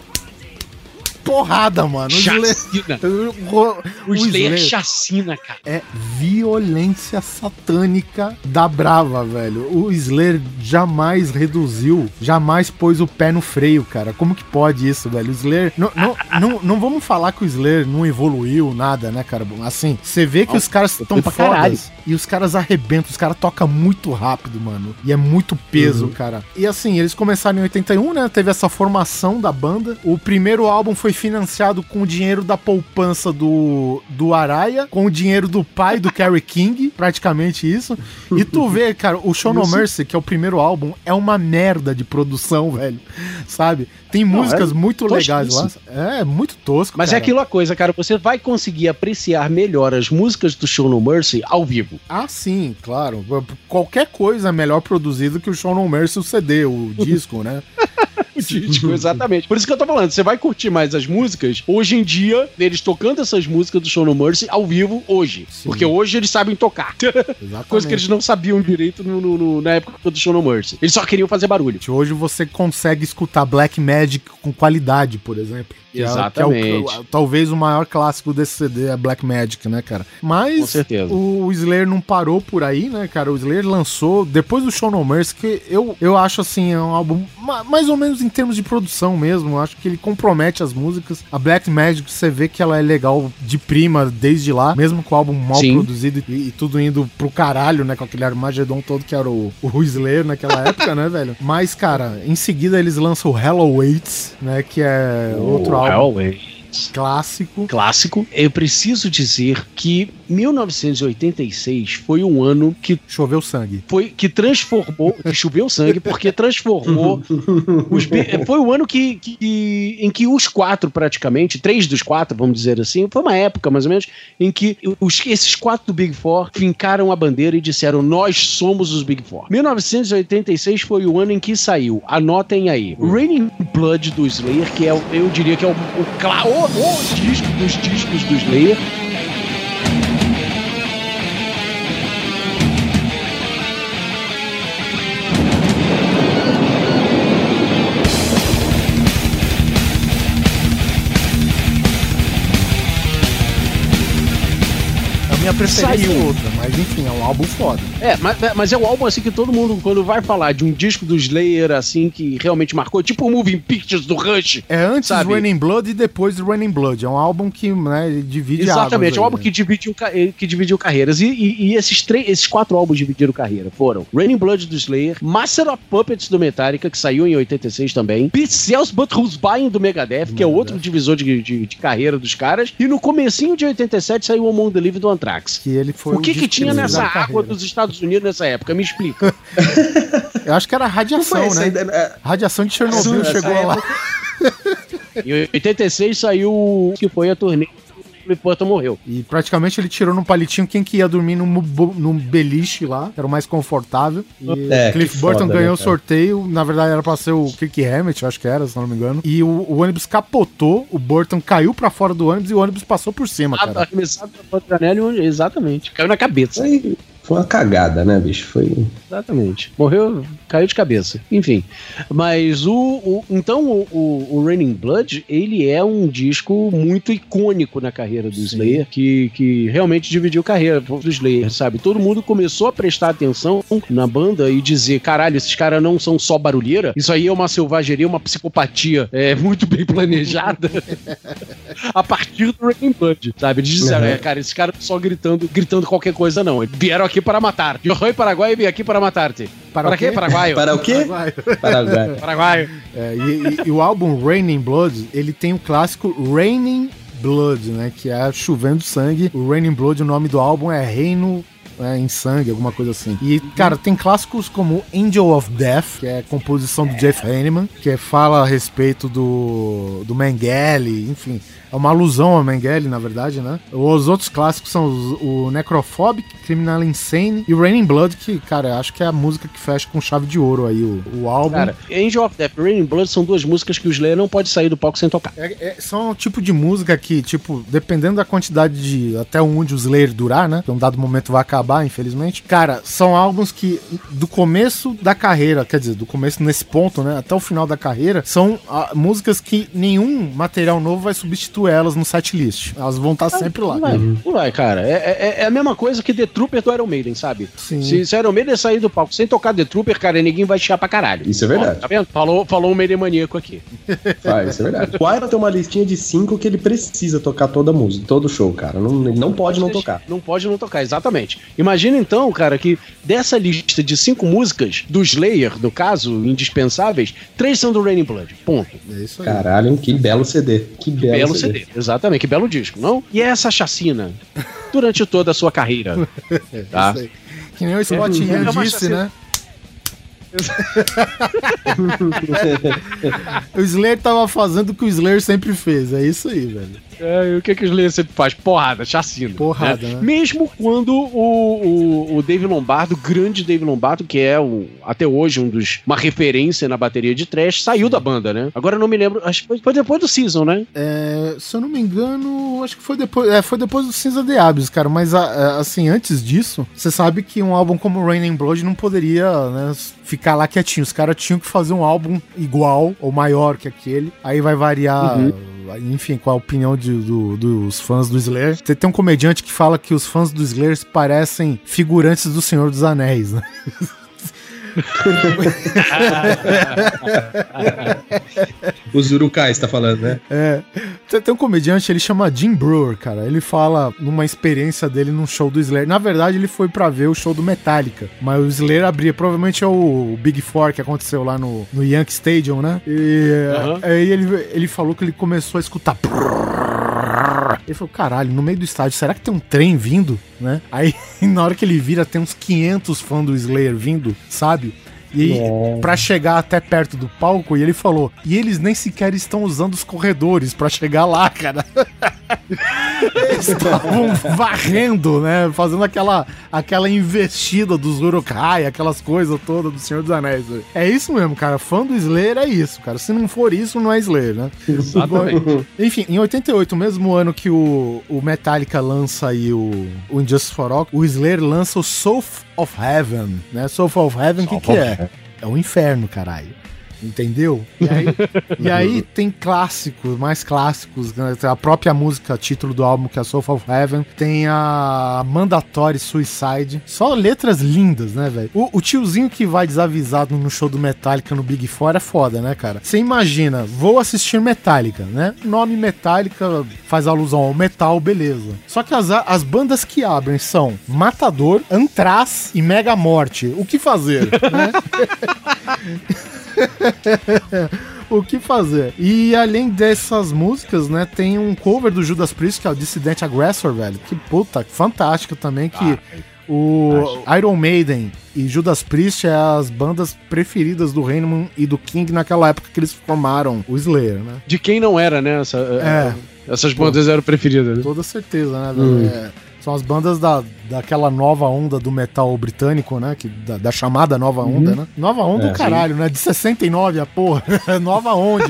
Porrada, mano. O chacina. Slayer, o, o Slayer é chacina, cara. É violência satânica da brava, velho. O Slayer jamais reduziu, jamais pôs o pé no freio, cara. Como que pode isso, velho? O Slayer... Não, não, não, não vamos falar que o Slayer não evoluiu nada, né, cara? Assim, você vê que Nossa, os caras estão fodas e os caras arrebentam, os caras tocam muito rápido, mano. E é muito peso, uhum. cara. E assim, eles começaram em oitenta e um, né? Teve essa formação da banda. O primeiro álbum foi financiado com o dinheiro da poupança do, do Araya, com o dinheiro do pai do Kerry King, praticamente isso. E tu vê, cara, o Show No Mercy, que é o primeiro álbum, é uma merda de produção, velho. Sabe? Tem Não, músicas é muito legais lá. É, muito tosco, Mas cara. é aquela coisa, cara, você vai conseguir apreciar melhor as músicas do Show No Mercy ao vivo. Ah, sim, claro. Qualquer coisa é melhor produzido que o Show No Mercy, o C D, o disco, né? O disco, exatamente. Por isso que eu tô falando, você vai curtir mais as músicas, hoje em dia, eles tocando essas músicas do Show No Mercy ao vivo, hoje. Sim. Porque hoje eles sabem tocar. Exatamente. Coisa que eles não sabiam direito no, no, no, na época do Show No Mercy. Eles só queriam fazer barulho. Hoje você consegue escutar Black Magic com qualidade, por exemplo. Que exatamente. É, que é o, talvez o maior clássico desse C D é Black Magic, né, cara? Mas com certeza. O, o Slayer não parou por aí, né, cara? O Slayer lançou, depois do Show No Mercy, que eu, eu acho, assim, é um álbum mais ou menos em termos de produção mesmo. Eu acho que ele compromete as músicas. A Black Magic, você vê que ela é legal de prima desde lá, mesmo com o álbum mal Sim. produzido e, e tudo indo pro caralho, né, com aquele Armagedon todo que era o, o Slayer naquela época, né, velho? Mas, cara, em seguida eles lançam o Hell Awaits, né, que é outro oh, álbum Hell Awaits. Clássico. Clássico. Eu preciso dizer que mil novecentos e oitenta e seis foi um ano que choveu sangue. Foi que transformou, que choveu sangue porque transformou os, foi o ano que, que em que os quatro praticamente, três dos quatro, vamos dizer assim, foi uma época mais ou menos em que os, esses quatro do Big Four fincaram a bandeira e disseram: nós somos os Big Four. mil novecentos e oitenta e seis foi o ano em que saiu, anotem aí, Raining Blood do Slayer, que é, eu diria que é o, o, o, o disco dos discos do Slayer. Minha preferência é outra, mas enfim, é um álbum foda. É, mas, mas é um álbum assim que todo mundo, quando vai falar de um disco do Slayer, assim, que realmente marcou, tipo o Moving Pictures do Rush. É antes do Raining Blood e depois do Raining Blood. É um álbum que, né, divide Exatamente, é um álbum né? que dividiu, que dividiu carreiras. E, e, e esses, três, esses quatro álbuns dividiram carreira. Foram Raining Blood do Slayer, Master of Puppets do Metallica, que saiu em oitenta e seis também, Pete Cells But Who's Buying do Megadeth, que é outro divisor de, de, de carreira dos caras. E no comecinho de oitenta e sete saiu o Among the Living do Anthrax. Que ele foi o que que tinha nessa água dos Estados Unidos nessa época? Me explica. Eu acho que era radiação, né? Ainda... Radiação de Chernobyl essa, chegou essa lá. Em oitenta e seis saiu que foi a turnê o Cliff Burton morreu. E praticamente ele tirou num palitinho quem que ia dormir num, num beliche lá, que era o mais confortável. E é, Cliff Burton foda, ganhou o né, sorteio, na verdade era pra ser o Kirk Hammett, acho que era, se não me engano. E o, o ônibus capotou, o Burton caiu pra fora do ônibus e o ônibus passou por cima, ah, cara. Arremessado pra janela, exatamente. Caiu na cabeça. Foi, foi uma cagada, né, bicho? Foi... Exatamente. Morreu, caiu de cabeça. Enfim. Mas o... o então, o, o, o Raining Blood, ele é um disco muito icônico na carreira do Slayer, que, que realmente dividiu a carreira do Slayer, sabe? Todo mundo começou a prestar atenção na banda e dizer, caralho, esses caras não são só barulheira, isso aí é uma selvageria, uma psicopatia é, muito bem planejada a partir do Raining Blood, sabe? Eles disseram, uhum. é, cara, esses caras só gritando, gritando qualquer coisa, não. Eles vieram aqui para matar. Eu fui Paraguai e vim aqui para matar-te. Para, para quê? Paraguaio. Para o quê? Paraguaio. Paraguaio. É, e, e, e o álbum Raining Blood, ele tem o clássico Raining Blood, né? Que é chovendo sangue. O Raining Blood, o nome do álbum é Reino... É, em sangue, alguma coisa assim. E, cara, tem clássicos como Angel of Death, que é composição do Jeff Hanneman, que fala a respeito do, do Mengele, enfim. É uma alusão ao Mengele, na verdade, né? Os outros clássicos são os, o Necrophobic, Criminal Insane e o Raining Blood, que, cara, acho que é a música que fecha com chave de ouro aí o, o álbum. Cara, Angel of Death e Raining Blood são duas músicas que o Slayer não pode sair do palco sem tocar. É, é, são um tipo de música que, tipo, dependendo da quantidade de... até onde o Slayer durar, né? Que um dado momento vai acabar, infelizmente. Cara, são álbuns que, do começo da carreira, quer dizer, do começo nesse ponto, né? Até o final da carreira, são ah, músicas que nenhum material novo vai substituir elas no setlist. Elas vão estar sempre lá. Não vai, não vai, cara. É, é, é a mesma coisa que The Trooper do Iron Maiden, sabe? Sim. Se, se Iron Maiden sair do palco sem tocar The Trooper, cara, ninguém vai chiar pra caralho. Isso é verdade. Ó, tá vendo? Falou, falou um Maiden maníaco aqui. Ah, isso é verdade. O Iron tem uma listinha de cinco que ele precisa tocar toda a música, todo show, cara. Não, ele não pode não tocar. Não pode não tocar, exatamente. Imagina então, cara, que dessa lista de cinco músicas do Slayer, no caso, indispensáveis, três são do Raining Blood. Ponto. É isso aí. Caralho, que belo C D. Que belo, belo C D. C D. Exatamente, que belo disco, não? E essa chacina durante toda a sua carreira. Tá? Que nem o Scott Ian é disse, chacina. Né? O Slayer tava fazendo o que o Slayer sempre fez. É isso aí, velho. É, e o que, que o Slayer sempre faz? Porrada, chacina. Porrada, né? né? Mesmo quando o, o, o Dave Lombardo, o grande Dave Lombardo, que é o, até hoje um dos, uma referência na bateria de thrash, saiu da banda, né? Agora eu não me lembro, acho que foi depois do Season, né? É, se eu não me engano, acho que foi depois, é, foi depois do Cinza de Abyss, cara. Mas assim, antes disso, você sabe que um álbum como Raining Blood não poderia, né, ficar lá quietinho. Os caras tinham que fazer um álbum igual ou maior que aquele. Aí vai variar... Uhum. Enfim, com a opinião de, do, dos fãs do Slayer. Tem um comediante que fala que os fãs do Slayer parecem figurantes do Senhor dos Anéis, né? Os Urukais, tá falando, né? É. Tem um comediante, ele chama Jim Breuer, cara. Ele fala numa experiência dele num show do Slayer. Na verdade, ele foi pra ver o show do Metallica, mas o Slayer abria. Provavelmente é o Big Four que aconteceu lá no, no Yankee Stadium, né? E uhum. aí ele, ele falou que ele começou a escutar Ele falou, caralho, no meio do estádio, será que tem um trem vindo, né? Aí, na hora que ele vira, tem uns quinhentos fãs do Slayer vindo, sabe? E é. pra chegar até perto do palco, e ele falou, e eles nem sequer estão usando os corredores pra chegar lá, cara. Eles estavam varrendo, né? Fazendo aquela, aquela investida dos Uruk-hai, aquelas coisas todas do Senhor dos Anéis. É isso mesmo, cara. Fã do Slayer é isso, cara. Se não for isso, não é Slayer, né? Exatamente. Enfim, em oitenta e oito, mesmo ano que o, o Metallica lança aí o, o Injustice for All, o Slayer lança o Soul of Heaven, né? Soul of Heaven, o que que é? É o inferno, caralho. Entendeu? E aí, e aí tem clássicos, mais clássicos, né? A própria música, título do álbum, que é Soul of Heaven. Tem a Mandatory Suicide. Só letras lindas, né, velho? O, o tiozinho que vai desavisado no show do Metallica no Big Four é foda, né, cara? Você imagina, vou assistir Metallica, né? Nome Metallica faz alusão ao metal, beleza. Só que as, as bandas que abrem são Matador, Anthrax e Mega Morte. O que fazer, né? O que fazer? E além dessas músicas, né, tem um cover do Judas Priest, que é o Dissident Aggressor, velho. Que puta, fantástico também, que ah, o Iron Maiden e Judas Priest é as bandas preferidas do Heinemann e do King naquela época que eles formaram o Slayer, né? De quem não era, né? Essa, é. Essas bandas Pô, eram preferidas, né? Toda certeza, né, velho? Hum. É. São as bandas da, daquela nova onda do metal britânico, né? Que, da, da chamada nova onda, uhum. né? Nova onda, é, do caralho, sim. né? De sessenta e nove, a porra. Nova onde?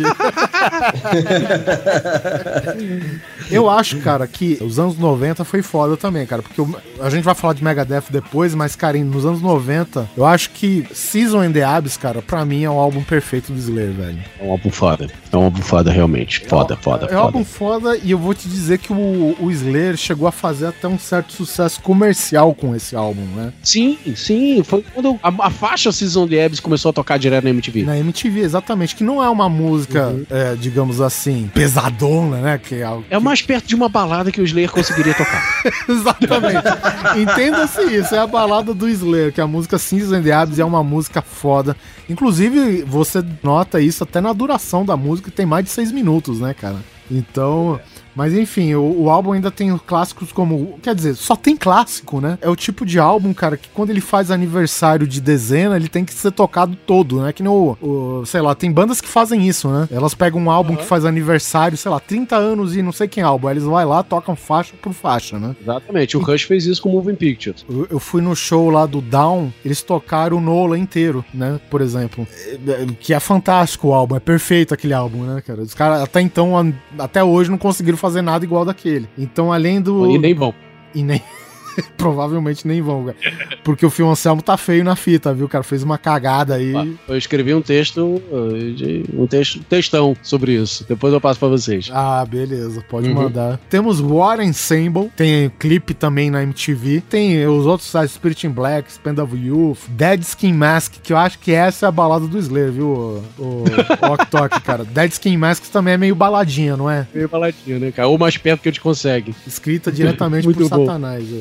Eu acho, cara, que os anos noventa foi foda também, cara. Porque eu, a gente vai falar de Megadeth depois, mas, cara, nos anos noventa, eu acho que Season in the Abyss, cara, pra mim é o álbum perfeito do Slayer, velho. É um álbum foda. É um álbum foda, realmente. Foda, é, foda, é, foda. É um álbum foda e eu vou te dizer que o, o Slayer chegou a fazer até um certo sucesso comercial com esse álbum, né? Sim, sim. Foi quando a, a faixa Season of the Abyss começou a tocar direto na M T V. Na M T V, exatamente. Que não é uma música, uhum. é, digamos assim, pesadona, né? Que é, é o mais perto de uma balada que o Slayer conseguiria tocar. Exatamente. Entenda-se isso. É a balada do Slayer, que a música Season of the Abyss é uma música foda. Inclusive, você nota isso até na duração da música, que tem mais de seis minutos, né, cara? Então... Mas enfim, o, o álbum ainda tem clássicos como... Quer dizer, só tem clássico, né? É o tipo de álbum, cara, que quando ele faz aniversário de dezena, ele tem que ser tocado todo, né? Que no... O, sei lá, tem bandas que fazem isso, né? Elas pegam um álbum uhum. que faz aniversário, sei lá, trinta anos e não sei quem álbum. Aí eles vão lá, tocam faixa por faixa, né? Exatamente. O Rush fez isso com o Moving Pictures. Eu, eu fui no show lá do Down, eles tocaram o Nola inteiro, né? Por exemplo. Que é fantástico o álbum, é perfeito aquele álbum, né, cara? Os caras até então, até hoje, não conseguiram fazer nada igual daquele. Então, além do... E nem vão. E nem... Provavelmente nem vão, cara. Porque o Phil Anselmo tá feio na fita, viu, cara? Fez uma cagada aí. Eu escrevi um texto, um texto, textão sobre isso. Depois eu passo pra vocês. Ah, beleza. Pode uhum. mandar. Temos War Ensemble. Tem clipe também na M T V. Tem os outros sites, Spirit in Black, Spend of Youth, Dead Skin Mask, que eu acho que essa é a balada do Slayer, viu, o, o, o Ok-Tok, cara. Dead Skin Mask também é meio baladinha, não é? Meio baladinha, né, cara? Ou mais perto que a gente consegue. Escrita diretamente por Satanás, velho.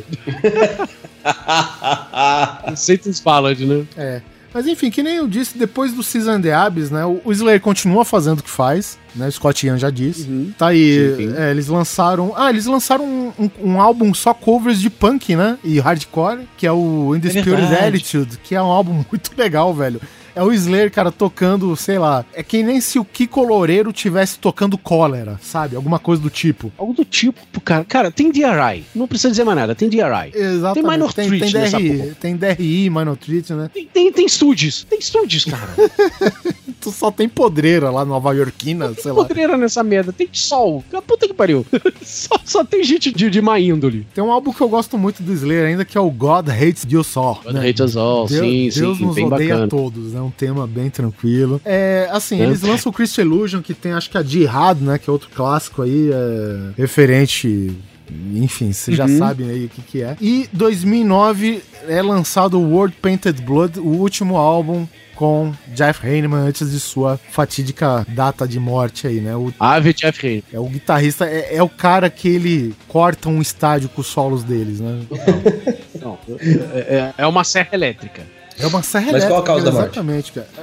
Satan's Ballad, né? É. Mas enfim, que nem eu disse, depois do Season in the Abyss, né, o Slayer continua fazendo o que faz, né, o Scott Ian já disse. Uhum. Tá aí, sim, sim. É, eles lançaram... Ah, eles lançaram um, um, um álbum só covers de punk, né, e hardcore, que é o In the Spirit Attitude, que é um álbum muito legal, velho. É o Slayer, cara, tocando, sei lá, é que nem se o Kiko Loureiro tivesse tocando Cólera, sabe? Alguma coisa do tipo. Algo do tipo, cara. Cara, tem D R I. Não precisa dizer mais nada, tem D R I. Exatamente. Tem Minor tem, Threat tem nessa D R I, porra. Tem D R I, Minor Threat, né? Tem, tem, tem Studios. Tem Studios, cara. Tu só tem podreira lá, nova-iorquina, sei lá. Tem podreira nessa merda. Tem sol. Puta que pariu. só, só tem gente de, de má índole. Tem um álbum que eu gosto muito do Slayer ainda, que é o God Hates Us All. God né? Hates Us All, Deus, sim, sim. Deus nos bem odeia bacana. a todos, né? Um tema bem tranquilo. É, assim, é. eles lançam o Christian Illusion, que tem, acho que a Jihad, né? Que é outro clássico aí, é, referente... Enfim, vocês uhum. já sabem aí o que que é. E dois mil e nove é lançado o World Painted Blood, o último álbum com Jeff Heinemann antes de sua fatídica data de morte aí, né? O, Ave Jeff Heinemann. É o guitarrista, é, é o cara que ele corta um estádio com os solos deles, né? Não, é, é uma serra elétrica. É uma serra Mas elétrica. Mas qual a causa da morte? Exatamente, cara.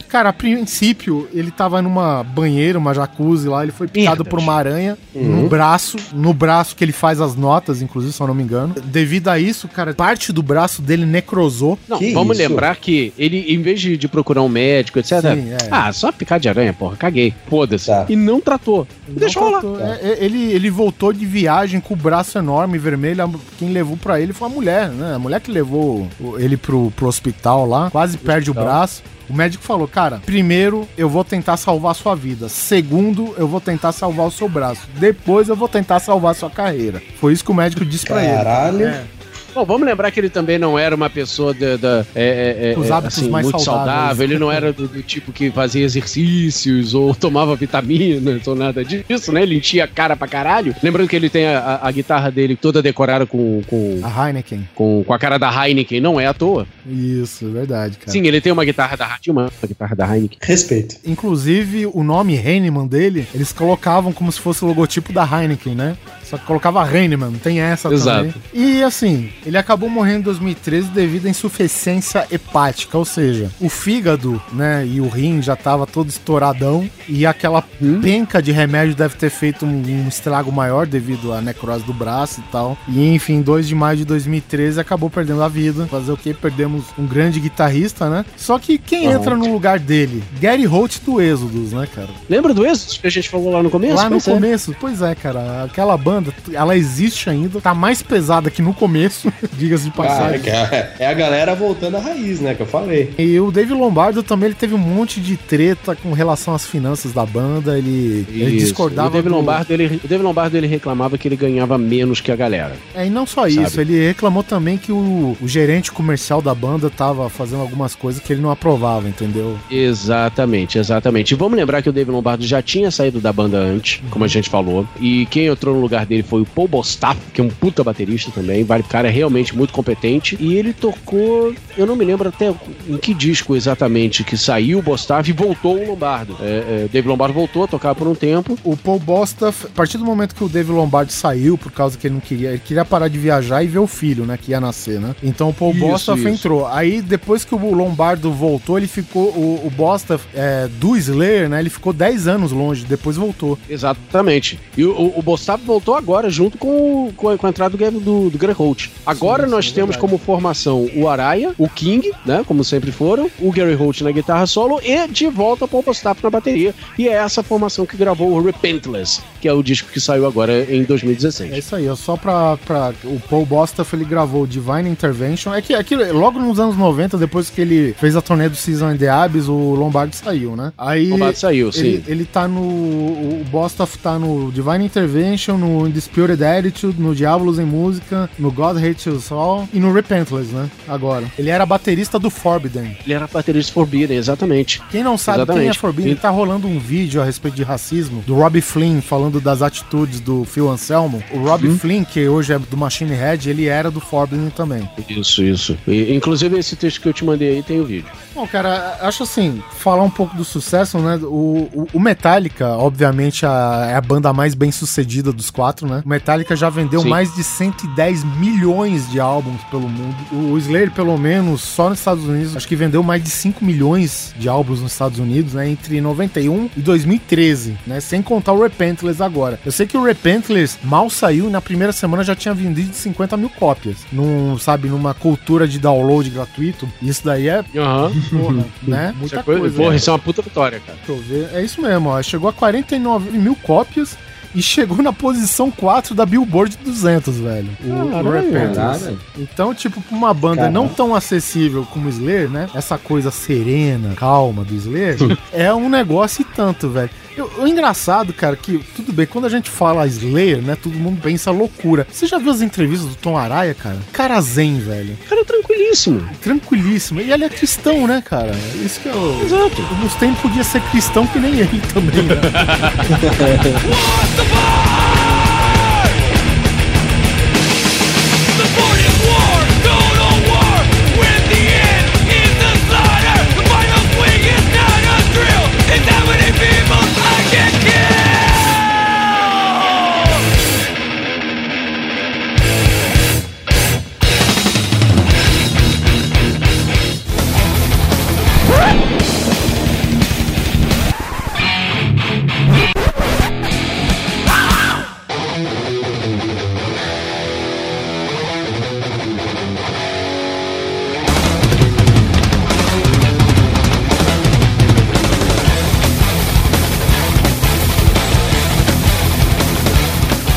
Cara, a princípio, ele tava numa banheira, uma jacuzzi lá, ele foi picado Merda. por uma aranha Uhum. no braço, no braço que ele faz as notas, inclusive, se eu não me engano. Devido a isso, cara, parte do braço dele necrosou. Não, Que vamos isso? lembrar que ele, em vez de, de procurar um médico, etcétera. Sim, é. Ah, só picar de aranha, porra, caguei. Foda-se. Tá. E não tratou. Deixou Não lá. faltou. É, é, ele, ele voltou de viagem com o braço enorme, vermelho. a- Quem levou pra ele foi a mulher, né? A mulher que levou o- ele pro, pro hospital lá, quase perde o braço. O médico falou, cara, primeiro eu vou tentar salvar a sua vida. Segundo, eu vou tentar salvar o seu braço. Depois eu vou tentar salvar a sua carreira. Foi isso que o médico disse pra ele. Caralho. É. Bom, vamos lembrar que ele também não era uma pessoa da, da- é, é, Os é, hábitos assim, mais muito saudáveis. saudável. Ele não era do, do tipo que fazia exercícios ou tomava vitaminas ou nada disso, né? Ele enchia a cara pra caralho. Lembrando que ele tem a, a- a guitarra dele toda decorada com, com, A Heineken. com, com a cara da Heineken, não é à toa. Isso, é verdade, cara. Sim, ele tem uma guitarra da Heineken, uma guitarra da Heineken. Respeito. Inclusive, o nome Heinemann dele, eles colocavam como se fosse o logotipo da Heineken, né? Só que colocava Heinemann, tem essa Exato. também. E assim, ele acabou morrendo em dois mil e treze devido à insuficiência hepática, ou seja, o fígado, né, e o rim já tava todo estouradão e aquela Hum? penca de remédio deve ter feito um, um estrago maior devido à necrose do braço e tal. E enfim, em dois de maio de dois mil e treze acabou perdendo a vida. Fazer o quê? Perdemos um grande guitarrista, né? Só que quem Uhum. entra no lugar dele? Gary Holt do Êxodos, né, cara? Lembra do êxito que a gente falou lá no começo? Lá no Pois é. começo, pois é, cara, aquela banda, ela existe ainda, tá mais pesada que no começo, diga-se de Ah, é, passagem. que é, é a galera voltando à raiz, né? Que eu falei. E o Dave Lombardo também, ele teve um monte de treta com relação às finanças da banda, ele, ele Isso. discordava O Dave, do- Lombardo, ele, o Dave Lombardo ele reclamava que ele ganhava menos que a galera. É, e não só isso, ele reclamou também que o, o gerente comercial da banda tava fazendo algumas coisas que ele não aprovava, entendeu? Exatamente, exatamente. E vamos lembrar que o Dave Lombardo já tinha saído da banda antes, como a gente falou. E quem entrou no lugar dele foi o Paul Bostaff, que é um puta baterista também. O cara é realmente muito competente. E ele tocou, eu não me lembro até em que disco exatamente que saiu o Bostaff e voltou o Lombardo. É, é, Dave Lombardo voltou a tocar por um tempo. O Paul Bostaff, a partir do momento que o Dave Lombardo saiu, por causa que ele não queria, ele queria parar de viajar e ver o filho, né, que ia nascer, né? Então o Paul Isso, Bostaff isso. entrou. Aí depois que o Lombardo voltou, ele ficou, o, o Bostaff é, do Slayer, né, ele ficou dez anos longe, depois voltou. Exatamente. E o, o, o Bostaff voltou agora junto com, o- com, a, com a entrada do, do, do Greg Holt. Agora Sim, nós sim, é temos verdade. como formação o Araya, o King, né, como sempre foram, o Gary Holt na guitarra solo e de volta Paul Bostaff na bateria. E é essa formação que gravou o Repentless, que é o disco que saiu agora em dois mil e dezesseis. É isso aí, ó, só pra, pra... O Paul Bostaff, ele gravou Divine Intervention. É que, é que logo nos anos noventa, depois que ele fez a turnê do Season and the Abyss, o Lombardo saiu, né? Aí... O Lombardo saiu, sim. Ele, ele tá no... O Bostaff tá no Divine Intervention, no Undisputed Attitude, no Diabolos em Música, no God Hates Us All e no Repentless, né? Agora. Ele era baterista do Forbidden. Ele era baterista Forbidden, exatamente. Quem não sabe Exatamente. quem é Forbidden, Sim. tá rolando um vídeo a respeito de racismo do Robbie Flynn falando das atitudes do Phil Anselmo. O Robbie Hum. Flynn, que hoje é do Machine Head, ele era do Forbidden também. Isso, isso. E, inclusive esse texto que eu te mandei aí tem o vídeo. Bom, cara, acho assim, falar um pouco do sucesso, né? O, o, o Metallica, obviamente, a, é a banda mais bem sucedida dos quatro, né? O Metallica já vendeu Sim. mais de cento e dez milhões de álbuns pelo mundo. O, o Slayer, pelo menos, só nos Estados Unidos, acho que vendeu mais de cinco milhões de álbuns nos Estados Unidos, né? Entre noventa e um e dois mil e treze, né? Sem contar o Repentless agora. Eu sei que o Repentless mal saiu e na primeira semana já tinha vendido cinquenta mil cópias. Num, sabe, numa cultura de download gratuito. Isso daí é, Aham. porra, né? Isso Muita é coisa- coisa. Porra, né? isso é uma puta vitória, cara. Deixa eu ver. É isso mesmo, ó. Chegou a quarenta e nove mil cópias e chegou na posição quatro da Billboard duzentos, velho. O, o Repentless. Então, tipo, pra uma banda Caralho. não tão acessível como o Slayer, né? Essa coisa serena, calma do Slayer, é um negócio e tanto, velho. Eu- O engraçado, cara, que tudo bem, quando a gente fala Slayer, né? Todo mundo pensa loucura. Você já viu as entrevistas do Tom Araya, cara? Cara zen, velho. Cara, tranquilíssimo. Tranquilíssimo. E ele é cristão, né, cara? Isso que eu. Exato. O Mustaine podia ser cristão que nem ele também, né?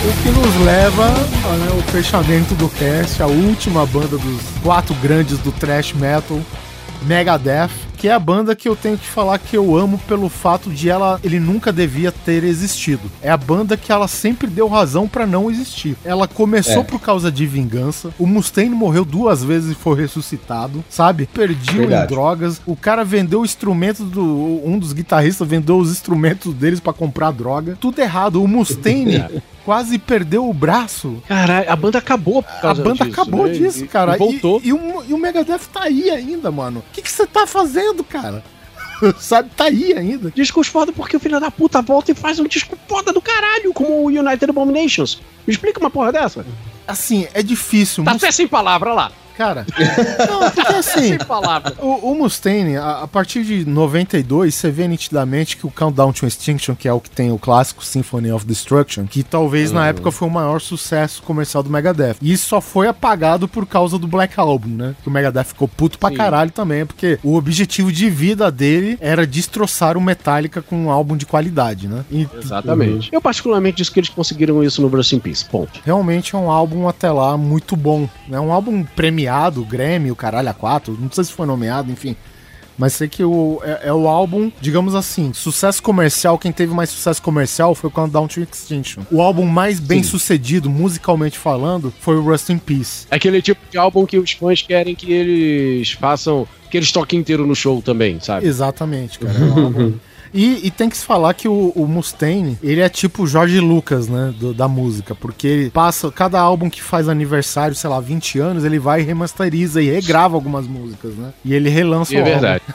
O que nos leva ao fechamento do cast, a última banda dos quatro grandes do thrash metal, Megadeth, que é a banda que eu tenho que falar que eu amo pelo fato de ela, ele nunca devia ter existido. É a banda que ela sempre deu razão pra não existir. Ela começou é. por causa de vingança. O Mustaine morreu duas vezes e foi ressuscitado, sabe? Perdiam em drogas. O cara vendeu o instrumento do... Um dos guitarristas vendeu os instrumentos deles pra comprar droga. Tudo errado. O Mustaine... quase perdeu o braço. Caralho, a banda acabou por causa A banda disso, acabou né? disso, e, cara. E voltou. E, e, o, e o Megadeth tá aí ainda, mano. O que que você tá fazendo, cara? Sabe, tá aí ainda. Discos foda porque o filho da puta volta e faz um disco foda do caralho, como o United Abominations. Me explica uma porra dessa. Assim, é difícil. Tá Mus... até sem palavra, olha lá. Cara, não, porque assim, sem palavra. O, o Mustaine, a, a partir de noventa e dois, você vê nitidamente que o Countdown to Extinction, que é o que tem o clássico Symphony of Destruction, que talvez uhum. na época foi o maior sucesso comercial do Megadeth. E isso só foi apagado por causa do Black Album, né? Que o Megadeth ficou puto pra Sim. caralho também, porque o objetivo de vida dele era destroçar o Metallica com um álbum de qualidade, né? E, Exatamente. Uhum. Eu particularmente disse que eles conseguiram isso no Rust in Peace, ponto. Realmente é um álbum até lá muito bom, né? Um álbum premiado, Grammy, o caralho a quatro, não sei se foi nomeado, enfim. Mas sei que o, é, é o álbum, digamos assim, sucesso comercial, quem teve mais sucesso comercial foi o Countdown to Extinction. O álbum mais bem Sim. sucedido, musicalmente falando, foi o Rust in Peace. É aquele tipo de álbum que os fãs querem que eles façam, que eles toquem inteiro no show também, sabe? Exatamente, cara. É um álbum... E, e tem que se falar que o, o Mustaine, ele é tipo o Jorge Lucas, né, do, da música, porque ele passa, cada álbum que faz aniversário, sei lá, vinte anos, ele vai e remasteriza e regrava algumas músicas, né, e ele relança e o álbum. É verdade.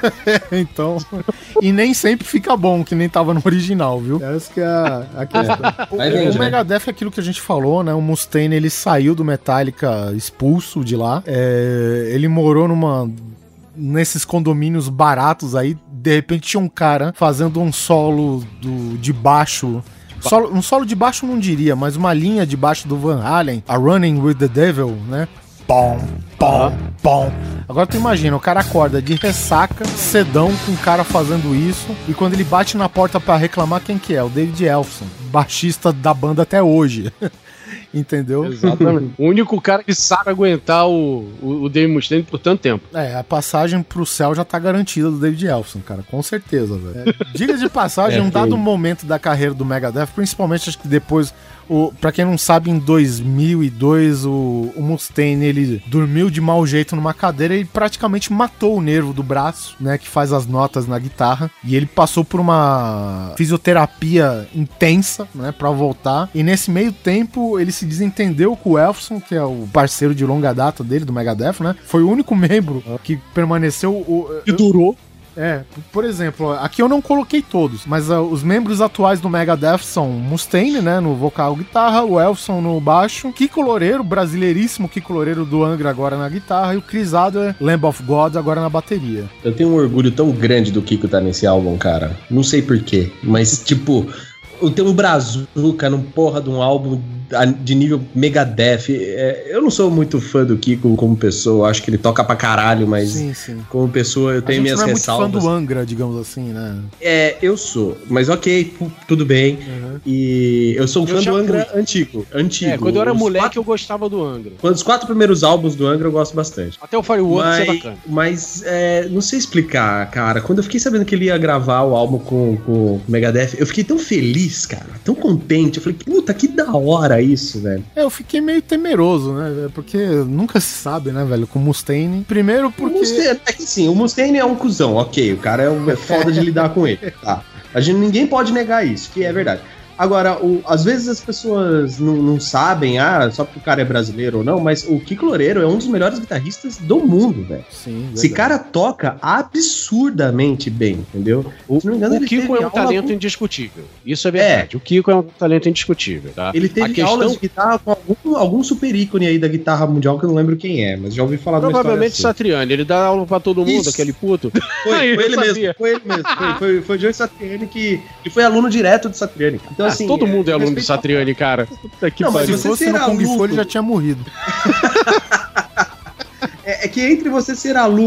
Então, e nem sempre fica bom, que nem tava no original, viu? Essa que é a, a questão. O, é, o Megadeth é aquilo que a gente falou, né? O Mustaine, ele saiu do Metallica expulso de lá. É, ele morou numa... nesses condomínios baratos aí, de repente tinha um cara fazendo um solo do, de baixo. Solo, um solo de baixo não diria, mas uma linha de baixo do Van Halen, a Running with the Devil, né? Pom, pom, pom. Agora tu imagina, o cara acorda de ressaca, cedão, com o cara fazendo isso, e quando ele bate na porta pra reclamar, quem que é? O David Ellefson, baixista da banda até hoje. Entendeu? Exatamente. O único cara que sabe aguentar o, o, o Dave Mustaine por tanto tempo. É, a passagem pro céu já tá garantida do David Ellefson, cara, com certeza, velho. É, diga de passagem, é, um dado momento da carreira do Megadeth, principalmente acho que depois, o, pra quem não sabe, em dois mil e dois o, o Mustaine, ele dormiu de mau jeito numa cadeira e praticamente matou o nervo do braço, né, que faz as notas na guitarra, e ele passou por uma fisioterapia intensa, né, pra voltar, e nesse meio tempo ele se desentendeu com o Ellefson, que é o parceiro de longa data dele, do Megadeth, né, foi o único membro que permaneceu... O, que durou. É, por exemplo, aqui eu não coloquei todos, mas uh, os membros atuais do Megadeth são Mustaine, né, no vocal e guitarra, o Ellefson no baixo, Kiko Loureiro, brasileiríssimo Kiko Loureiro do Angra agora na guitarra, e o Chris Adler, Lamb of God, agora na bateria. Eu tenho um orgulho tão grande do Kiko estar nesse álbum, cara. Não sei porquê, mas tipo... Eu tenho um brazuca num porra de um álbum de nível Megadeth. É, eu não sou muito fã do Kiko como pessoa, acho que ele toca pra caralho, mas sim, sim. como pessoa eu tenho minhas ressalvas. A gente não é muito fã do Angra, digamos assim, né? É, eu sou, mas ok, tudo bem. Uhum. E eu sou um eu fã do Angra fui. antigo, antigo. É, quando eu era os moleque quatro... eu gostava do Angra. Os quatro primeiros álbuns do Angra eu gosto bastante. Até o Fireworks é bacana. Mas, é, não sei explicar, cara. Quando eu fiquei sabendo que ele ia gravar o álbum com, com o Megadeth, eu fiquei tão feliz, cara, tão contente. Eu falei, puta, que da hora isso, velho. É, eu fiquei meio temeroso, né, porque nunca se sabe, né, velho, com o Mustaine. Primeiro porque... O Mustaine, é que sim, o Mustaine é um cuzão, ok, o cara é, um, é foda de lidar com ele, tá. A gente, ninguém pode negar isso, que é verdade. Agora, o, às vezes as pessoas não, não sabem, ah, só porque o cara é brasileiro ou não, mas o Kiko Loureiro é um dos melhores guitarristas do mundo, velho. Sim, esse cara toca absurdamente bem, entendeu? O, Se não me engano, o ele Kiko é um talento com... indiscutível. Isso é verdade. É. O Kiko é um talento indiscutível, tá? Ele teve questão... aulas de guitarra com algum, algum super ícone aí da guitarra mundial, que eu não lembro quem é, mas já ouvi falar da Provavelmente assim. Satriani. Ele dá aula pra todo mundo, Isso. aquele puto. Foi, foi ele sabia. mesmo. Foi ele mesmo. Foi, foi, foi o Joe Satriani que, que foi aluno direto do Satriani. Então, ah, assim, todo mundo é aluno do Satriani, cara. Puta que não, mas se fosse no Kung Fu, ele já tinha morrido. é, é que entre você ser aluno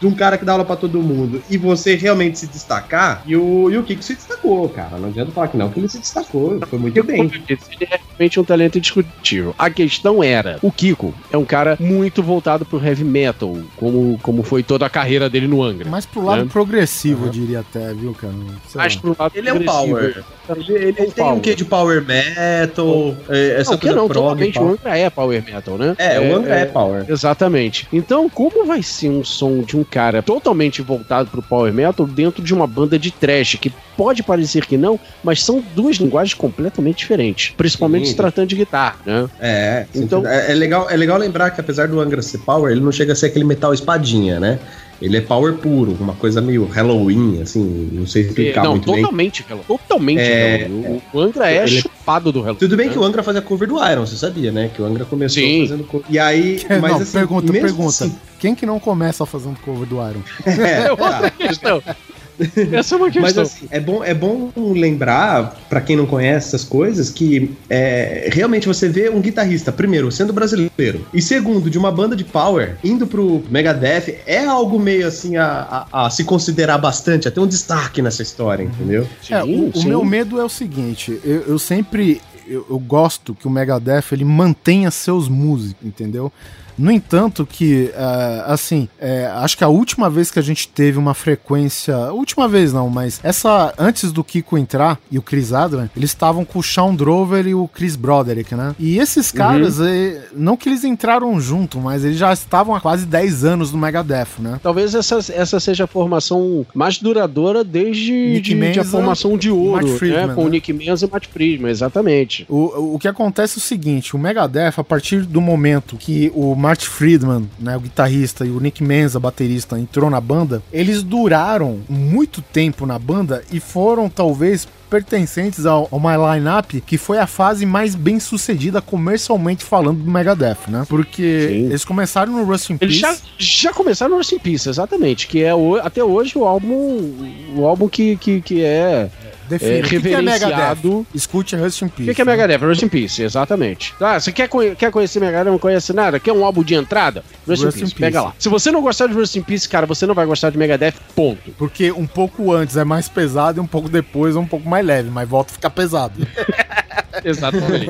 de um cara que dá aula pra todo mundo e você realmente se destacar, e o, e o Kiko se destacou, cara. Não adianta falar que não, que ele se destacou, foi muito bem. Ele é realmente um talento indiscutível. A questão era, o Kiko é um cara muito voltado pro heavy metal, como, como foi toda a carreira dele no Angra. Mas pro lado né? progressivo, uhum. eu diria até, viu, cara? Mas pro lado ele é um power. Ele, ele tem power. um quê de power metal, essa não, coisa não, prog, totalmente, o Angra é power metal, né? É, é o Angra é, é power. Exatamente. Então, como vai ser um som de um cara totalmente voltado pro power metal dentro de uma banda de thrash, que pode parecer que não, mas são duas linguagens completamente diferentes, principalmente Sim. se tratando de guitarra, né? É, então é, é, legal, é legal lembrar que apesar do Angra ser power, ele não chega a ser aquele metal espadinha, né? Ele é power puro, uma coisa meio Halloween, assim, não sei explicar é, não, muito totalmente, bem. Totalmente é, Halloween. O Angra é ele chupado do Halloween. Tudo bem né? que o Angra fazia cover do Iron, você sabia, né? Que o Angra começou Sim. fazendo cover. E aí, mas não, assim, pergunta, pergunta. Assim... Quem que não começa fazendo cover do Iron? É, é outra questão. Essa é uma questão. Mas assim, é bom, é bom lembrar, pra quem não conhece essas coisas, que é, realmente você vê um guitarrista, primeiro, sendo brasileiro, e segundo, de uma banda de power, indo pro Megadeth, é algo meio assim a, a, a se considerar bastante, a ter um destaque nessa história, entendeu? É, sim, o, sim. o meu medo é o seguinte, eu, eu sempre, eu, eu gosto que o Megadeth, ele mantenha seus músicos, entendeu? No entanto que, uh, assim, é, acho que a última vez que a gente teve uma frequência, última vez não, mas essa, antes do Kiko entrar e o Chris Adler, eles estavam com o Shawn Drover e o Chris Broderick, né? E esses caras, uhum. é, não que eles entraram junto, mas eles já estavam há quase dez anos no Megadeth, né? Talvez essa, essa seja a formação mais duradoura desde de, Menza, de a formação de ouro, Friedman, né? Com né? o Nick Menza e o Matt Friedman, exatamente. O, o que acontece é o seguinte, o Megadeth, a partir do momento que o Matt Friedman, né, o guitarrista, e o Nick Menza, baterista, entrou na banda, eles duraram muito tempo na banda e foram, talvez, pertencentes ao, ao My Line-Up, que foi a fase mais bem sucedida comercialmente falando do Megadeth, né? Porque Sim. eles começaram no Rust in Peace. Eles já, já começaram no Rust in Peace, exatamente, que é o, até hoje o álbum, o álbum que, que, que é... Define. É, o que, que é Megadeth? Escute Rust in Peace. O que, que é Megadeth? Rust in Peace, exatamente. Ah, você quer, conhe- quer conhecer Megadeth, não conhece nada? Quer um álbum de entrada? Rust, Rust in, Peace. in Peace, pega lá. Se você não gostar de Rust in Peace, cara, você não vai gostar de Megadeth, ponto. Porque um pouco antes é mais pesado e um pouco depois é um pouco mais leve, mas volta a ficar pesado. Exatamente.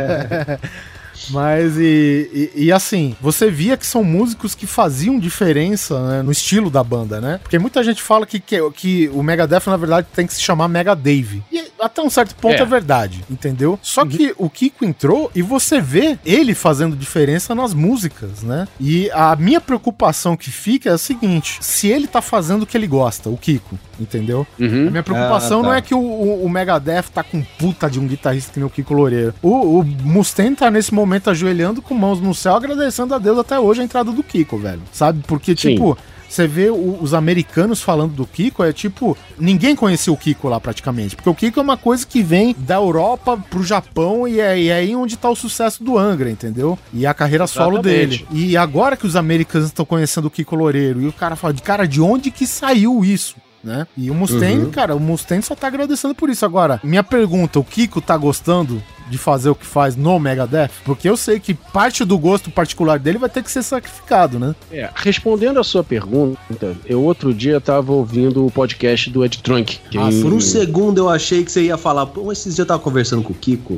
Mas e, e, e assim, você via que são músicos que faziam diferença, né, no estilo da banda, né? Porque muita gente fala que, que, que o Megadeth, na verdade, tem que se chamar Mega Dave. E até um certo ponto é, é verdade, entendeu? Só uhum. que o Kiko entrou e você vê ele fazendo diferença nas músicas, né? E a minha preocupação que fica é a seguinte: se ele tá fazendo o que ele gosta, o Kiko, entendeu? Uhum. A minha preocupação ah, tá. não é que o, o, o Megadeth tá com puta de um guitarrista que nem o Kiko Loureiro. O, o Mustaine tá nesse momento ajoelhando com mãos no céu, agradecendo a Deus até hoje a entrada do Kiko, velho. Sabe? Porque, Sim. tipo, você vê o, os americanos falando do Kiko, é tipo, ninguém conhecia o Kiko lá praticamente, porque o Kiko é uma coisa que vem da Europa pro Japão e é, e é aí onde tá o sucesso do Angra, entendeu? E a carreira solo Exatamente. dele. E agora que os americanos estão conhecendo o Kiko Loureiro, e o cara fala, cara, de onde que saiu isso? Né? E o Mustaine, uhum. cara, o Mustaine só tá agradecendo por isso. Agora, minha pergunta, o Kiko tá gostando de fazer o que faz no Megadeth? Porque eu sei que parte do gosto particular dele vai ter que ser sacrificado, né? É, respondendo a sua pergunta, eu outro dia tava ouvindo o podcast do Ed Trunk. Que... Ah, por um segundo eu achei que você ia falar, pô, esses dias eu tava conversando com o Kiko.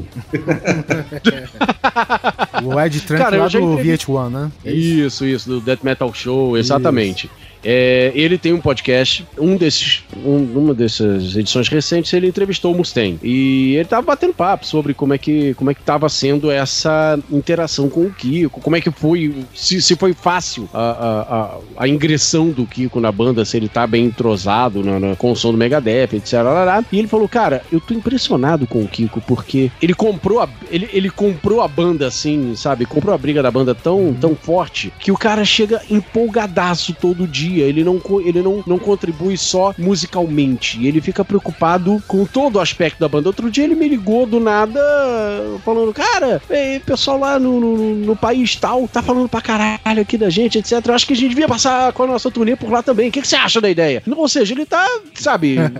O Ed Trunk cara, lá do entrevi... V H um, né? Isso, isso, do Death Metal Show, exatamente. Isso. É, ele tem um podcast, um desses, um, uma dessas edições recentes, ele entrevistou o Mustaine. E ele tava batendo papo sobre como é que, como é que tava sendo essa interação com o Kiko, como é que foi, se, se foi fácil a, a, a, a ingressão do Kiko na banda, se ele tá bem entrosado na, na, com o som do Megadeth, etcétera. E ele falou, cara, eu tô impressionado com o Kiko, porque ele comprou a, ele, ele comprou a banda assim, sabe? Comprou a briga da banda tão, tão forte, que o cara chega empolgadaço todo dia. Ele não, ele não, não contribui só musicalmente, ele fica preocupado com todo o aspecto da banda. Outro dia ele me ligou do nada falando, cara, o pessoal lá no, no, no país tal tá falando pra caralho aqui da gente, etcétera. Eu acho que a gente devia passar com a nossa turnê por lá também. O que, que você acha da ideia? Ou seja, ele tá, sabe...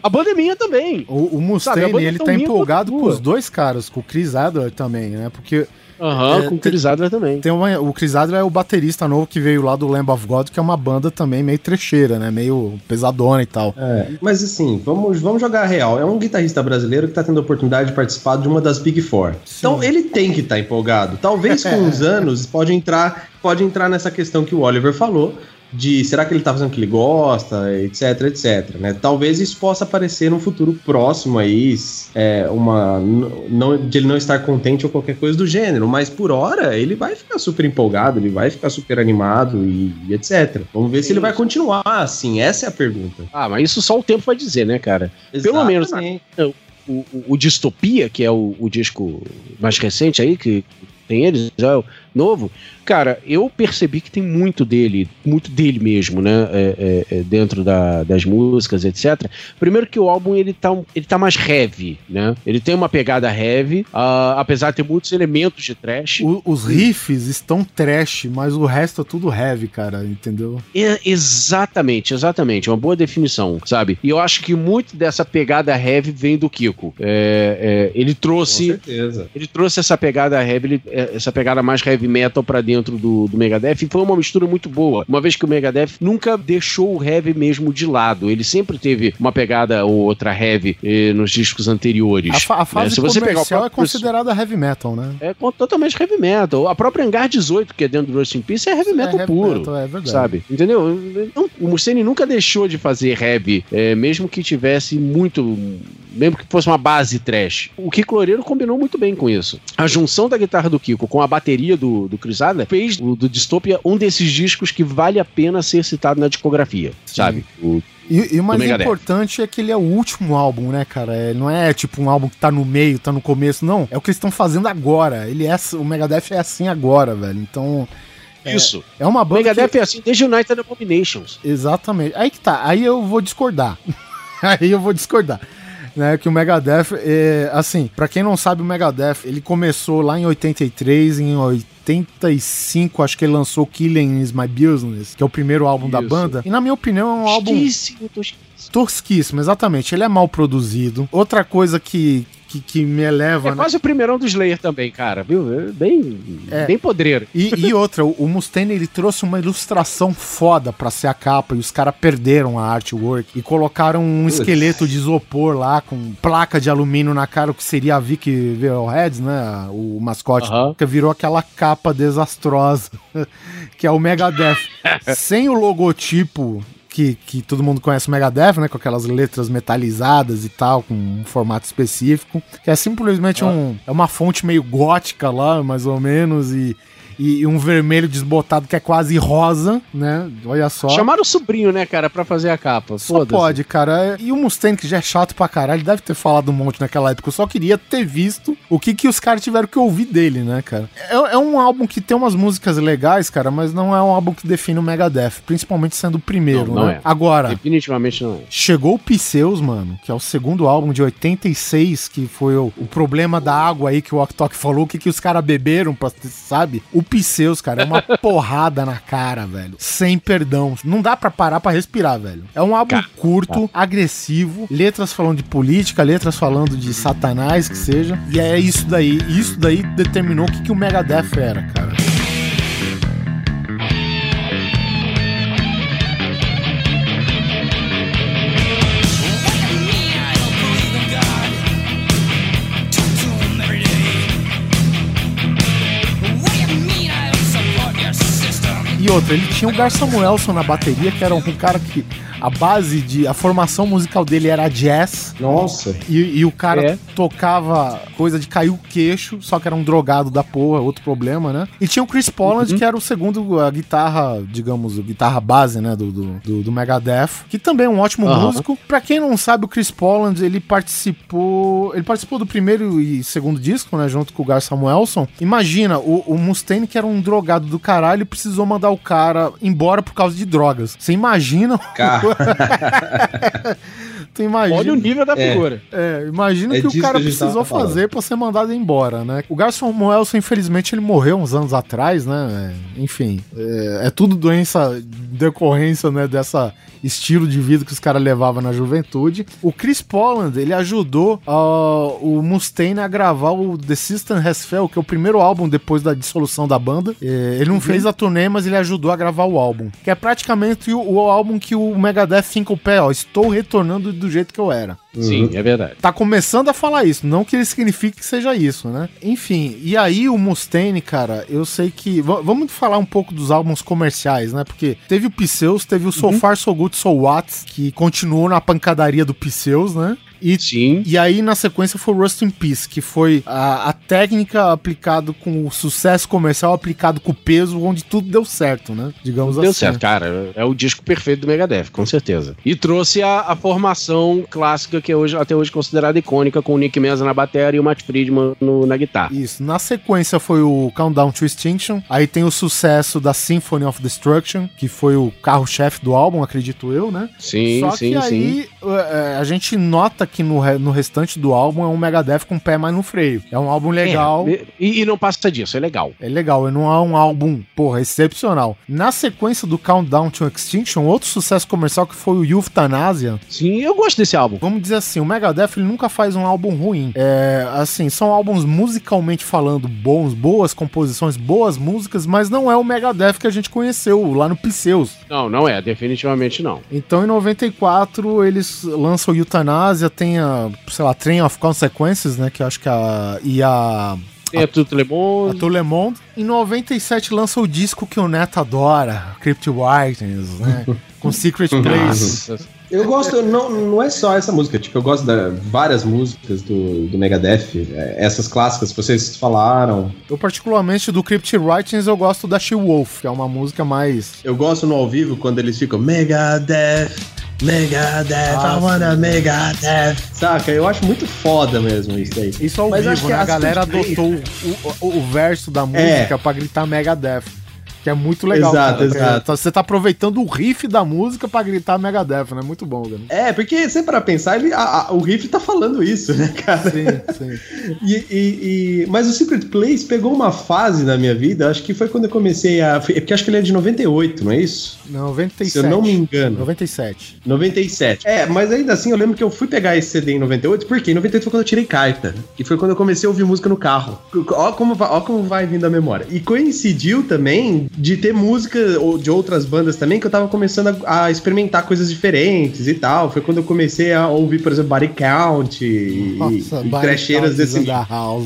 A banda é minha também. O, o Mustaine, ele tá empolgado com os dois caras, com o Chris Adler também, né? Porque... Aham, uhum, é, com o Chris Adler também. Tem uma, o Chris Adler é o baterista novo que veio lá do Lamb of God, que é uma banda também meio trecheira, né? Meio pesadona e tal. É, mas assim, vamos, vamos jogar a real. É um guitarrista brasileiro que tá tendo a oportunidade de participar de uma das Big Four. Sim. Então ele tem que estar tá empolgado. Talvez com os anos pode entrar, pode entrar nessa questão que o Oliver falou, de será que ele tá fazendo o que ele gosta, etc, etc, né? Talvez isso possa aparecer no futuro próximo aí, é, uma, não, de ele não estar contente ou qualquer coisa do gênero, mas por hora ele vai ficar super empolgado, ele vai ficar super animado e, e etcétera. Vamos ver Sim. se ele vai continuar assim, essa é a pergunta. Ah, mas isso só o tempo vai dizer, né, cara? Exatamente. Pelo menos o, o, o Distopia, que é o, o disco mais recente aí, que tem eles, já é o novo, cara, eu percebi que tem muito dele, muito dele mesmo, né, é, é, dentro da, das músicas, etcétera. Primeiro que o álbum, ele tá, ele tá mais heavy, né, ele tem uma pegada heavy, uh, apesar de ter muitos elementos de thrash. O, os riffs estão thrash, mas o resto é tudo heavy, cara, entendeu? É, exatamente, exatamente, uma boa definição, sabe, e eu acho que muito dessa pegada heavy vem do Kiko, é, é, ele trouxe, com certeza. Ele trouxe essa pegada heavy, ele, essa pegada mais heavy metal pra dentro do, do Megadeth, e foi uma mistura muito boa, uma vez que o Megadeth nunca deixou o heavy mesmo de lado, ele sempre teve uma pegada ou outra heavy eh, nos discos anteriores. A, fa a fase né? Se você comercial pegar o próprio... é considerada heavy metal, né? É totalmente heavy metal. A própria Hangar dezoito, que é dentro do Rust in Peace, é heavy metal é heavy puro. Metal, é verdade. Sabe? Entendeu? Não, o Mustaine nunca deixou de fazer heavy, é, mesmo que tivesse muito... mesmo que fosse uma base thrash. O Kiko Loureiro combinou muito bem com isso. A junção da guitarra do Kiko com a bateria do, do Chris Adler fez do, do Dystopia um desses discos que vale a pena ser citado na discografia, Sim. sabe? O, e, e o mais importante é que ele é o último álbum, né, cara? É, não é tipo um álbum que tá no meio, tá no começo, não. É o que eles estão fazendo agora. Ele é, o Megadeth é assim agora, velho. Então... Isso. É, é uma banda o Megadeth que... é assim desde United Abominations. Exatamente. Aí que tá. Aí eu vou discordar. Aí eu vou discordar. Né, que o Megadeth, é, assim, pra quem não sabe, o Megadeth, ele começou lá em oitenta e três, em oitenta e cinco, acho que ele lançou Killing Is My Business, que é o primeiro álbum Isso. da banda, e na minha opinião é um álbum... Tosquíssimo, tosquíssimo. Tosquíssimo, exatamente, ele é mal produzido. Outra coisa que... Que, que me eleva... É quase né? o primeirão do Slayer também, cara, viu? Bem, é. bem podreiro. E, e outra, o Mustaine, ele trouxe uma ilustração foda pra ser a capa, e os caras perderam a artwork e colocaram um Ui. esqueleto de isopor lá, com placa de alumínio na cara, o que seria a Vic Railheads, né? O mascote, uh-huh. que virou aquela capa desastrosa, que é o Megadeth. Sem o logotipo... Que, que todo mundo conhece o Megadeth, né? Com aquelas letras metalizadas e tal, com um formato específico. Que é simplesmente ah. um, é uma fonte meio gótica lá, mais ou menos, e... E um vermelho desbotado que é quase rosa, né? Olha só. Chamaram o sobrinho, né, cara, pra fazer a capa. Só pode, cara. E o Mustaine, que já é chato pra caralho, ele deve ter falado um monte naquela época. Eu só queria ter visto o que, que os caras tiveram que ouvir dele, né, cara? É, é um álbum que tem umas músicas legais, cara, mas não é um álbum que define o Megadeth, principalmente sendo o primeiro, não, não né? É. Agora, definitivamente não é. Chegou o Pseus, mano, que é o segundo álbum de oitenta e seis, que foi o, o problema da água aí que o Ok Tok falou, o que, que os caras beberam, pra, sabe? O Pseus, cara, é uma porrada na cara, velho. Sem perdão. Não dá pra parar pra respirar, velho. É um álbum curto, agressivo, letras falando de política, letras falando de satanás, que seja. E é isso daí. Isso daí determinou o que, que o Megadeth era, cara. E outra, ele tinha o Gar Samuelson na bateria, que era um cara que a base de... a formação musical dele era jazz. Nossa. E, e o cara é. tocava coisa de cair o queixo, só que era um drogado da porra, outro problema, né? E tinha o Chris Poland, uhum. que era o segundo, a guitarra, digamos, a guitarra base, né, do, do, do, do Megadeth, que também é um ótimo uhum. músico. Pra quem não sabe, o Chris Poland, ele participou... ele participou do primeiro e segundo disco, né, junto com o Gar Samuelson. Imagina, o, o Mustaine, que era um drogado do caralho, precisou mandar o cara embora por causa de drogas. Você imagina... Cara. Tu imagina, olha o nível da É. figura. É, imagina É que o disso cara que a gente precisou tava falando. fazer pra ser mandado embora, né? O Garson Moelson, infelizmente, ele morreu uns anos atrás, né? É, Enfim, é, é tudo doença, decorrência, né, dessa estilo de vida que os caras levavam na juventude. O Chris Poland, ele ajudou uh, o Mustaine a gravar o The System Has Failed, que é o primeiro álbum depois da dissolução da banda. É, ele não Uhum. fez a turnê, mas ele ajudou a gravar o álbum, que é praticamente o, o álbum que o Megadeth finca o pé, ó, estou retornando do jeito que eu era. Sim, é verdade. Tá começando a falar isso, não que ele signifique que seja isso, né? Enfim, e aí o Mustaine, cara, eu sei que... v- vamos falar um pouco dos álbuns comerciais, né? Porque teve o Pseus, teve o So Far So Good So What, que continuou na pancadaria do Pseus, né? E, Sim. e aí, na sequência, foi o Rust in Peace, que foi a, a técnica aplicada com o sucesso comercial, aplicado com o peso, onde tudo deu certo, né? Digamos Deu assim. certo, cara. É o disco perfeito do Megadeth, com certeza. E trouxe a, a formação clássica que é hoje, até hoje considerada icônica, com o Nick Menza na bateria e o Matt Friedman no- na guitarra. Isso. Na sequência foi o Countdown to Extinction. Aí tem o sucesso da Symphony of Destruction, que foi o carro-chefe do álbum, acredito eu, né? Sim, Só sim, que sim. aí é, a gente nota que no, re- no restante do álbum é um Megadeth com o pé mais no freio. É um álbum legal. É, e, e não passa disso, é legal. É legal, não é um álbum, porra, excepcional. Na sequência do Countdown to Extinction, outro sucesso comercial que foi o Euthanasia. Sim, eu gosto desse álbum. Vamos dizer assim, o Megadeth ele nunca faz um álbum ruim. É, assim, são álbuns musicalmente falando bons, boas composições, boas músicas, mas não é o Megadeth que a gente conheceu lá no Pseus. Não, não é, definitivamente não. Então, em noventa e quatro, eles lançam o Euthanasia, tem a, sei lá, Train of Consequences, né, que eu acho que a... e a... Tem a Tudo Le A Monde. Tout Le Monde. Em noventa e sete lança o disco que o Neto adora, Crypt Writings, né? Com Secret Place. Nossa. Eu gosto, não, não é só essa música, tipo, eu gosto de várias músicas do, do Megadeth, é, essas clássicas que vocês falaram. Eu, particularmente, do Crypt Writings, eu gosto da She-Wolf, que é uma música mais... Eu gosto no ao vivo quando eles ficam Megadeth, Megadeth, Ah, I wanna sim. Megadeth. Saca? Eu acho muito foda mesmo isso aí. Isso ao Mas acho vivo, que né? A as galera Secret Place- adotou o, o, o verso da música É. pra gritar Megadeth. Que é muito legal. Exato, cara, exato. porque Você tá aproveitando o riff da música pra gritar Megadeth, né? Muito bom, cara. É, porque você para pensar, ele, a- a- o riff tá falando isso, né, cara? Sim, sim. E, e- e- mas o Secret Place pegou uma fase na minha vida, acho que foi quando eu comecei a... é Porque acho que ele é de noventa e oito, não é isso? noventa e sete. Se eu não me engano. noventa e sete. noventa e sete. É, mas ainda assim eu lembro que eu fui pegar esse C D em noventa e oito, porque em noventa e oito foi quando eu tirei carta. E foi quando eu comecei a ouvir música no carro. Ó como, vai- ó como vai vindo a memória. E coincidiu também de ter música ou de outras bandas também, que eu tava começando a, a experimentar coisas diferentes e tal. Foi quando eu comecei a ouvir, por exemplo, Body Count e, Nossa, e trecheiras desse nível. da House.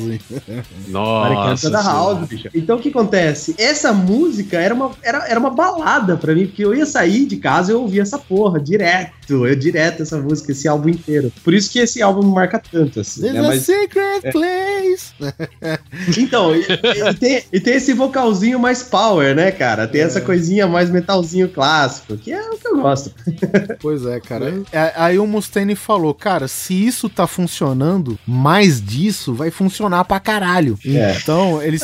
Nossa. da House, Senhora. bicho. Então o que acontece? Essa música era uma, era, era uma balada pra mim, porque eu ia sair de casa e eu ouvia essa porra direto. Eu direto essa música, esse álbum inteiro. Por isso que esse álbum me marca tanto, assim. There's Né? a Mas, secret place. então, e, e tem, e tem esse vocalzinho mais power, né, cara? Tem essa coisinha mais metalzinho clássico, que é o que eu gosto. Pois é, cara. É, aí o Mustaine falou, cara, se isso tá funcionando, mais disso vai funcionar pra caralho. É. Então, eles...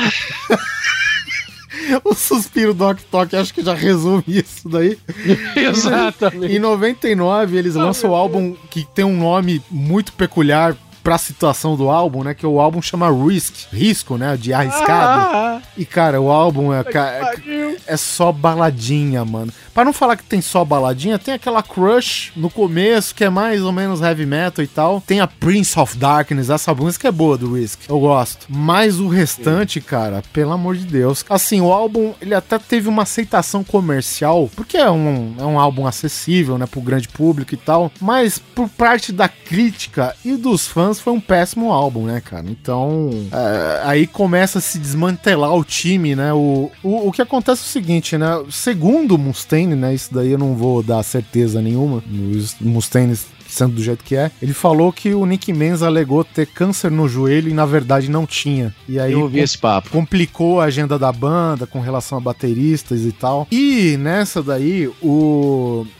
O suspiro do Ok Tok, acho que já resume isso daí. Exatamente. Em noventa e nove, eles lançam o álbum que tem um nome muito peculiar pra situação do álbum, né? Que o álbum chama Risk, risco, né? De arriscado. Ah, E, cara, o álbum é, ca- é, é só baladinha, mano. Pra não falar que tem só baladinha, tem aquela Crush no começo, que é mais ou menos heavy metal e tal. Tem a Prince of Darkness, essa música é boa do Risk, eu gosto. Mas o restante, cara, pelo amor de Deus. Assim, o álbum, ele até teve uma aceitação comercial, porque é um, é um álbum acessível, né, pro grande público e tal. Mas por parte da crítica e dos fãs, foi um péssimo álbum, né, cara? Então, é, aí começa a se desmantelar o time, né? O, o, o que acontece é o seguinte, né? Segundo o Mustaine, né? Isso daí eu não vou dar certeza nenhuma. O Mustaine sendo do jeito que é. Ele falou que o Nick Menza alegou ter câncer no joelho e na verdade não tinha. E aí eu ouvi esse papo. complicou a agenda da banda com relação a bateristas e tal. E nessa daí, o...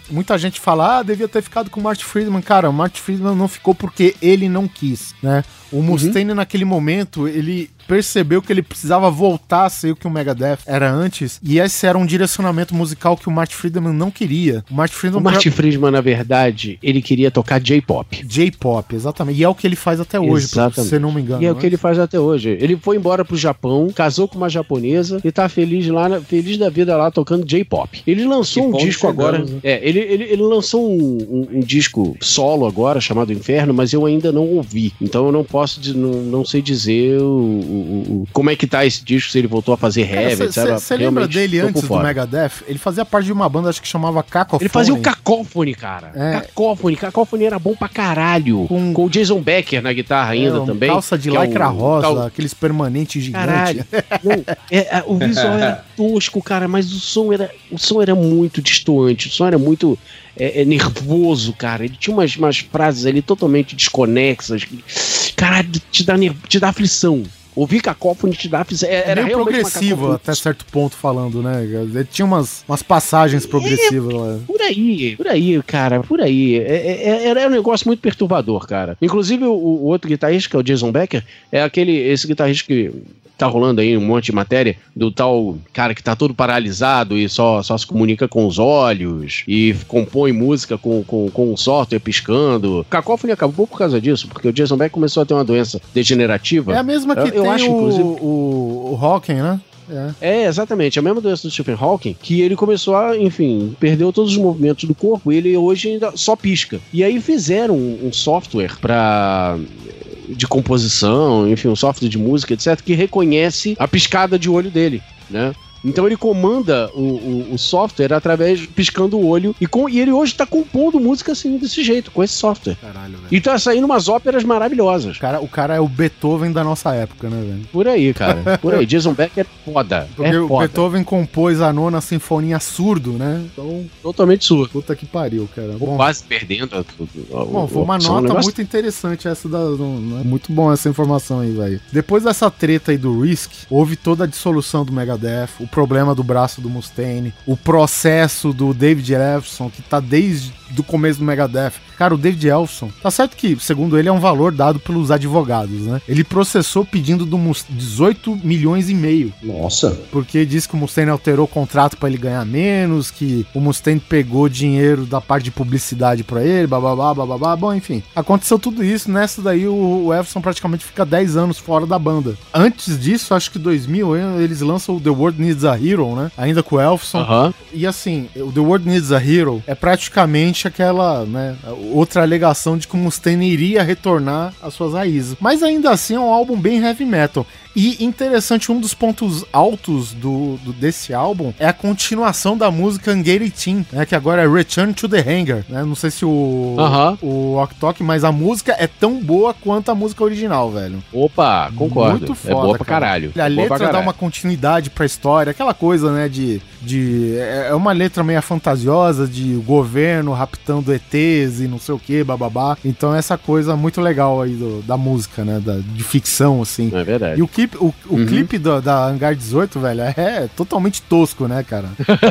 muita gente fala, ah, devia ter ficado com o Marty Friedman. Cara, o Marty Friedman não ficou porque ele não quis, né? O Mustaine, uhum. naquele momento, ele percebeu que ele precisava voltar a ser o que o Megadeth era antes, e esse era um direcionamento musical que o Marty Friedman não queria. O Marty Friedman, o Marty pra... Friedman, na verdade, ele queria tocar J-pop. J-pop, exatamente. E é o que ele faz até hoje, se você não me engano. E é né? o que ele faz até hoje. Ele foi embora pro Japão, casou com uma japonesa e tá feliz lá, feliz da vida lá, tocando J-pop. Ele lançou que um disco agora... Né? É, ele, ele, ele lançou um, um, um disco solo agora, chamado Inferno, mas eu ainda não ouvi. Então eu não posso, não, não sei dizer o, o, o, como é que tá esse disco, se ele voltou a fazer heavy, etcétera. Você lembra dele antes do Megadeth? Ele fazia parte de uma banda, acho que chamava Cacophony. Ele fazia o Cacophony, cara. É. Cacophony. Cacophony era bom pra caralho. Com, com o Jason Becker na guitarra ainda é, um também. Calça de lycra é um, rosa, tal... aqueles permanentes gigantes. Caralho. Não, é, é, o visual era tosco, cara, mas o som era, o som era muito distoante, o som era muito... É, é nervoso, cara. Ele tinha umas, umas frases ali totalmente desconexas. Que, caralho, te dá, te dá aflição. Ouvir Cacophony te dá aflição. É, era meio progressivo até certo ponto falando, né? Ele tinha umas, umas passagens progressivas é, lá. Por aí, por aí, cara, por aí. É, é, era um negócio muito perturbador, cara. Inclusive, o, o outro guitarrista, que é o Jason Becker, é aquele, esse guitarrista que... tá rolando aí um monte de matéria do tal cara que tá todo paralisado e só, só se comunica com os olhos e compõe música com, com, com um software piscando. Cacophony acabou por causa disso, porque o Jason Beck começou a ter uma doença degenerativa. É a mesma que eu, tem eu acho, o, inclusive... o, o Hawking, né? É. é, exatamente, a mesma doença do Stephen Hawking, que ele começou a, enfim, perdeu todos os movimentos do corpo e ele hoje ainda só pisca. E aí fizeram um, um software pra... de composição, enfim, um software de música, etcétera, que reconhece a piscada de olho dele, né? Então ele comanda o, o, o software através, piscando o olho, e, com, e ele hoje tá compondo música assim, desse jeito, com esse software. Caralho, velho. E tá saindo umas óperas maravilhosas. O cara, o cara é o Beethoven da nossa época, né, velho? Por aí, cara. Por aí. Jason Becker é foda. Porque é o foda. Beethoven compôs a nona sinfonia surdo, né? Então, totalmente surdo. Puta que pariu, cara. Bom, quase perdendo. A, a, bom, foi uma nota um muito interessante essa da... Não, é muito bom essa informação aí, velho. Depois dessa treta aí do Risk, houve toda a dissolução do Megadeth, o problema do braço do Mustaine, o processo do David Ellefson, que tá desde do começo do Megadeth. Cara, o David Ellefson, tá certo que, segundo ele, é um valor dado pelos advogados, né? Ele processou pedindo do dezoito milhões e meio. Nossa. Porque disse que o Mustaine alterou o contrato pra ele ganhar menos, que o Mustaine pegou dinheiro da parte de publicidade pra ele, bababá, bababá. Bom, enfim. Aconteceu tudo isso. Nessa daí, o, o Ellefson praticamente fica dez anos fora da banda. Antes disso, acho que em dois mil, eles lançam o The World Needs a Hero, né? Ainda com o Ellefson. Uh-huh. E assim, o The World Needs a Hero é praticamente aquela, né, outra alegação de que o Mustaine iria retornar às suas raízes. Mas ainda assim é um álbum bem heavy metal. E interessante, um dos pontos altos do, do, desse álbum é a continuação da música Ungated Teen, né, que agora é Return to the Hangar, né? Não sei se o, uh-huh. o Ok Tok, mas a música é tão boa quanto a música original, velho. Opa, concordo. Muito foda, é boa pra cara. caralho. A é letra dá uma continuidade pra história, aquela coisa, né, de, de... É uma letra meio fantasiosa de governo raptando E Tês e não sei o que, bababá. Então essa coisa muito legal aí do, da música, né, da, de ficção, assim. É verdade. E o clipe, o, o uhum. clipe do, da Hangar dezoito, velho, é totalmente tosco, né, cara?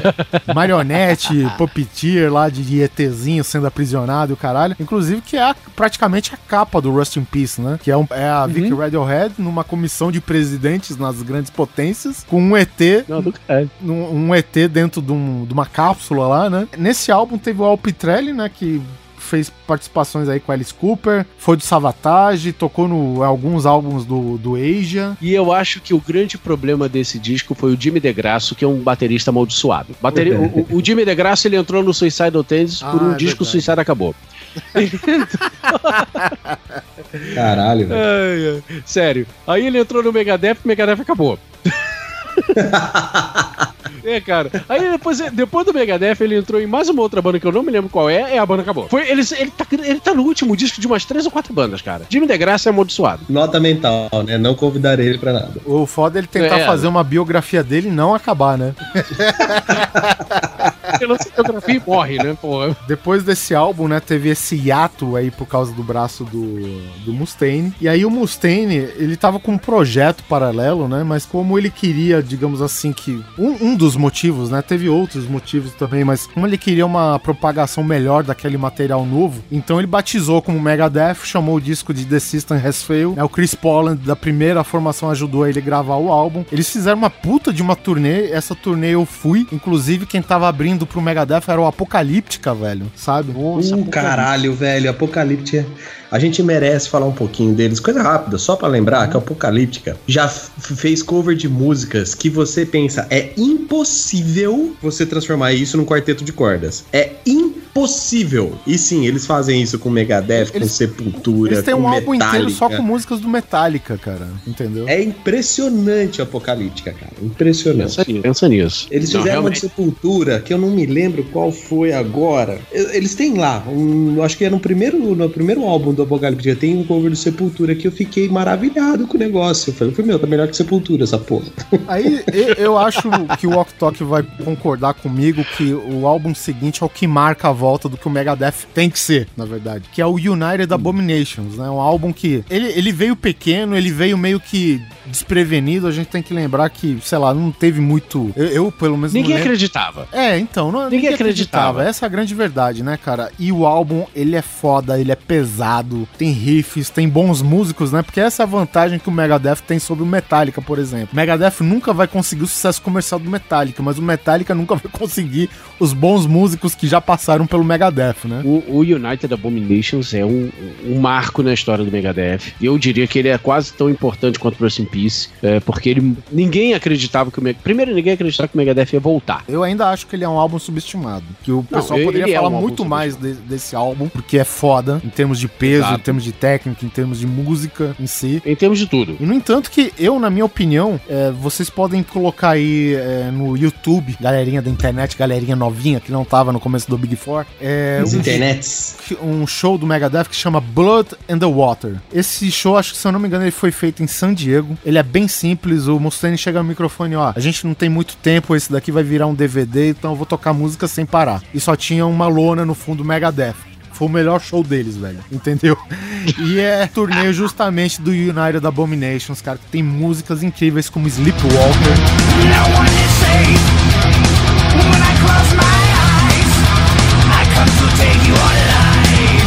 Marionete, puppeteer lá de, de ETzinho sendo aprisionado e o caralho. Inclusive que é a, praticamente a capa do Rust in Peace, né? Que é, um, é a uhum. Vic Radiohead numa comissão de presidentes nas grandes potências, com um E T, Não, do caralho. um, um E T dentro de, um, de uma cápsula lá, né? Nesse álbum teve o Al Pitrelli, né, que fez participações aí com Alice Cooper, foi do Savatage, tocou no alguns álbuns do, do Asia. E eu acho que o grande problema desse disco foi o Jimmy DeGrasso, que é um baterista amaldiçoado. Bateri- o, o, o Jimmy DeGrasso, ele entrou no Suicidal Tendencies ah, por um é disco, o Suicide acabou. Caralho, velho. Sério. Aí ele entrou no Megadeth, o Megadeth acabou. É, cara. Aí depois, depois do Megadeth, ele entrou em mais uma outra banda que eu não me lembro qual é, e a banda acabou. Foi, ele, ele, tá, ele tá no último disco de umas três ou quatro bandas, cara. Jimmy DeGrasso é amaldiçoado. Nota mental, né? Não convidar ele pra nada. O foda é ele tentar é. fazer uma biografia dele e não acabar, né? lança a biografia e morre, né, porra? Depois desse álbum, né, teve esse hiato aí por causa do braço do, do Mustaine. E aí o Mustaine, ele tava com um projeto paralelo, né, mas como ele queria, digamos assim, que... Um, um dos motivos, né, teve outros motivos também, mas como ele queria uma propagação melhor daquele material novo, então ele batizou como Megadeth, chamou o disco de The System Has Failed, né, o Chris Poland, da primeira formação, ajudou ele a gravar o álbum. Eles fizeram uma puta de uma turnê, essa turnê eu fui, inclusive quem tava abrindo pro Megadeth era o Apocalíptica, velho, sabe? Nossa, uh, caralho, velho, Apocalíptica. A gente merece falar um pouquinho deles. Coisa rápida, só pra lembrar que a Apocalíptica já f- fez cover de músicas que você pensa, é impossível você transformar isso num quarteto de cordas. É impossível. E sim, eles fazem isso com Megadeth, eles, com Sepultura, eles têm com um álbum Metallica. Inteiro só com músicas do Metallica, cara. Entendeu? É impressionante a Apocalíptica, cara. Impressionante. Pensa nisso. Pensa nisso. Eles não, fizeram realmente... uma de Sepultura, que eu não me lembro qual foi agora. Eles têm lá, um, acho que é no primeiro, no primeiro álbum do Apocalíptica, tem um cover do Sepultura que eu fiquei maravilhado com o negócio. Eu falei, meu, tá melhor que Sepultura essa porra. Aí eu, eu acho que o Ok Tok vai concordar comigo que o álbum seguinte é o que marca a volta do que o Megadeth tem que ser, na verdade. Que é o United Abominations, né? Um álbum que... Ele, ele veio pequeno, ele veio meio que desprevenido. A gente tem que lembrar que, sei lá, não teve muito... Eu, eu pelo menos... Ninguém acreditava. É, então... Não, ninguém, ninguém acreditava. acreditava. Essa é a grande verdade, né, cara? E o álbum, ele é foda, ele é pesado, tem riffs, tem bons músicos, né? Porque essa é a vantagem que o Megadeth tem sobre o Metallica, por exemplo. O Megadeth nunca vai conseguir o sucesso comercial do Metallica, mas o Metallica nunca vai conseguir os bons músicos que já passaram pelo Megadeth, né? O, o United Abominations é um, um marco na história do Megadeth. E eu diria que ele é quase tão importante quanto o Rest in Peace, é, porque ele, ninguém acreditava que o Megadeth... Primeiro, ninguém acreditava que o Megadeth ia voltar. Eu ainda acho que ele é um álbum subestimado. Que o Não, pessoal poderia falar é um muito mais de, desse álbum, porque é foda em termos de peso, Exato. Em termos de técnica, em termos de música em si. Em termos de tudo. E no entanto que eu, na minha opinião, é, vocês podem colocar aí é, no YouTube, galerinha da internet, galerinha novinha que não tava no começo do Big Four, é, Os um, internets. um show do Megadeth que chama Blood and the Water. Esse show, acho que se eu não me engano, ele foi feito em San Diego. Ele é bem simples, o Mustaine chega no microfone, ó, a gente não tem muito tempo, esse daqui vai virar um D V D, então eu vou tocar música sem parar. E só tinha uma lona no fundo do Megadeth. Foi o melhor show deles, velho. Entendeu? E é turnê justamente do United Abominations, cara, que tem músicas incríveis como Sleepwalker. No one is safe when I close my eyes. I come to take you alive.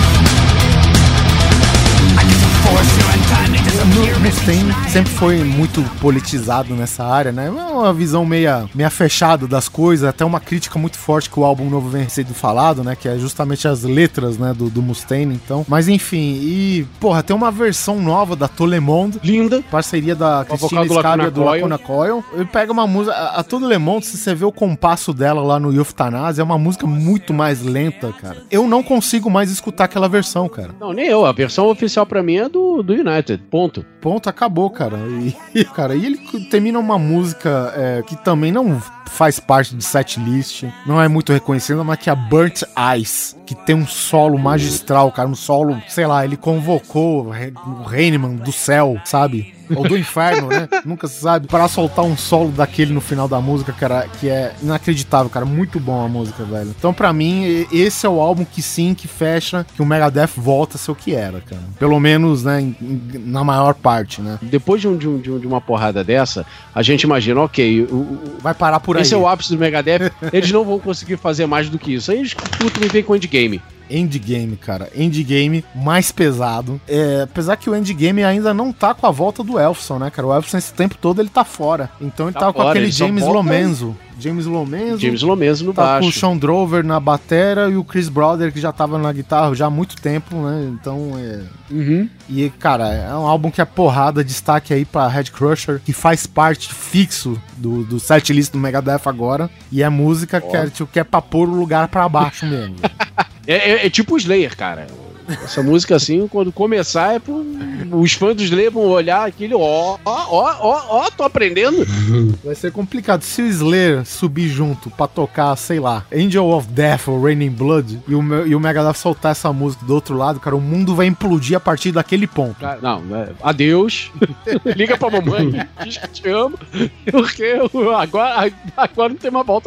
I get to force you and time to disappear. O Mustaine sempre foi muito politizado nessa área, né? Uma visão meia, meia fechada das coisas, até uma crítica muito forte que o álbum novo vem sendo falado, né? Que é justamente as letras, né? Do, do Mustaine, então. Mas enfim, e, porra, tem uma versão nova da Tolemonde. Linda. Parceria da Cristina Scabia do Lacuna Coil. Ele pega uma música... A, a Tolemonde, se você vê o compasso dela lá no Euthanasia, é uma música muito mais lenta, cara. Eu não consigo mais escutar aquela versão, cara. Não, nem eu. A versão oficial pra mim é do, do United. Ponto. Ponto, acabou, cara. E, cara, e ele termina uma música é, que também não faz parte de setlist, não é muito reconhecida, mas que é a Burnt Eyes, que tem um solo magistral, cara, um solo, sei lá, ele convocou o Heinemann do céu, sabe? Ou do inferno, né? Nunca se sabe. Para soltar um solo daquele no final da música, cara, que é inacreditável, cara. Muito bom a música, velho. Então, pra mim, esse é o álbum que sim, que fecha, que o Megadeth volta a ser o que era, cara. Pelo menos, né, em, em, na maior parte, né? Depois de, um, de, um, de uma porrada dessa, a gente imagina, ok, o, o, vai parar por aí. Esse é o ápice do Megadeth, eles não vão conseguir fazer mais do que isso. Aí eles puto, me vem com o Endgame. Endgame, cara. Endgame mais pesado. É, apesar que o Endgame ainda não tá com a volta do Elfson, né, cara? O Elfson esse tempo todo ele tá fora. Então ele tá, tá com fora, aquele James Lomenzo. James Lomenzo. James Lomenzo no tá baixo. Com o Sean Drover na batera e o Chris Brother que já tava na guitarra já há muito tempo, né? Então é... Uhum. E, cara, é um álbum que é porrada. Destaque aí pra Head Crusher, que faz parte fixo do, do setlist do Megadeth agora. E é música oh. que, é, tipo, que é pra pôr o lugar pra baixo mesmo. É, é, é tipo o Slayer, cara. Essa música assim, quando começar, é pro... os fãs do Slayer vão olhar aquele, ó, ó, ó, ó, tô aprendendo. Vai ser complicado. Se o Slayer subir junto pra tocar, sei lá, Angel of Death ou Raining Blood, e o, e o Megadeth soltar essa música do outro lado, cara, o mundo vai implodir a partir daquele ponto. Cara, não, é, adeus. Liga pra mamãe, diz que te amo, porque agora, agora não tem mais volta, não.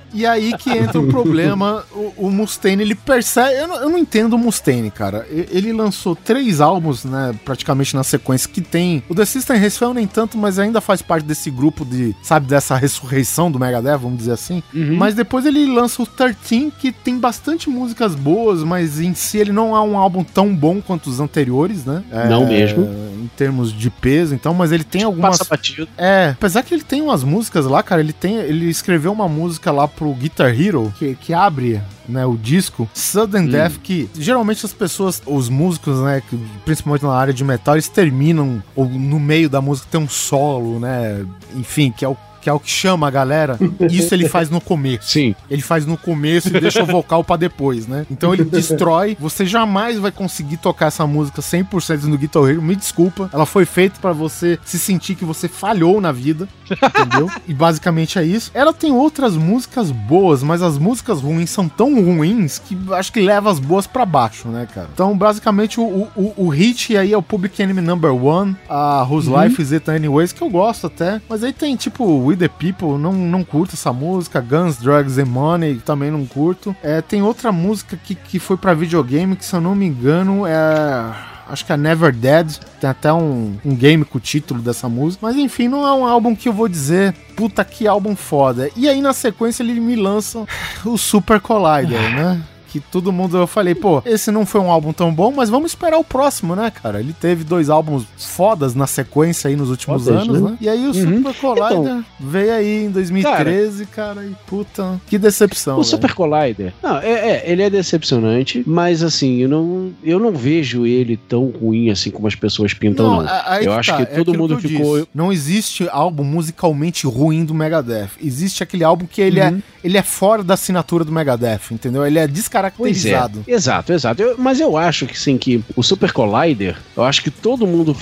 E aí que entra o problema, o, o Mustaine, ele percebe... Eu não, eu não entendo o Mustaine, cara. Ele lançou três álbuns, né, praticamente na sequência, que tem... O The System Resfell nem tanto, mas ainda faz parte desse grupo de, sabe, dessa ressurreição do Megadeth, vamos dizer assim. Uhum. Mas depois ele lança o treze, que tem bastante músicas boas, mas em si ele não é um álbum tão bom quanto os anteriores, né? Não é, mesmo. Em termos de peso, então, mas ele tem algumas... Passa batido. É, apesar que ele tem umas músicas lá, cara, ele tem... Ele escreveu uma música lá pro Guitar Hero, que, que abre, né, o disco, Sudden hum. Death, que geralmente as pessoas, os músicos, né, que, principalmente na área de metal, eles terminam, ou no meio da música tem um solo, né, enfim, que é o que é o que chama a galera, isso ele faz no começo. Sim. Ele faz no começo e deixa o vocal pra depois, né? Então ele destrói, você jamais vai conseguir tocar essa música cem por cento no Guitar Hero, me desculpa, ela foi feita pra você se sentir que você falhou na vida, entendeu? E basicamente é isso. Ela tem outras músicas boas, mas as músicas ruins são tão ruins que acho que leva as boas pra baixo, né, cara? Então, basicamente, o, o, o hit aí é o Public Enemy Number One, a Whose uhum. Life Is It Anyways, que eu gosto até, mas aí tem, tipo, We The People, não, não curto essa música, Guns, Drugs and Money, também não curto. É, tem outra música que, que foi pra videogame, que se eu não me engano é... Acho que é Never Dead, tem até um, um game com o título dessa música, mas enfim, não é um álbum que eu vou dizer, puta que álbum foda. E aí na sequência ele me lança o Super Collider, né? Que todo mundo, eu falei, pô, esse não foi um álbum tão bom, mas vamos esperar o próximo, né, cara? Ele teve dois álbuns fodas na sequência aí nos últimos fodas, anos, né? né? E aí o uhum. Super Collider então, veio aí em dois mil e treze, cara, cara, e puta, que decepção. O véio. Super Collider, não, é, é, ele é decepcionante, mas assim, eu não, eu não vejo ele tão ruim assim como as pessoas pintam, não. não. A, eu acho tá, que todo é mundo que ficou... Disse. Não existe álbum musicalmente ruim do Megadeth. Existe aquele álbum que ele, uhum. é, ele é fora da assinatura do Megadeth, entendeu? Ele é descaracterizado. caracterizado. É, exato, exato. Eu, mas eu acho que sim, que o Super Collider, eu acho que todo mundo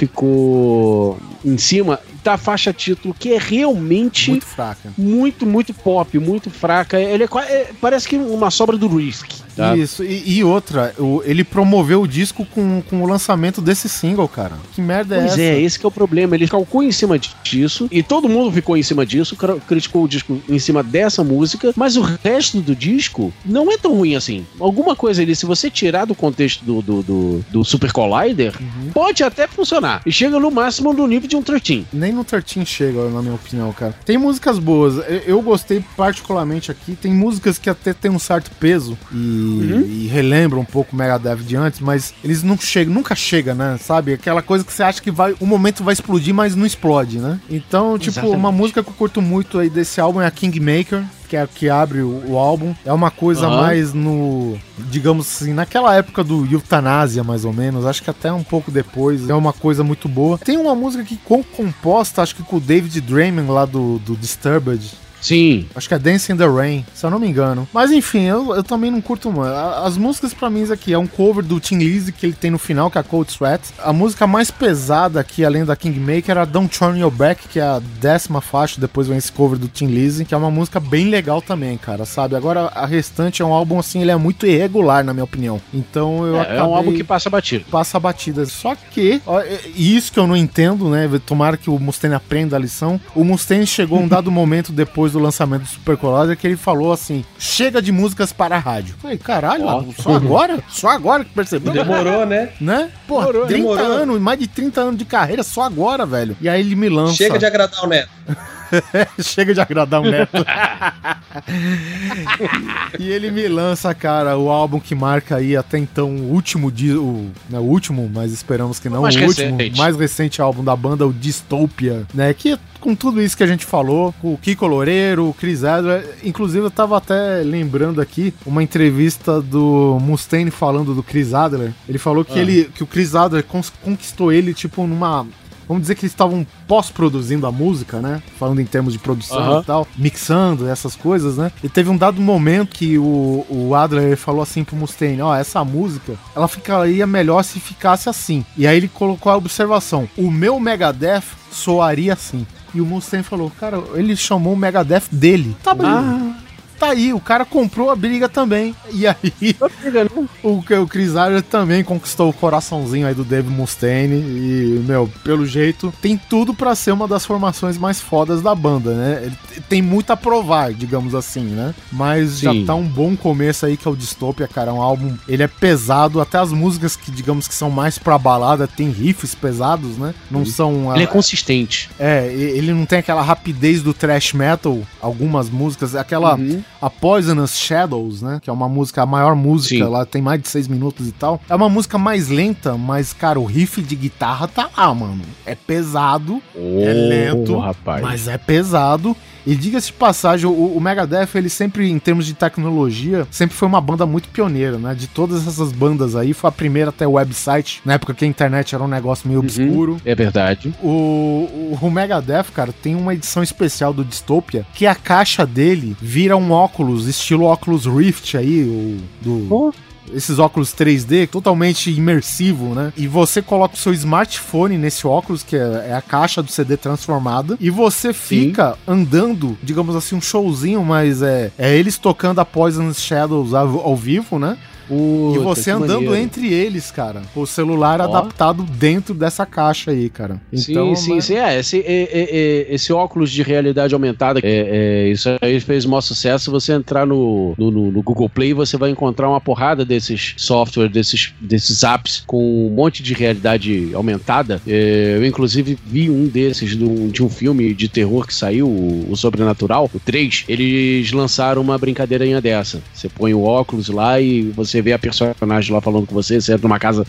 ficou em cima da faixa título, que é realmente muito fraca. Muito, muito pop, muito fraca. Ele é, é parece que uma sobra do Risk. Tá? Isso, e, e outra, o, ele promoveu o disco com, com o lançamento desse single, cara. Que merda é pois essa? Pois é, esse que é o problema. Ele calcou em cima disso, e todo mundo ficou em cima disso, criticou o disco em cima dessa música, mas o resto do disco não é tão ruim assim. Alguma coisa ali, se você tirar do contexto do, do, do, do Super Collider, uhum. pode até funcionar. E chega no máximo no nível de um treze. Nem no treze chega, na minha opinião, cara. Tem músicas boas. Eu, eu gostei particularmente aqui. Tem músicas que até tem um certo peso e Uhum. e relembra um pouco o Megadeth de antes, mas eles não chegam, nunca chegam, né, sabe? Aquela coisa que você acha que vai, um momento vai explodir, mas não explode, né? Então, tipo, exatamente. Uma música que eu curto muito aí desse álbum é a Kingmaker, que é a que abre o, o álbum. É uma coisa uhum. mais no, digamos assim, naquela época do Eutanásia, mais ou menos, acho que até um pouco depois, é uma coisa muito boa. Tem uma música que composta, acho que com o David Draiman lá do, do Disturbed. Sim. Acho que é Dancing in the Rain, se eu não me engano. Mas enfim, eu, eu também não curto muito. As músicas pra mim, isso aqui é um cover do Tin Lizzy que ele tem no final, que é a Cold Sweat. A música mais pesada aqui, além da Kingmaker, é a Don't Turn Your Back, que é a décima faixa, depois vem esse cover do Tin Lizzy, que é uma música bem legal também, cara, sabe? Agora, a restante é um álbum, assim, ele é muito irregular, na minha opinião. Então, eu é, acabei... É um álbum que passa batido. Passa batida. Só que, ó, isso que eu não entendo, né? Tomara que o Mustaine aprenda a lição. O Mustaine chegou um dado momento depois do lançamento do Super Collider que ele falou assim, chega de músicas para a rádio. Falei, caralho, oh. só agora? Só agora que percebeu? Demorou, né? Né? Pô, Demorou, trinta demorou. anos, mais de trinta anos de carreira, só agora, velho. E aí ele me lança... Chega de agradar o Neto. Chega de agradar o Neto. E ele me lança, cara, o álbum que marca aí até então o último dia, o, né, o último, mas esperamos que não, o, o último, mais recente álbum da banda, o Dystopia, né, que com tudo isso que a gente falou, o Kiko Loureiro, o Chris Adler, inclusive eu tava até lembrando aqui uma entrevista do Mustaine falando do Chris Adler, ele falou que, ah. ele, que o Chris Adler conquistou ele, tipo, numa... Vamos dizer que eles estavam pós-produzindo a música, né? Falando em termos de produção uhum. e tal, mixando essas coisas, né? E teve um dado momento que o, o Adler falou assim pro Mustaine, ó, oh, essa música, ela ficaria melhor se ficasse assim. E aí ele colocou a observação, o meu Megadeth soaria assim. E o Mustaine falou, cara, ele chamou o Megadeth dele. Tá bom. Ah. Tá aí, o cara comprou a briga também. E aí... O, o Chris Isaac também conquistou o coraçãozinho aí do Dave Mustaine e, meu, pelo jeito, tem tudo pra ser uma das formações mais fodas da banda, né? Ele tem muito a provar, digamos assim, né? Mas Sim. já tá um bom começo aí, que é o Dystopia, cara, é um álbum, ele é pesado, até as músicas que, digamos que são mais pra balada, tem riffs pesados, né? Não Sim. são... Ele a... é consistente. É, ele não tem aquela rapidez do thrash metal, algumas músicas, aquela uhum. a Poisonous Shadows, né? Que é uma música, a maior música, Sim. lá tem mais de seis minutos e tal. É uma música mais lenta, mas, cara, o riff de guitarra tá lá, mano. É pesado, oh, é lento, rapaz. Mas é pesado. E diga-se de passagem, o, o Megadeth, ele sempre, em termos de tecnologia, sempre foi uma banda muito pioneira, né? De todas essas bandas aí, foi a primeira até o website, na época que a internet era um negócio meio uhum, obscuro. É verdade. O, o, o Megadeth, cara, tem uma edição especial do Dystopia, que a caixa dele vira um óculos, estilo óculos Rift aí, o, do... Oh. Esses óculos três D, totalmente imersivo, né? E você coloca o seu smartphone nesse óculos, que é a caixa do C D transformada, e você fica Sim. andando, digamos assim, um showzinho, mas é, é eles tocando a Poisonous Shadows ao, ao vivo, né? Puta, e você andando maneiro. Entre eles, cara. O celular oh. adaptado dentro dessa caixa aí, cara. Então, sim, sim, mas... sim. É, esse, é, é, é, esse óculos de realidade aumentada, é, é, isso aí fez o maior sucesso. Você entrar no, no, no Google Play, você vai encontrar uma porrada desses softwares, desses, desses apps com um monte de realidade aumentada. É, eu, inclusive, vi um desses de um, de um filme de terror que saiu, o, o Sobrenatural, o três. Eles lançaram uma brincadeirinha dessa. Você põe o óculos lá e você vê a personagem lá falando com você, você entra numa casa,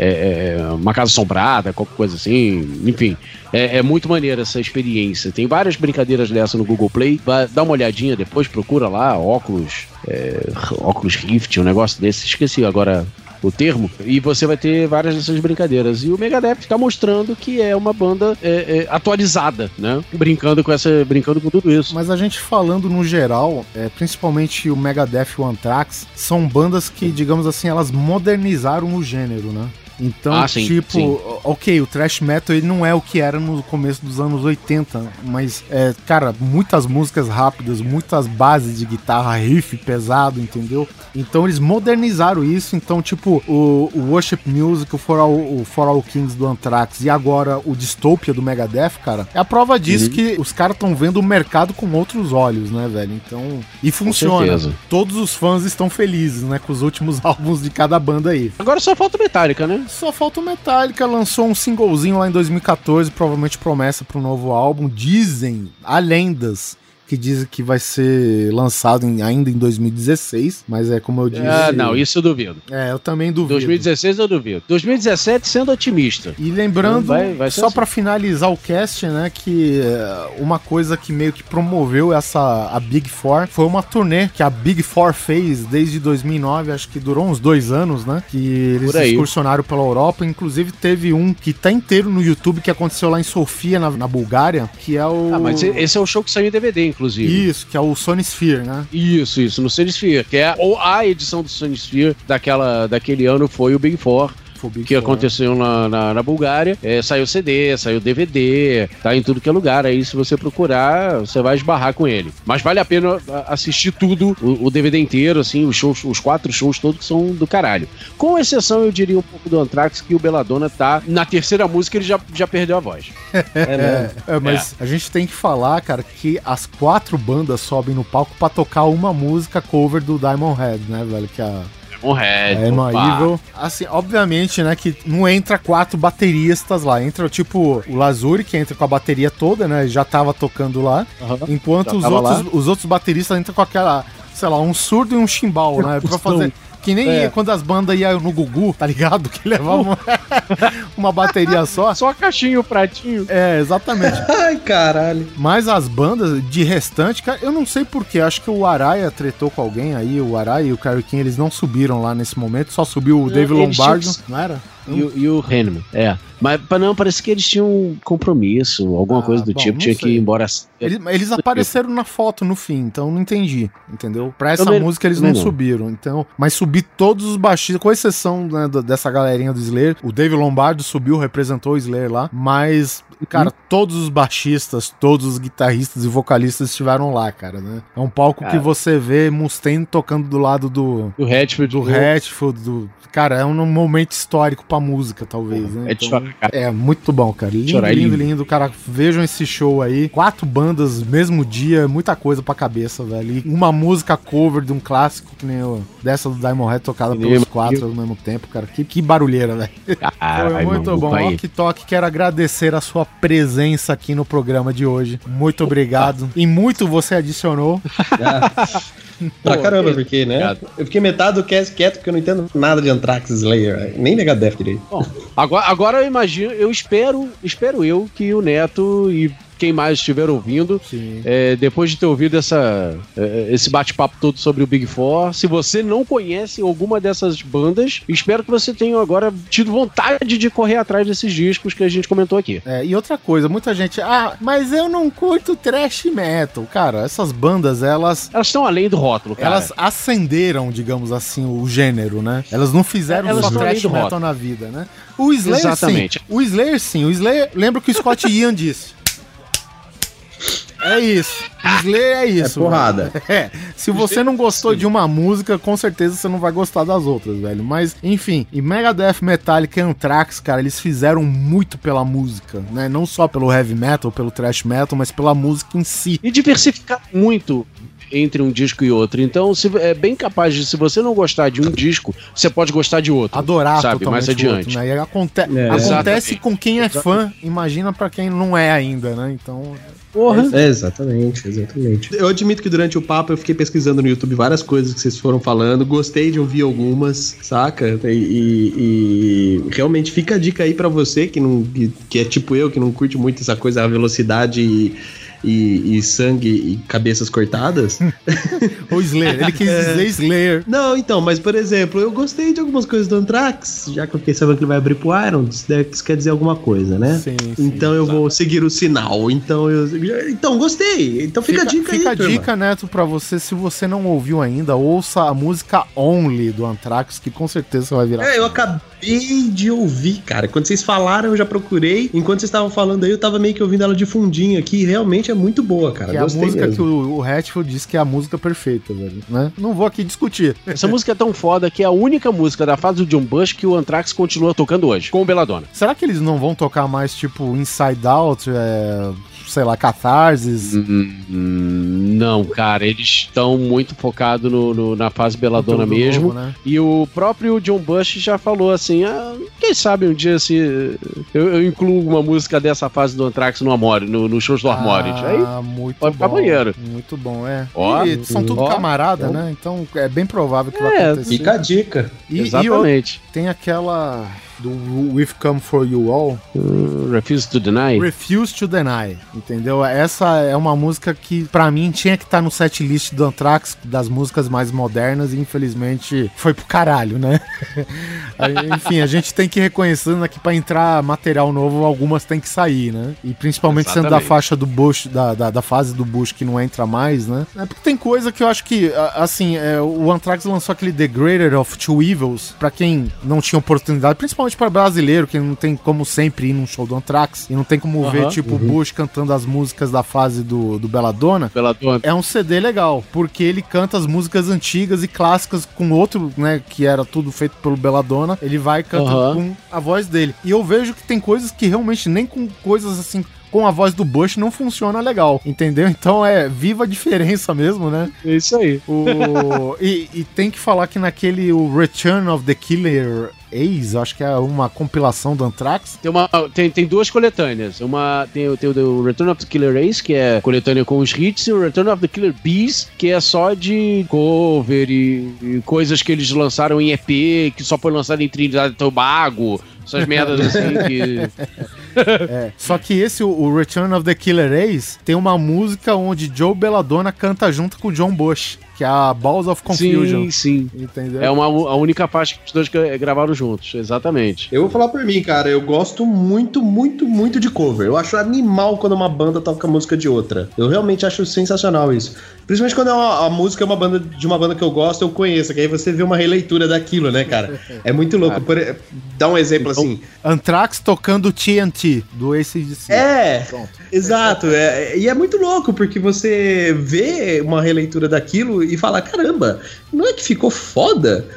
é, é, uma casa assombrada, qualquer coisa assim, enfim. É, é muito maneira essa experiência. Tem várias brincadeiras dessa no Google Play. Vai, dá uma olhadinha depois, procura lá, óculos, é, óculos Rift, um negócio desse. Esqueci agora o termo, e você vai ter várias dessas brincadeiras. E o Megadeth está mostrando que é uma banda é, é, atualizada, né? Brincando com essa, brincando com tudo isso. Mas a gente falando no geral, é, principalmente o Megadeth e o Anthrax, são bandas que, digamos assim, elas modernizaram o gênero, né? Então, ah, sim, tipo, sim. ok, o thrash metal ele não é o que era no começo dos anos oitenta, mas, é, cara, muitas músicas rápidas, muitas bases de guitarra, riff pesado, entendeu? Então eles modernizaram isso, então, tipo, o, o Worship Music, o For, All, o For All Kings do Anthrax e agora o Dystopia do Megadeth, cara, é a prova disso uhum. que os caras estão vendo o mercado com outros olhos, né, velho? Então, e funciona. Todos os fãs estão felizes, né, com os últimos álbuns de cada banda aí. Agora só falta Metallica, né? Só falta o Metallica, lançou um singlezinho lá em dois mil e catorze, provavelmente promessa para um novo álbum. Dizem, há lendas que dizem que vai ser lançado em, ainda em dois mil e dezesseis, mas é como eu disse... Ah, não, isso eu duvido. É, eu também duvido. dois mil e dezesseis eu duvido. dois mil e dezessete sendo otimista. E lembrando, vai, vai só assim. Pra finalizar o cast, né, que uma coisa que meio que promoveu essa, a Big Four, foi uma turnê que a Big Four fez desde dois mil e nove, acho que durou uns dois anos, né, que eles excursionaram pela Europa, inclusive teve um que tá inteiro no YouTube, que aconteceu lá em Sofia, na, na Bulgária, que é o... Ah, mas esse é o show que saiu em D V D, inclusive. Isso, que é o Sony Sphere, né? Isso, isso, no Sony Sphere, que é ou a edição do Sony Sphere daquela, daquele ano foi o Big Four. Big que Four. Aconteceu na, na, na Bulgária, é, saiu C D, saiu D V D, tá em tudo que é lugar, aí se você procurar, você vai esbarrar com ele. Mas vale a pena assistir tudo, o, o D V D inteiro, assim, os shows, os quatro shows todos que são do caralho. Com exceção, eu diria, um pouco do Anthrax, que o Belladonna tá, na terceira música ele já, já perdeu a voz. É, né? é, mas é. A gente tem que falar, cara, que as quatro bandas sobem no palco pra tocar uma música cover do Diamond Head, né, velho, que a... Red, é no Evil. Assim, obviamente, né, que não entra quatro bateristas lá. Entra, tipo, o Lazuri, que entra com a bateria toda, né, já tava tocando lá. Uhum, enquanto os outros, os outros bateristas entram com aquela, sei lá, um surdo e um chimbal, né, pra fazer... Que nem é. quando as bandas iam no Gugu, tá ligado? Que levavam uma bateria só. Só a caixinha e o pratinho. É, exatamente. Ai, caralho. Mas as bandas de restante, cara, eu não sei porquê. Acho que o Araia tretou com alguém aí. O Araia e o Kerry King, eles não subiram lá nesse momento. Só subiu o Dave Lombardo, que... não era? E, hum. e o Henneman, é. Mas não, parece que eles tinham um compromisso, alguma ah, coisa do bom, tipo, tinha sei. que ir embora. Eles, eles apareceram na foto no fim, então não entendi, entendeu? Pra essa também, música eles não, não subiram, então. Mas subir todos os baixistas, com exceção, né, dessa galerinha do Slayer, o Dave Lombardo subiu, representou o Slayer lá, mas cara, todos os baixistas, todos os guitarristas e vocalistas estiveram lá, cara, né? É um palco cara, que você vê Mustaine tocando do lado do... Do Hatfield. Do Hatfield, do... Cara, é um momento histórico pra música, talvez, né? É, então, é muito bom, cara. Lindo, lindo, lindo, lindo. Cara, vejam esse show aí. Quatro bandas, mesmo dia, muita coisa pra cabeça, velho. E uma música cover de um clássico, que nem o, dessa do Diamond Head, tocada pelos quatro ao mesmo tempo, cara. Que, que barulheira, velho. Foi muito mano, bom. Ok Tok, quero agradecer a sua presença aqui no programa de hoje. Muito obrigado. E muito você adicionou. Pra caramba, porque, né? Obrigado. Eu fiquei metade do cast quieto porque eu não entendo nada de Anthrax, Slayer, nem Megadeth direito. Bom, agora, agora eu imagino, eu espero, espero eu que o Neto e quem mais estiver ouvindo, é, depois de ter ouvido essa, é, esse bate-papo todo sobre o Big Four, se você não conhece alguma dessas bandas, espero que você tenha agora tido vontade de correr atrás desses discos que a gente comentou aqui. É, e outra coisa, muita gente, ah, mas eu não curto thrash metal. Cara, essas bandas, elas... Elas estão além do rótulo, cara. Elas acenderam, digamos assim, o gênero, né? Elas não fizeram elas só thrash metal rótulo. na vida, né? O Slayer, Exatamente. sim. O Slayer, sim. O Slayer, lembra o que o Scott Ian disse. É isso. Slayer é isso. É porrada. É. Se você não gostou Sim. de uma música, com certeza você não vai gostar das outras, velho. Mas, enfim, e Megadeth, Metallica e Anthrax, cara, eles fizeram muito pela música, né? Não só pelo heavy metal, pelo thrash metal, mas pela música em si. E diversificar muito entre um disco e outro. Então, se, é bem capaz de, se você não gostar de um disco, você pode gostar de outro. Adorar, sabe, mais adiante. Outro, né? E aconte- é. Acontece com quem é fã, imagina pra quem não é ainda, né? Então... Porra. É, exatamente, exatamente. Eu admito que durante o papo eu fiquei pesquisando no YouTube várias coisas que vocês foram falando, gostei de ouvir algumas, saca? E, e, e realmente fica a dica aí pra você que, não, que, que é tipo eu, que não curte muito essa coisa, a velocidade e... E, e sangue e cabeças cortadas. O Slayer, ele quis dizer é... Slayer. Não, então, mas por exemplo, eu gostei de algumas coisas do Anthrax, já que eu fiquei sabendo que ele vai abrir pro Iron, isso quer dizer alguma coisa, né? Sim, sim, então eu vou seguir o sinal. Então eu. Então, gostei. Então fica, fica a dica fica aí. Fica a dica, Neto, pra você, se você não ouviu ainda, ouça a música Only do Anthrax, que com certeza você vai virar. É, eu acabei de ouvir, cara. Quando vocês falaram, eu já procurei. Enquanto vocês estavam falando aí, eu tava meio que ouvindo ela de fundinho aqui. E realmente é muito boa, cara. Que é a música mesmo. Que o, o Hatfield disse que é a música perfeita, velho, né? Não vou aqui discutir. Essa música é tão foda que é a única música da fase do John Bush que o Anthrax continua tocando hoje, com o Belladonna. Será que eles não vão tocar mais, tipo, Inside Out, é... sei lá, Catharsis? Hum, não, cara, eles estão muito focados no, no, na fase Belladonna mesmo, novo, né? E o próprio John Bush já falou assim, ah, quem sabe um dia se eu, eu incluo uma música dessa fase do Anthrax no Amore, no, no shows do Amore. Ah, muito pode ficar bom, banheiro. Muito bom, é. Ó, e são tudo ó, camarada, ó. né? Então é bem provável que é, vai acontecer. Fica a dica. E, Exatamente. E tem aquela... do We've Come For You All. Uh, Refuse to Deny. Refuse to Deny, entendeu? Essa é uma música que, pra mim, tinha que estar tá no setlist do Anthrax, das músicas mais modernas, e infelizmente foi pro caralho, né? Enfim, a gente tem que ir reconhecendo aqui, pra entrar material novo, algumas tem que sair, né? E principalmente Exatamente. sendo da faixa do Bush, da, da, da fase do Bush que não entra mais, né? É porque tem coisa que eu acho que, assim, é, o Anthrax lançou aquele The Greater of Two Evils, pra quem não tinha oportunidade, principalmente para brasileiro, que não tem como sempre ir num show do Anthrax, e não tem como uhum, ver, tipo, o uhum. Bush cantando as músicas da fase do, do Belladonna. Belladonna. É um C D legal, porque ele canta as músicas antigas e clássicas com outro, né, que era tudo feito pelo Belladonna, ele vai cantando uhum. com a voz dele. E eu vejo que tem coisas que realmente nem com coisas assim... com a voz do Bush não funciona legal, entendeu? Então é viva a diferença mesmo, né? É isso aí. O... e, e tem que falar que naquele o Return of the Killer Ace, acho que é uma compilação do Anthrax. Tem, uma, tem, tem duas coletâneas. Uma, tem, tem o Return of the Killer Ace, que é coletânea com os hits, e o Return of the Killer Bees, que é só de cover e, e coisas que eles lançaram em E P, que só foi lançado em Trinidad e Tobago. Essas merdas assim que... é, só que esse, o Return of the Killer Ace, tem uma música onde Joe Belladonna canta junto com o John Bush. que é a Balls of Confusion. Sim, sim. Entendeu? É uma, a única faixa que os dois gravaram juntos, exatamente. Eu vou falar por mim, cara, eu gosto muito, muito, muito de cover. Eu acho animal quando uma banda toca música de outra. Eu realmente acho sensacional isso. Principalmente quando é uma, a música é uma banda de uma banda que eu gosto, eu conheço, que aí você vê uma releitura daquilo, né, cara? É muito louco. Por, dá um exemplo então, assim. Anthrax tocando T N T, do A C D C. É, Pronto. Exato. É, e é muito louco, porque você vê uma releitura daquilo e fala, caramba, não é que ficou foda?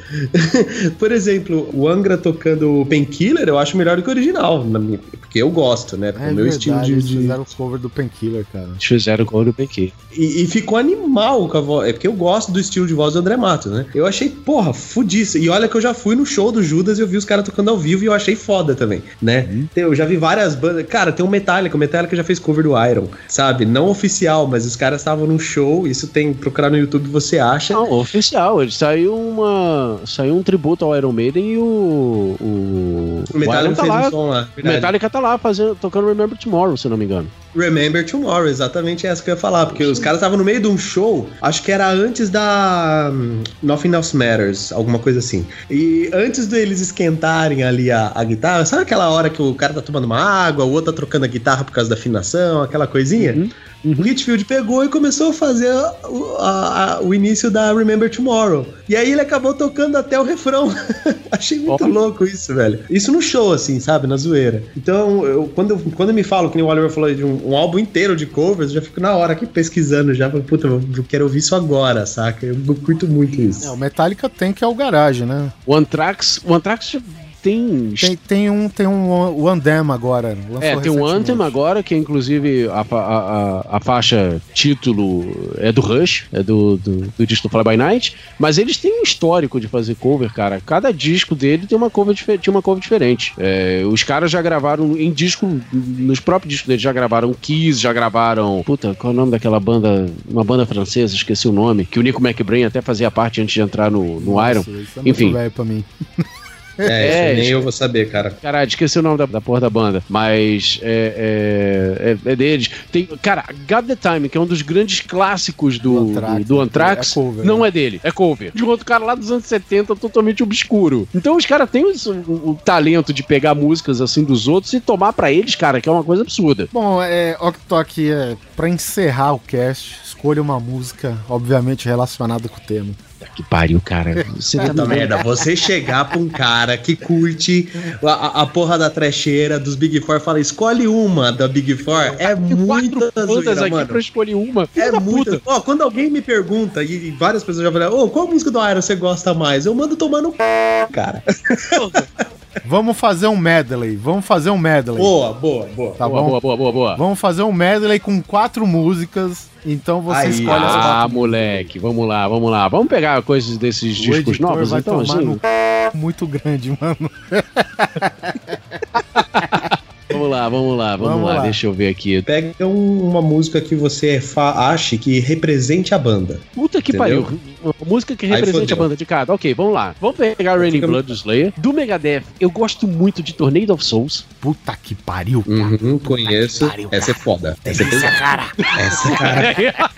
Por exemplo, o Angra tocando Painkiller, eu acho melhor do que o original, porque eu gosto, né? Porque é o meu verdade, estilo de... Eles fizeram o cover do Painkiller, cara. Eles fizeram o cover do Painkiller. E, e ficou animal com a voz. É porque eu gosto do estilo de voz do André Matos, né? Eu achei, porra, fudíssimo. E olha que eu já fui no show do Judas e eu vi os caras tocando ao vivo e eu achei foda também, né? Uhum. Eu já vi várias bandas. Cara, tem o Metallica. O Metallica já fez cover do Iron, sabe? Não oficial, mas os caras estavam num show. Isso tem, procurar no YouTube, você acha. Não, oficial. Ele saiu uma. Saiu um tributo ao Iron Maiden e o. O, o Metallica tá fez lá, um som lá. O Metallica tá lá fazendo, tocando Remember Tomorrow, se eu não me engano. Remember Tomorrow, exatamente essa que eu ia falar, porque Sim. os caras estavam no meio de um show, acho que era antes da um, Nothing Else Matters, alguma coisa assim. E antes deles esquentarem ali a, a guitarra, sabe aquela hora que o cara tá tomando uma água, o outro tá trocando a guitarra por causa da afinação, aquela coisinha? Uhum. Uhum. O Hetfield pegou e começou a fazer a, a, a, o início da Remember Tomorrow. E aí ele acabou tocando até o refrão. Achei muito oh. louco isso, velho. Isso no show, assim, sabe? Na zoeira. Então, eu, quando, eu, quando me falam, que nem o Oliver falou, de um, um álbum inteiro de covers, eu já fico na hora aqui pesquisando já. Puta, eu, eu quero ouvir isso agora, saca? Eu, eu curto muito isso. É, o Metallica tem, que é o Garage, né? O Anthrax... O Anthrax... Tem... tem tem um tem um o Anthem agora, é, tem um Anthem agora, que inclusive a, a, a, a faixa título é do Rush, é do, do, do disco do Fly By Night, mas eles têm um histórico de fazer cover, cara. Cada disco dele tem uma cover, tinha uma cover diferente. É, os caras já gravaram em disco, nos próprios discos deles já gravaram Kiss, já gravaram, puta, qual é o nome daquela banda, uma banda francesa, esqueci o nome, que o Nico McBrain até fazia parte antes de entrar no, no Nossa, Iron. Isso é enfim. muito velho pra mim. É, é nem eu vou saber, cara. Caralho, esqueci o nome da, da porra da banda. Mas é, é, é, é deles. Tem, cara, Got the Time, que é um dos grandes clássicos do, do Anthrax, do Anthrax é cover, não né? é dele, é cover. De um outro cara lá dos anos setenta, totalmente obscuro. Então os caras têm o, o, o talento de pegar músicas assim dos outros e tomar pra eles, cara, que é uma coisa absurda. Bom, é, Oktok, é, pra encerrar o cast, escolha uma música, obviamente relacionada com o tema. Que pariu, cara. Você tá merda, você chegar pra um cara que curte a, a porra da trecheira dos Big Four e fala, escolhe uma da Big Four, é muita zoeira, aqui mano. Pra escolher uma. É muito. Ó, quando alguém me pergunta, e várias pessoas já falaram, ô, oh, qual música do Iron você gosta mais? Eu mando tomar no c... cara. Vamos fazer um medley, vamos fazer um medley. Boa, boa, boa. Tá boa, bom? boa, boa, boa, boa. Vamos fazer um medley com quatro músicas. Então você Aí, escolhe as ah, quatro. Ah, moleque, vamos lá, vamos lá. Vamos pegar coisas desses o discos novos, vai então, tomar assim. no c... muito grande, mano. Vamos lá, vamos lá, vamos, vamos lá. lá. Deixa eu ver aqui. Pega um, uma música que você fa- ache que represente a banda. Puta que Entendeu? pariu. Uma música que represente a banda de cada. Ok, vamos lá. Vamos pegar Raining Blood do Slayer. Do Megadeth, eu gosto muito de Tornado of Souls. Puta que pariu, cara. Uhum, conheço. Pariu, Essa cara. é foda. Essa é Essa, cara. Essa, cara.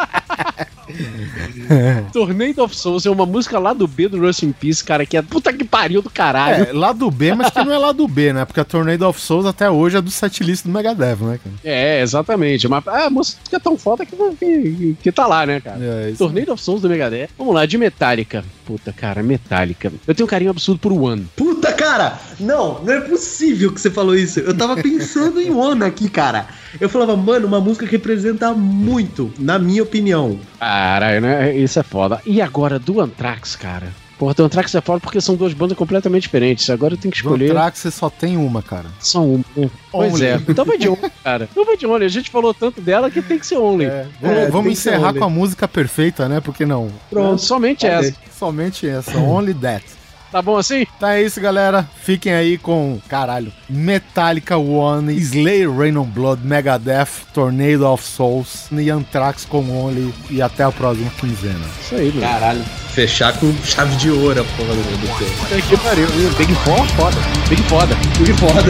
Tornado of Souls é uma música lá do B do Rust in Peace, cara, que é puta que pariu do caralho. É, lá do B, mas que não é lá do B, né? Porque a Tornado of Souls até hoje é do setlist do Megadeth, né, cara? É, exatamente. Mas a música é tão foda que, que, que tá lá, né, cara? É, Tornado of Souls do Megadeth. Vamos lá, de Metallica. Puta, cara, Metallica. Eu tenho um carinho absurdo por One. Puta, cara! Não, não é possível que você falou isso. Eu tava pensando em One aqui, cara. Eu falava, mano, uma música que representa muito, na minha opinião. Caralho, né? Isso é foda. E agora, do Anthrax, cara? Porra, do Anthrax é foda porque são duas bandas completamente diferentes. Agora eu tenho que escolher. Do Anthrax você só tem uma, cara. Só uma. Pois Only. é. Então vai de Only, cara. Então vai de Only. A gente falou tanto dela que tem que ser Only. É. Vamos, é, vamos encerrar com a música perfeita, né? Por que não? Pronto. Somente essa. Somente essa. Only That. Tá bom assim? Então é isso, galera. Fiquem aí com, caralho, Metallica One, Slayer Rain on Blood, Megadeth, Tornado of Souls e Anthrax com Only. E até a próxima quinzena. Isso aí, mano. Caralho. Fechar com chave de ouro a porra do meu Deus. Que pariu. Big Four, foda. Big foda. Big foda.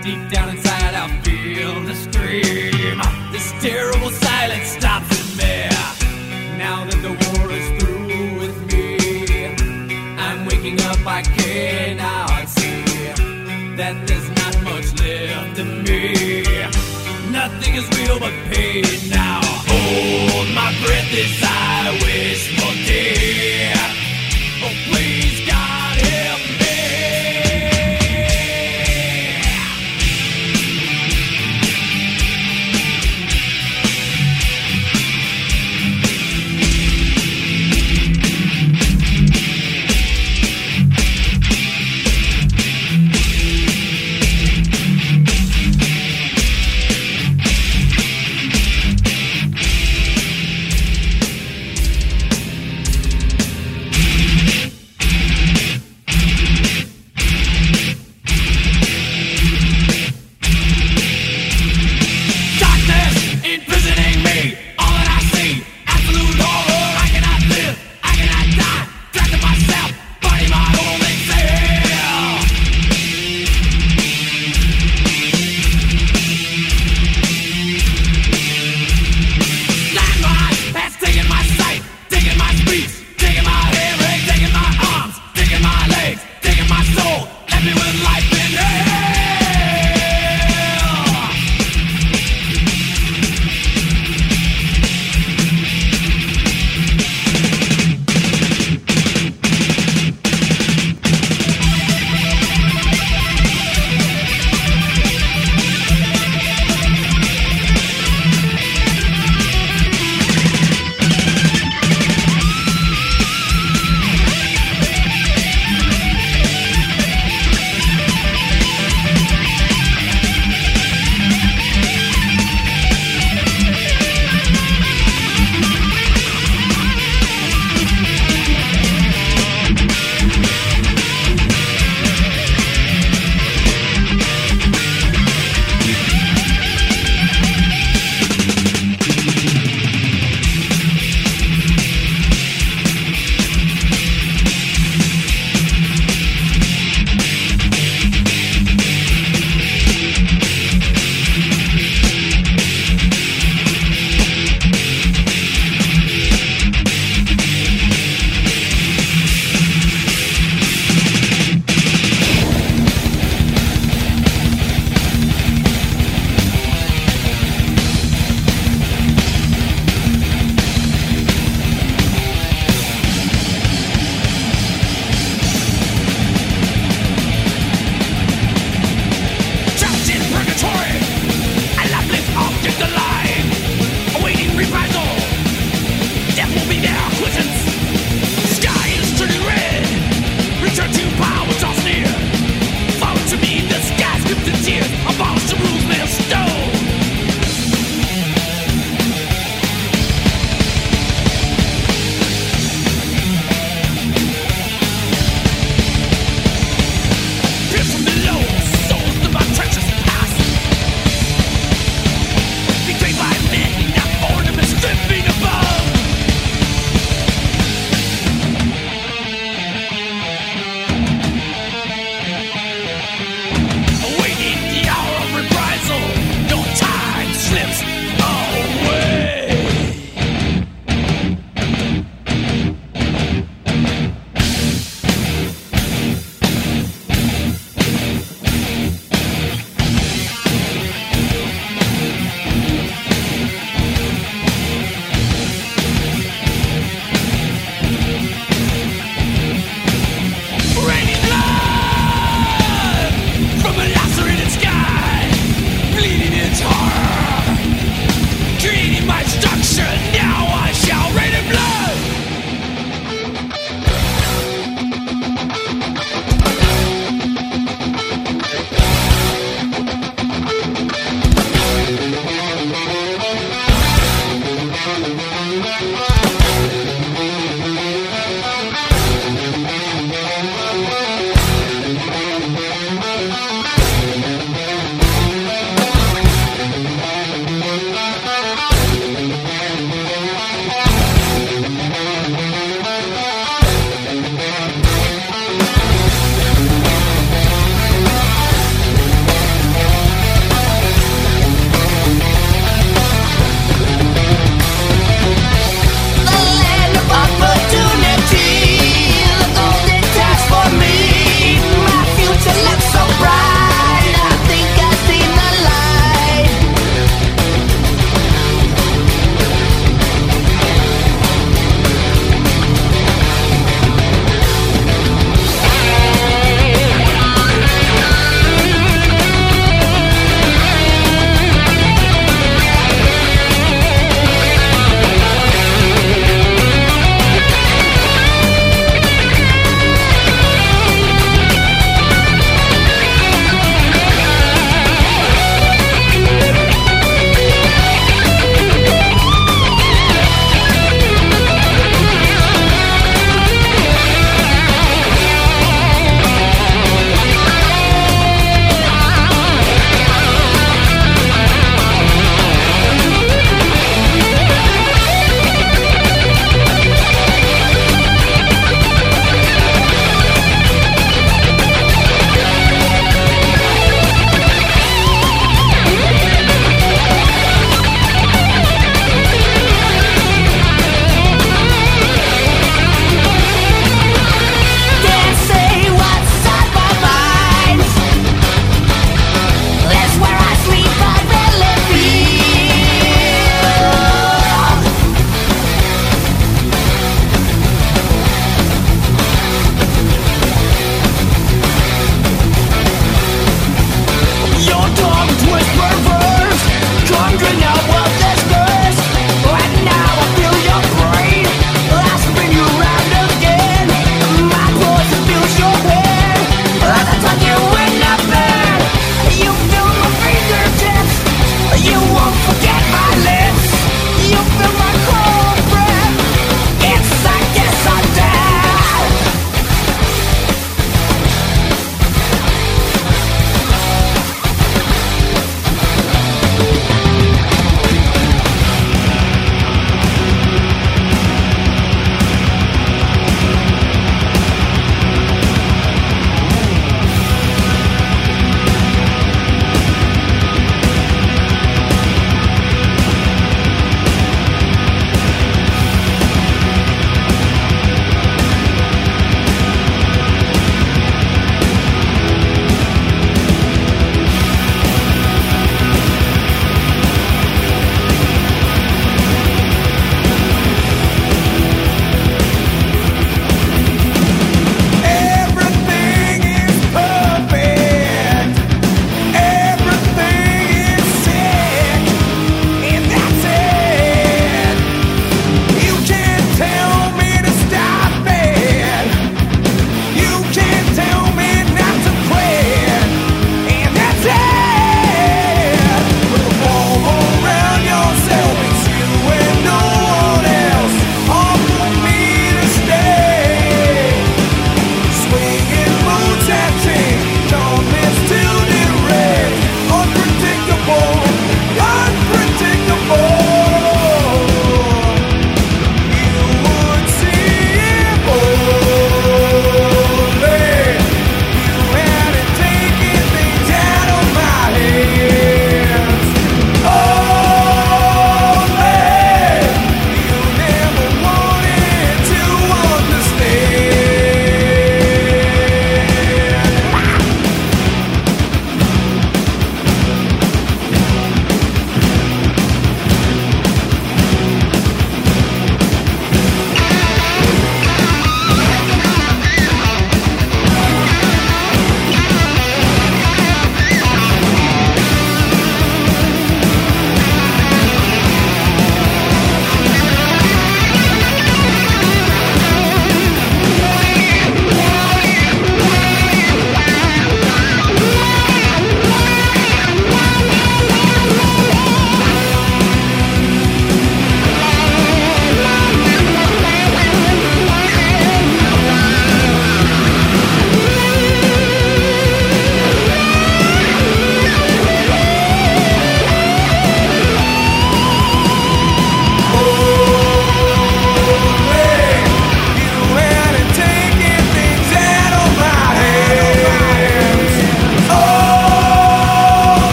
Deep down inside I feel the scream. This terrible silence stops in me. Now that the war is through with me, I'm waking up, I cannot see that there's not much left of me. Nothing is real but pain now. Hold my breath as I wish